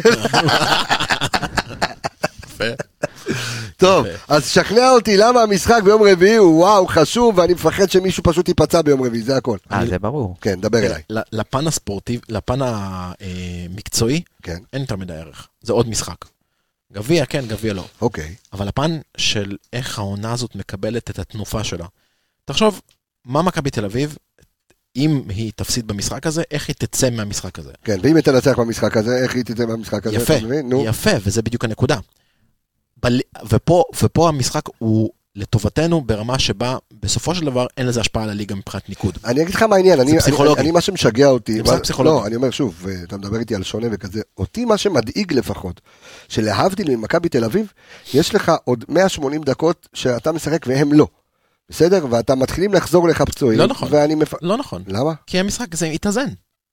טוב, אז שכנע אותי למה המשחק ביום רביעי הוא וואו חשוב, ואני מפחד שמישהו פשוט ייפצע ביום רביעי, זה הכל. זה ברור. כן, דבר אליי. לפן הספורטיב, לפן המקצועי, אין יותר מדי ערך. זה עוד משחק. גביע כן, גביע לא. אוקיי. אבל הפן של איך העונה הזאת מקבלת את התנופה שלה. תחשוב, מה מכבי תל אביב, אם היא תפסיד במשחק הזה, איך היא תצא מהמשחק הזה? כן, ואם היא תנצח במשחק הזה, איך היא תצא מהמשחק הזה? יפה, וזה בדיוק הנקודה. ופה המשחק הוא לטובתנו ברמה שבה בסופו של דבר אין לזה השפעה על הליגה מבחינת ניקוד. אני אגיד לך מה העניין, אני מה שמשגע אותי, לא, אני אומר שוב, אתה מדבר איתי על שונה וכזה, אותי מה שמדאיג לפחות, שלהבדיל ממכבי תל אביב, יש לך עוד 180 דקות שאתה משחק והם לא. בסדר? ואתה מתחילים לחזור לך פצועים. לא נכון. לא נכון. למה? כי המשחק זה יתאזן.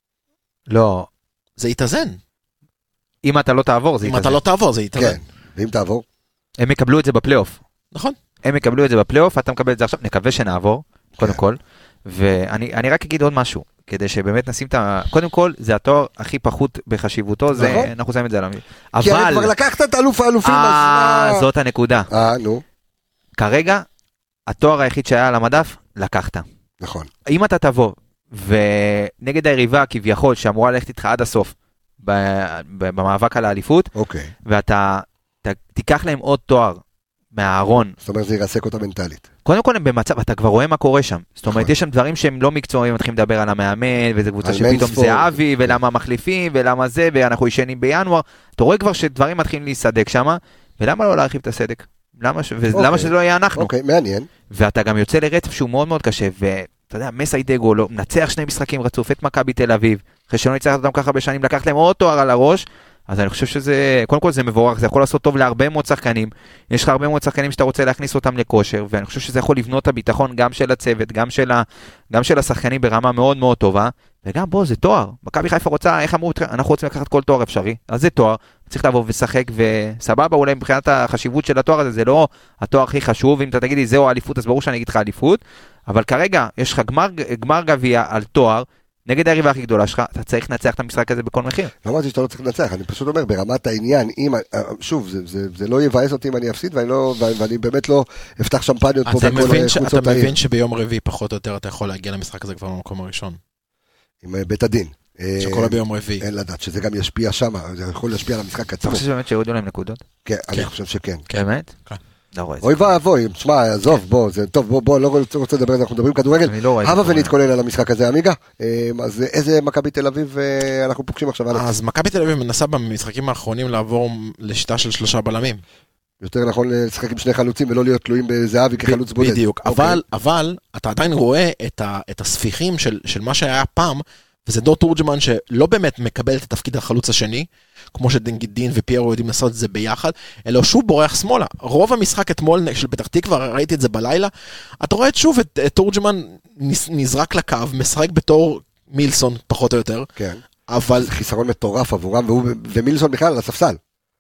לא. זה יתאזן. אם אתה לא תעבור, זה יתאזן. אם אתה לא תעבור, זה יתאזן. כן. ואם תעבור? הם יקבלו את זה בפלייאוף. נכון. הם יקבלו את זה בפלייאוף, אתה מקבל את זה עכשיו, נקווה שנעבור, קודם כל. ואני רק אגיד עוד משהו, כדי שבאמת נשים את ה... קודם כל, זה התואר הכי פחות בחשיבותו, אנחנו שמים את זה על המי. כי אני כבר לקחת את אלוף האלופים. זאת הנקודה. נו. כרגע, התואר היחיד שהיה על המדף, לקחת. נכון. אם אתה תבוא, ונגד היריבה כביכול, שאמורה ללכת איתך עד הסוף, במאבק על האליפות, ואתה תיקח להם עוד תואר מהארון. זאת אומרת, זה ירסק אותה מנטלית. קודם כל הם במצב, אתה כבר רואה מה קורה שם. זאת אומרת, יש שם דברים שהם לא מקצועיים, מתחילים לדבר על המאמן, וזה קבוצה שפתאום זה אבי, ולמה מחליפים, ולמה זה, ואנחנו ישנים בינואר. אתה רואה כבר שדברים מתחילים להיסדק שם, ולמה לא להרחיב את הסדק? למה שזה לא יהיה אנחנו? אוקיי, מעניין. ואתה גם יוצא לרצף שהוא מאוד מאוד קשה, ואתה יודע, מסיידגו לא, מנצח 2 משחקים רצוף, את מכבי תל אביב, אחרי שלא ניצחת אותם ככה בשנים, לקח להם עוד תואר על הראש, אז אני חושב שזה, קודם כל זה מבורך, זה יכול לעשות טוב להרבה מאוד שחקנים, יש לך הרבה מאוד שחקנים שאתה רוצה להכניס אותם לכושר, ואני חושב שזה יכול לבנות את הביטחון גם של הצוות, גם של השחקנים ברמה מאוד מאוד טובה, וגם בוא, זה תואר. מכבי חיפה רוצה, איך אמרו, אנחנו רוצים לקחת כל תואר אפשרי, אז זה תואר, צריך לבוא ושחק, וסבבה, אולי מבחינת החשיבות של התואר הזה, זה לא התואר הכי חשוב, אם אתה תגיד לי, זהו האליפות, אז ברור שאני אגיד לך אליפות, אבל כרגע, יש לך גמר גביע על תואר, נגד היריבה הכי גדולה שלך, אתה צריך לנצח את המשחק הזה בכל מחיר. לא אמרתי שאתה לא צריך לנצח, אני פשוט אומר, ברמת העניין, שוב, זה לא יבאס אותי אם אני אפסיד, ואני באמת לא אפתח שמפניות פה בכל קבוצות העיר. אתה מבין שביום רביעי פחות או יותר אתה יכול להגיע למשחק הזה כבר במקום הראשון. עם בית הדין. שקולה ביום רביעי. אין לדעת, שזה גם ישפיע שם, זה יכול להשפיע על המשחק עצמו. אתה חושב שבאמת שיורידו להם נקודות? כן, אני חושב שכן. באמת? לא רואה את זה. אוי ואבוי, תשמע, עזוב, בוא, זה טוב, בוא, לא רוצה לדבר, אנחנו מדברים כדורגל. הבה ונתכונן על המשחק הזה, עמיגה. אז איזה מכבי תל אביב אנחנו פוגשים עכשיו? אז מכבי תל אביב מנסה במשחקים האחרונים לעבור לשיטה של 3 בלמים. יותר נכון לשחק עם 2 חלוצים ולא להיות תלויים בזהבי כחלוץ בודד. בדיוק, אבל אתה עדיין רואה את הספיחים של מה שהיה פעם, וזה דור תורג'מן שלא באמת מקבל את התפקיד החלוץ השני, כמו שדין ופיירו יודעים לעשות את זה ביחד, אלא שוב בורח שמאלה. רוב המשחק אתמול של פתח תקווה, ראיתי את זה בלילה, אתה רואה שוב את תורג'מן נזרק לקו, משחק בתור מילסון פחות או יותר. כן. אבל... זה חיסרון מטורף עבורם, ומילסון בכלל על הספסל.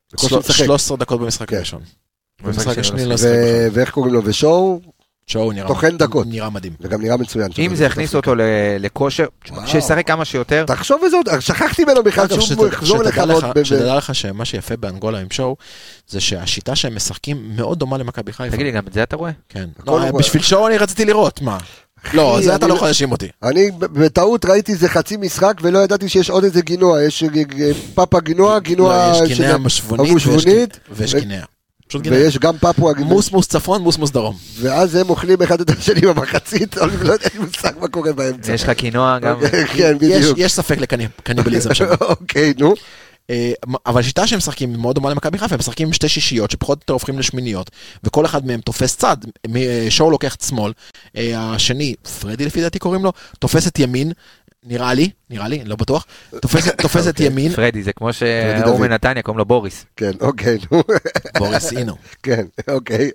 13 דקות במשחק הראשון. במשחק השני לא שחק בכלל. ואיך קוראים לו? ושואו? שואו נראה מדהים. וגם נראה מצוין. אם זה הכניס אותו לכושר, שישחק כמה שיותר. תחשוב איזה עוד, שכחתי ממנו בכלל שהוא יחזור לחוות. שתדע לך שמה שיפה באנגולה עם שואו, זה שהשיטה שהם משחקים מאוד דומה למכבי חיפה. תגיד לי, גם את זה אתה רואה? כן. בשביל שואו אני רציתי לראות, מה? לא, זה אתה לא יכול להאשים אותי. אני בטעות ראיתי איזה חצי משחק ולא ידעתי שיש עוד איזה גינוע, יש פאפה גינוע, יש גינוע המושבונית ויש גינוע. ויש גם פפו מוס צפון, מוס דרום. ואז הם אוכלים אחד את השני במחצית, אני לא יודע מושג מה קורה באמצע. יש לך קינוע גם. כן, בדיוק. יש ספק לקניבליזם שם. אוקיי, נו. אבל השיטה שהם משחקים מאוד דומה למכבי חיפה, הם משחקים עם 2 שישיות שפחות או יותר הופכים לשמיניות, וכל אחד מהם תופס צד, שואו לוקח את שמאל, השני, פרדי לפי דעתי קוראים לו, תופס את ימין, נראה לי, לא בטוח, תופס את ימין. פרדי, זה כמו שהוא מנתניה, קוראים לו בוריס. כן, אוקיי, נו. בוריס אינו. כן, אוקיי.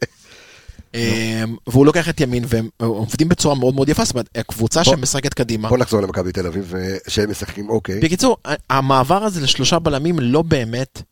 והוא לוקח את ימין, והם עובדים בצורה מאוד מאוד יפה, זאת אומרת, הקבוצה שמשחקת קדימה. בוא נחזור למכבי תל אביב, שהם משחקים, אוקיי. בקיצור, המעבר הזה ל3 בלמים לא באמת,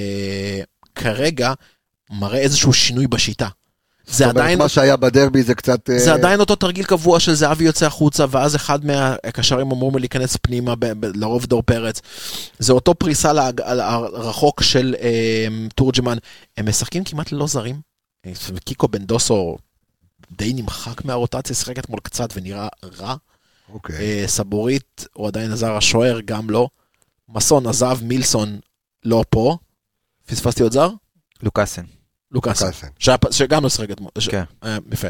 כרגע, מראה איזשהו שינוי בשיטה. זה עדיין מה שהיה בדרבי זה קצת זה עדיין אותו תרגיל קבוע של זהבי יוצא החוצה ואז אחד מהקשרים אמורים להיכנס פנימה לרוב דור פרץ. זה אותו פריסה הרחוק של תורג'מן. הם משחקים כמעט לא זרים. קיקו בן דוסו די נמחק מהרוטציה, שחק אתמול קצת ונראה רע. סבורית הוא עדיין עזר, השוער גם לא. מסון עזב, מילסון לא פה. פספסתי עוד זר? לוקאסן. שגם לא שחק אתמול. יפה.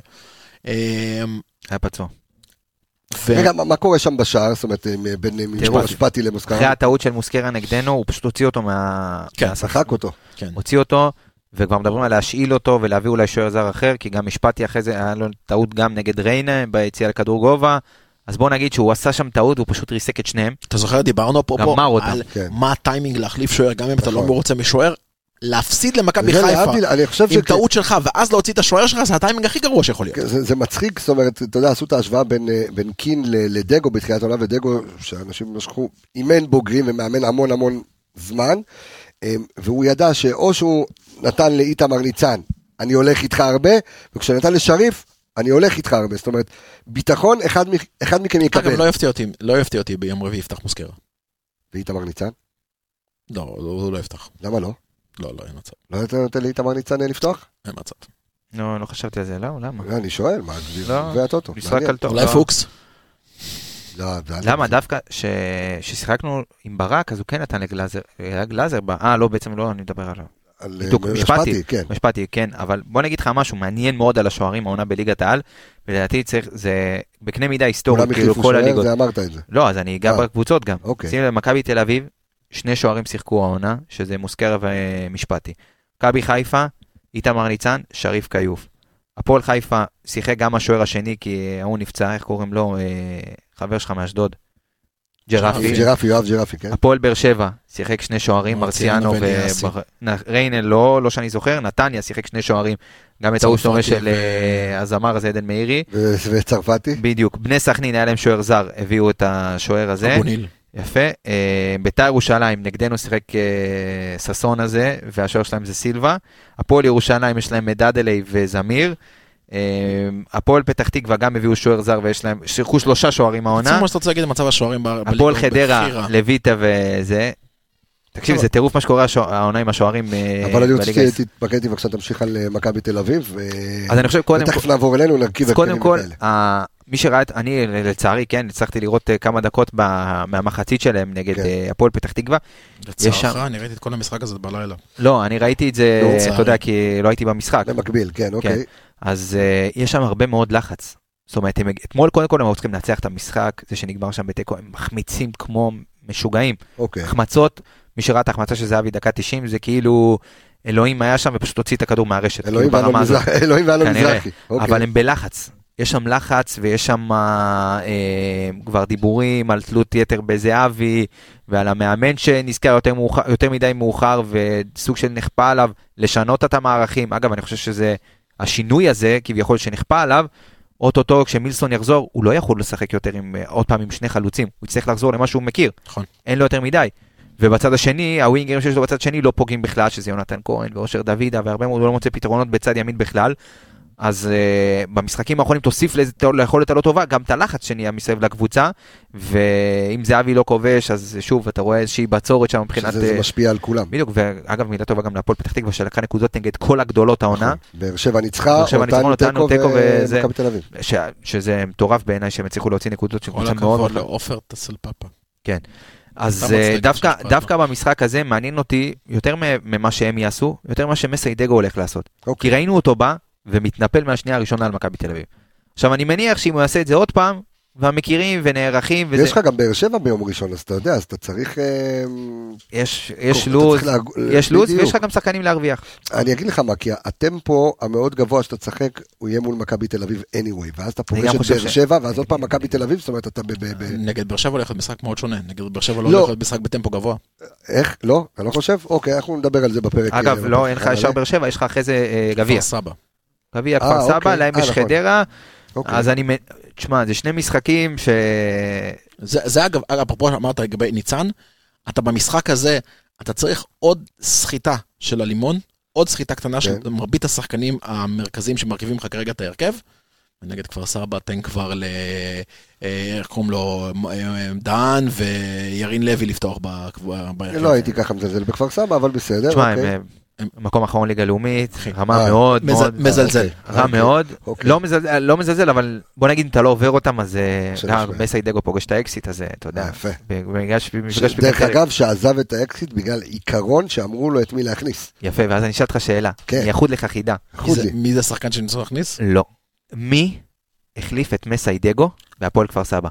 היה פצוע. רגע, מה קורה שם בשער? זאת אומרת, בין משפטי למוסקרה? אחרי הטעות של מוסקרה נגדנו, הוא פשוט הוציא אותו שחק אותו. הוציא אותו, וכבר מדברים על להשאיל אותו ולהביא אולי שוער זר אחר, כי גם משפטי אחרי זה היה לו טעות גם נגד ריינה, ביציאה לכדור גובה, אז בוא נגיד שהוא עשה שם טעות, והוא פשוט ריסק את שניהם. אתה זוכר, דיברנו פה על מה הטיימינג להחליף שוער, גם אם אתה לא מרוצה משוער, להפסיד למכבי חיפה עם טעות שלך, ואז להוציא את השוער שלך, זה הטיימינג הכי גרוע שיכול להיות. זה מצחיק, זאת אומרת, אתה יודע, עשו את ההשוואה בין קין לדגו בתחילת העונה, ודגו, שאנשים משכו, אימן בוגרים ומאמן המון המון זמן, והוא ידע שאו שהוא נתן לאיתמר ניצן, אני הולך איתך הרבה, וכשנתן לשריף, אני הולך איתך הרבה, זאת אומרת, ביטחון, אחד מכם יקבל. אגב, לא יפתיע אותי ביום רביעי יפתח מוסקרה. ואיתמר ניצן? לא, הוא לא יפתח. למה לא? לא, אין מצב. לא אתה נותן לאיתמר ניצן לפתוח? אין מצב. לא חשבתי על זה, למה? אני שואל, מה והטוטו? משחק על טוב. אולי פוקס? למה? דווקא ששיחקנו עם ברק, אז הוא כן נתן לגלאזר, לא, בעצם לא, אני מדבר עליו. משפטי, כן, אבל בוא נגיד לך משהו מעניין מאוד על השוערים, העונה בליגת העל, ולדעתי צריך, זה בקנה מידה היסטורית, כאילו כל הליגות. זה אמרת את זה. לא, אז אני אגע בקבוצות גם. שים לב, מכבי תל אביב, 2 שוערים שיחקו העונה, שזה מוסקרה ומשפטי. מכבי חיפה, איתמר ניצן, שריף קיוף. הפועל חיפה שיחק גם השוער השני, כי הוא נפצע, איך קוראים לו, חבר שלך מאשדוד. יואב ג'רפי, כן. הפועל באר שבע שיחק 2 שוערים, מרציאנו וריינה, לא שאני זוכר, נתניה שיחק 2 שוערים, גם את האוסטוריה של הזמר הזה, עדן מאירי. וצרפתי. בדיוק, בני סכנין היה להם שוער זר, הביאו את השוער הזה. יפה. בית"ר ירושלים, נגדנו שיחק ססון הזה, והשוער שלהם זה סילבה. הפועל ירושלים יש להם מדדלי וזמיר. הפועל פתח תקווה גם הביאו שוער זר ויש להם שיחקו 3 שוערים העונה. מה שאתה רוצה להגיד מצב השוערים הפועל חדרה, לויטה וזה תקשיב, זה טירוף מה שקורה העונה עם השוערים אבל אני רוצה שתתמקד בבקשה, תמשיך על מכבי תל אביב, אז אני חושב קודם ותכף נעבור אלינו, נרכיב את קודם כל, מי שראה, אני לצערי, כן, הצלחתי לראות כמה דקות מהמחצית שלהם נגד הפועל פתח תקווה. לצערך, אני ראיתי את כל המשחק הזה בלילה. לא, אני ראיתי את זה, אתה יודע, כי לא הייתי במשחק. במקביל, כן, אוקיי. אז יש שם הרבה מאוד לחץ. זאת אומרת, אתמול קודם כל הם צריכים לנצח את המשחק, זה שנגמר שם בתיקו, הם מחמיצים כמו משוגעים. החמצות, מי שראה את ההחמצה של זהבי דקה 90, זה כאילו אלוהים היה שם ופשוט הוציא את הכדור מהרשת. אלוהים ועלו מזרחי. אבל הם בלחץ. יש שם לחץ ויש שם כבר דיבורים על תלות יתר בזהבי ועל המאמן שנזכר יותר מדי מאוחר וסוג של נכפה עליו לשנות את המערכים. אגב, אני חושב שזה השינוי הזה, כביכול שנכפה עליו, אוטוטו כשמילסון יחזור, הוא לא יכול לשחק יותר עוד פעם עם שני חלוצים, הוא יצטרך לחזור למה שהוא מכיר. נכון. אין לו יותר מדי. ובצד השני, הווינגרים שיש לו בצד שני לא פוגעים בכלל, שזה יונתן כהן ואושר דוידה, והרבה מאוד לא מוצא פתרונות בצד ימין בכלל. אז במשחקים האחרונים תוסיף ליכולת הלא טובה, גם את הלחץ שנהיה מסביב לקבוצה, ואם זהבי לא כובש, אז שוב, אתה רואה איזושהי בצורת שם מבחינת... שזה משפיע על כולם. בדיוק, ואגב, מילה טובה גם להפועל פתח תקווה, שלקחה נקודות נגד כל הגדולות העונה. באר שבע ניצחה, אותנו תיקו ומכבי תל אביב. שזה מטורף בעיניי שהם הצליחו להוציא נקודות של קבוצה מאוד... כל הכבוד לעופר טסלפאפה. כן. אז דווקא במשחק הזה מעניין אותי יותר ממה שהם יעשו, יותר ממה שמסיידגו הולך לעשות. כי ראינו אותו בא ומתנפל מהשנייה הראשונה על מכבי תל אביב. עכשיו אני מניח שאם הוא יעשה את זה עוד פעם, והמכירים ונערכים וזה... יש לך גם באר שבע ביום ראשון, אז אתה יודע, אז אתה צריך... יש לוז ויש לך גם שחקנים להרוויח. אני אגיד לך מה, כי הטמפו המאוד גבוה שאתה צחק, הוא יהיה מול מכבי תל אביב anyway, ואז אתה פוגש את באר שבע, ואז עוד פעם מכבי תל אביב, זאת אומרת, אתה נגד באר שבע הולך להיות משחק מאוד שונה, נגד באר שבע לא הולך להיות משחק בטמפו גבוה. איך? לא? אתה לא חושב? אוקיי, אנחנו נדבר על זה בפרק. אגב, לא, אין לך ישר באר שבע, יש לך אחרי זה גביע. גביע כפר סבא, להם יש חדרה, אז אני, תשמע, זה שני משחקים ש... זה אגב, אפרופו אמרת לגבי ניצן, אתה במשחק הזה, אתה צריך עוד סחיטה של הלימון, עוד סחיטה קטנה של מרבית השחקנים המרכזיים שמרכיבים לך כרגע את ההרכב, ונגד כפר סבא תן כבר איך קוראים לו, דן וירין לוי לפתוח בהרכב. לא הייתי ככה מזלזל בכפר סבא, אבל בסדר. תשמע, מקום אחרון ליגה לאומית, רמה מאוד מאוד מזלזל, רע מאוד, לא מזלזל, אבל בוא נגיד אם אתה לא עובר אותם, אז מסיידגו פוגש את האקסיט הזה, אתה יודע. יפה. דרך אגב, שעזב את האקסיט בגלל עיקרון שאמרו לו את מי להכניס. יפה, ואז אני אשאל אותך שאלה, אני אחוד לך חידה. מי זה השחקן שניסו להכניס? לא. מי החליף את מסיידגו בהפועל כפר סבא?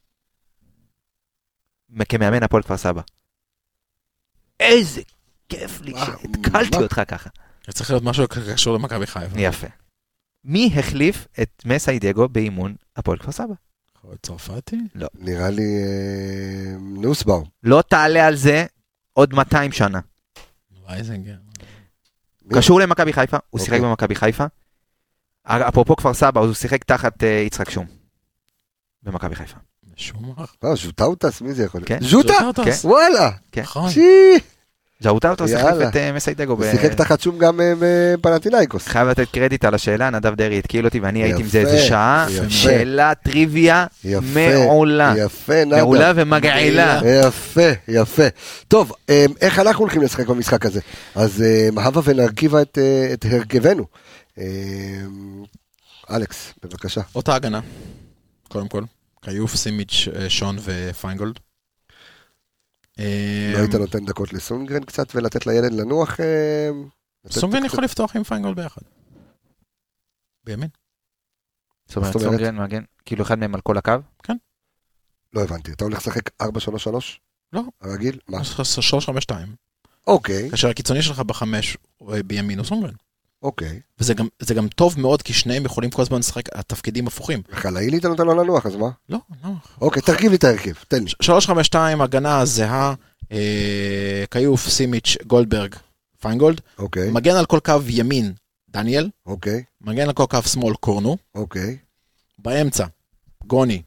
כמאמן הפועל כפר סבא. איזה כיף לי שהתקלתי אותך ככה. זה צריך להיות משהו קשור למכבי חיפה. יפה. מי החליף את מסיידגו באימון הפועל כפר סבא? צרפתי? לא. נראה לי נוסבאום. לא תעלה על זה עוד 200 שנה. וייזנגר. קשור למכבי חיפה, הוא שיחק במכבי חיפה. אפרופו כפר סבא, הוא שיחק תחת יצחק שום. במכבי חיפה. שומר? ז'וטאוטס, מי זה יכול? ז'וטה? וואלה. נכון. ז'אוטאוטס החליף את מסיידגו. הוא שיחק תחת שום גם בפנתינייקוס. חייב לתת קרדיט על השאלה, נדב דרי התקיל אותי ואני הייתי עם זה איזה שעה. שאלה טריוויה מעולה. יפה, נדב. מעולה ומגעילה. יפה. טוב, איך אנחנו הולכים לשחק במשחק הזה? אז הבה ונרכיבה את הרכבנו. אלכס, בבקשה. אותה הגנה, קודם כל. קיוף, סימיץ', שון ופיינגולד. לא היית נותן דקות לסונגרן קצת ולתת לילד לנוח? סונגרן יכול לפתוח עם פיינגולד ביחד. בימין. זאת אומרת, סונגרן מגן, כאילו אחד מהם על כל הקו? כן. לא הבנתי, אתה הולך לשחק 4-3-3? לא. הרגיל? מה? 3-5-2. אוקיי. כאשר הקיצוני שלך בחמש בימין הוא סונגרן. אוקיי. וזה גם טוב מאוד, כי שניהם יכולים כל הזמן לשחק התפקידים הפוכים. חלאילי אתה נותן לו לנוח, אז מה? לא. אוקיי, תרכיב לי את ההרכב, תן לי. 3-5-2, הגנה זהה, קיוף, סימיץ', גולדברג, פיינגולד. אוקיי. מגן על כל קו ימין, דניאל. אוקיי. מגן על כל קו שמאל, קורנו. אוקיי. באמצע, גוני.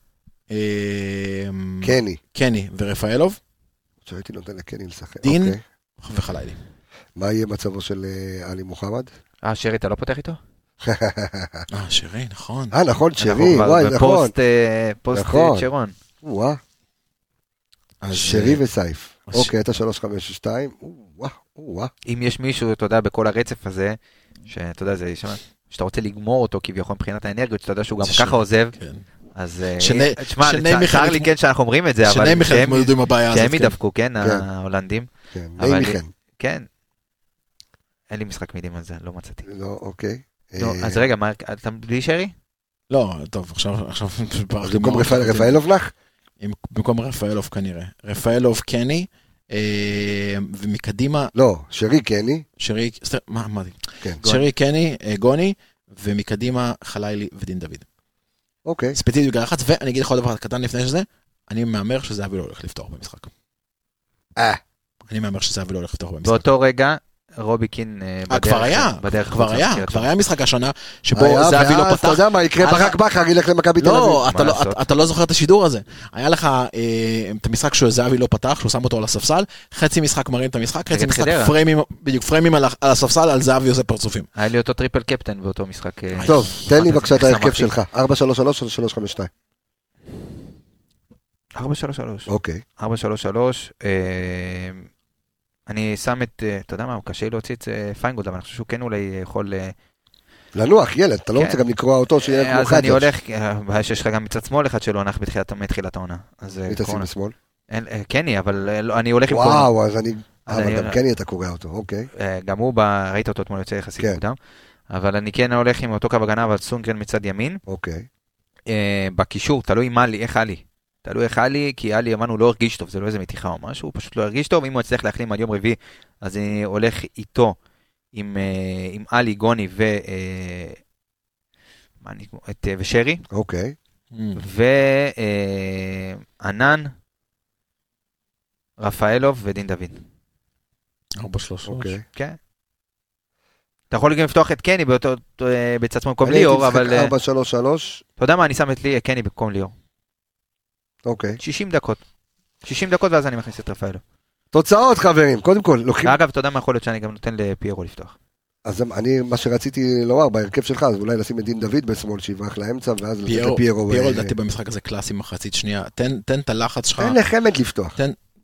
קני ורפאלוב. שהייתי נותן לקני לשחק. דין וחלאילי. מה יהיה מצבו של עלי מוחמד? שרי, אתה לא פותח איתו? שרי, נכון. נכון, שרי, וואי, נכון. פוסט שרון. שרי וסייף. אוקיי, אתה 352. וואו. אם יש מישהו, אתה יודע, בכל הרצף הזה, שאתה יודע, זה שאתה רוצה לגמור אותו כביכול מבחינת האנרגיות, שאתה יודע שהוא גם ככה עוזב, אז תשמע, צער לי כן שאנחנו אומרים את זה, אבל שהם ידפקו, כן, ההולנדים. כן, מי מכן. כן. אין לי משחק מילים על זה, לא מצאתי. לא, אוקיי. אז רגע, אתה בלי שרי? לא, טוב, עכשיו... במקום רפאלוב לך? במקום רפאלוב כנראה. רפאלוב קני, ומקדימה... לא, שרי קני. שרי, מה אמרתי? שרי קני, גוני, ומקדימה חלילי ודין דוד. אוקיי. ספציפית בגלל לחץ, ואני אגיד לך עוד דבר קטן לפני שזה, אני מאמר שזהבי לא הולך לפתוח במשחק. אני מאמר שזהבי לא הולך לפתוח במשחק. באותו רגע... רוביקין כבר היה משחק השנה שבו זהבי לא פתח. אתה יודע מה יקרה, ברק בכר ילך למכבי תל אביב. לא, אתה לא זוכר את השידור הזה. היה לך את המשחק שזהבי לא פתח, שהוא שם אותו על הספסל, חצי משחק מראים את המשחק, חצי משחק פריימים על הספסל, על זהבי עושה פרצופים. היה לי אותו טריפל קפטן באותו משחק. טוב, תן לי בבקשה את ההרכב שלך, 4-3-3 או 3-5-2? 4-3-3. אוקיי. 4-3-3. אני שם את, אתה יודע מה, קשה להוציא את פיינגולד, אבל אני חושב שהוא כן אולי יכול... לנוח, ילד, אתה לא רוצה גם לקרוא אותו שיהיה כמו חדש. אז אני הולך, שיש לך גם מצד שמאל אחד שלא נח מתחילת העונה. מי תשים בשמאל? קני, אבל אני הולך עם... וואו, אז אני... אבל גם קני אתה קורא אותו, אוקיי. גם הוא, ראית אותו אתמול יוצא יחסית מוקדם, אבל אני כן הולך עם אותו קו הגנה, אבל סונגרן מצד ימין. אוקיי. בקישור, תלוי איך עלי. תלוי איך עלי, כי עלי אמרנו לא הרגיש טוב, זה לא איזה מתיחה או משהו, הוא פשוט לא הרגיש טוב, אם הוא יצטרך להחלים עד יום רביעי, אז אני הולך איתו עם עלי, גוני ושרי. אוקיי. וענן, רפאלוב ודין דוד. 4-3-3. אוקיי. כן. אתה יכול גם לפתוח את קני בצד עצמו במקום ליאור, אבל... 4-3-3. אתה יודע מה, אני שם את קני במקום ליאור. אוקיי. 60 דקות. 60 דקות ואז אני מכניס את רפאלו. תוצאות חברים, קודם כל. אגב, אתה יודע מה יכול להיות שאני גם נותן לפיירו לפתוח. אז אני, מה שרציתי לומר, בהרכב שלך, אז אולי לשים את דין דוד בשמאל שיברח לאמצע, ואז לתת לפיירו. פיירו לדעתי במשחק הזה קלאסי מחצית שנייה. תן את הלחץ שלך. תן לחמד לפתוח.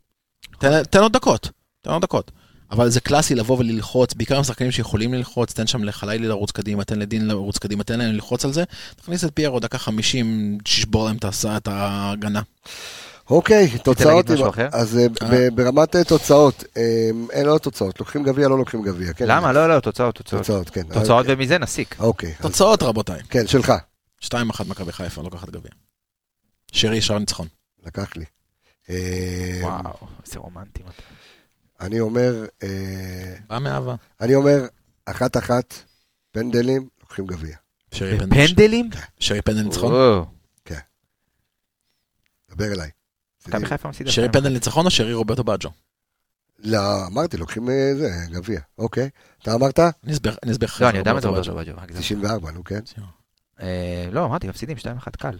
תן עוד דקות. אבל זה קלאסי לבוא וללחוץ, בעיקר השחקנים שיכולים ללחוץ, תן שם לחלילי לרוץ קדימה, תן לדין לרוץ קדימה, תן להם ללחוץ על זה, תכניס את פיירו דקה 50, תשבור להם את ההגנה. אוקיי, תוצאות, אז ברמת תוצאות, אין לא תוצאות, לוקחים גביע, לא לוקחים גביע. למה? לא, תוצאות. תוצאות ומזה נסיק. אוקיי. תוצאות רבותיי. כן, שלך. 2-1 מכבי חיפה, לוקחת גביע. שרי שער ניצחון. לקח לי. וואו, זה רומנטי. אני אומר... בא מאהבה. אני אומר, 1-1, פנדלים, לוקחים גביע. פנדלים? שרי פנדל ניצחון? כן. דבר אליי. שרי פנדל ניצחון או שרי רוברטו באג'ו? לא, אמרתי, לוקחים זה, גביע. אוקיי. אתה אמרת? אני אסביר לך. לא, אני יודע מה זה רוברטו באג'ו. 94, נו כן. לא, אמרתי, מפסידים 2-1 קל.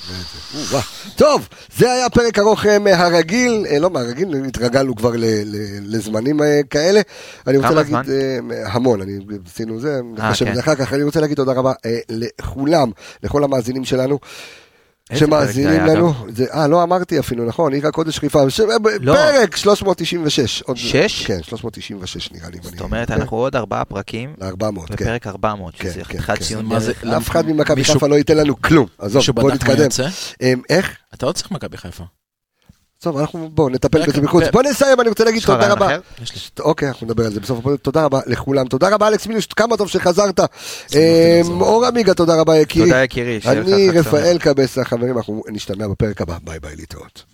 טוב, זה היה פרק ארוך מהרגיל, לא מהרגיל, התרגלנו כבר לזמנים כאלה. אני רוצה להגיד המון, עשינו זה, אחר כך אני רוצה להגיד תודה רבה לכולם, לכל המאזינים שלנו. שמאזינים לנו, לא אמרתי אפילו, נכון, עיר הקודש חיפה, פרק 396. 6? כן, 396 נראה לי. זאת אומרת, אנחנו עוד 4 פרקים, ל-400, כן. בפרק 400, שזה חד ציון. אף אחד ממכבי חיפה לא ייתן לנו כלום, עזוב, בוא נתקדם. איך? אתה לא צריך מכבי חיפה. טוב, אנחנו בואו נטפל בזה בחוץ. בוא נסיים, אני רוצה להגיד תודה רבה. אוקיי, אנחנו נדבר על זה בסוף. תודה רבה לכולם. תודה רבה אלכס מילוש, כמה טוב שחזרת. אור עמיגה, תודה רבה יקירי. תודה יקירי. אני רפאל קבסה, חברים, אנחנו נשתמע בפרק הבא. ביי ביי, להתראות.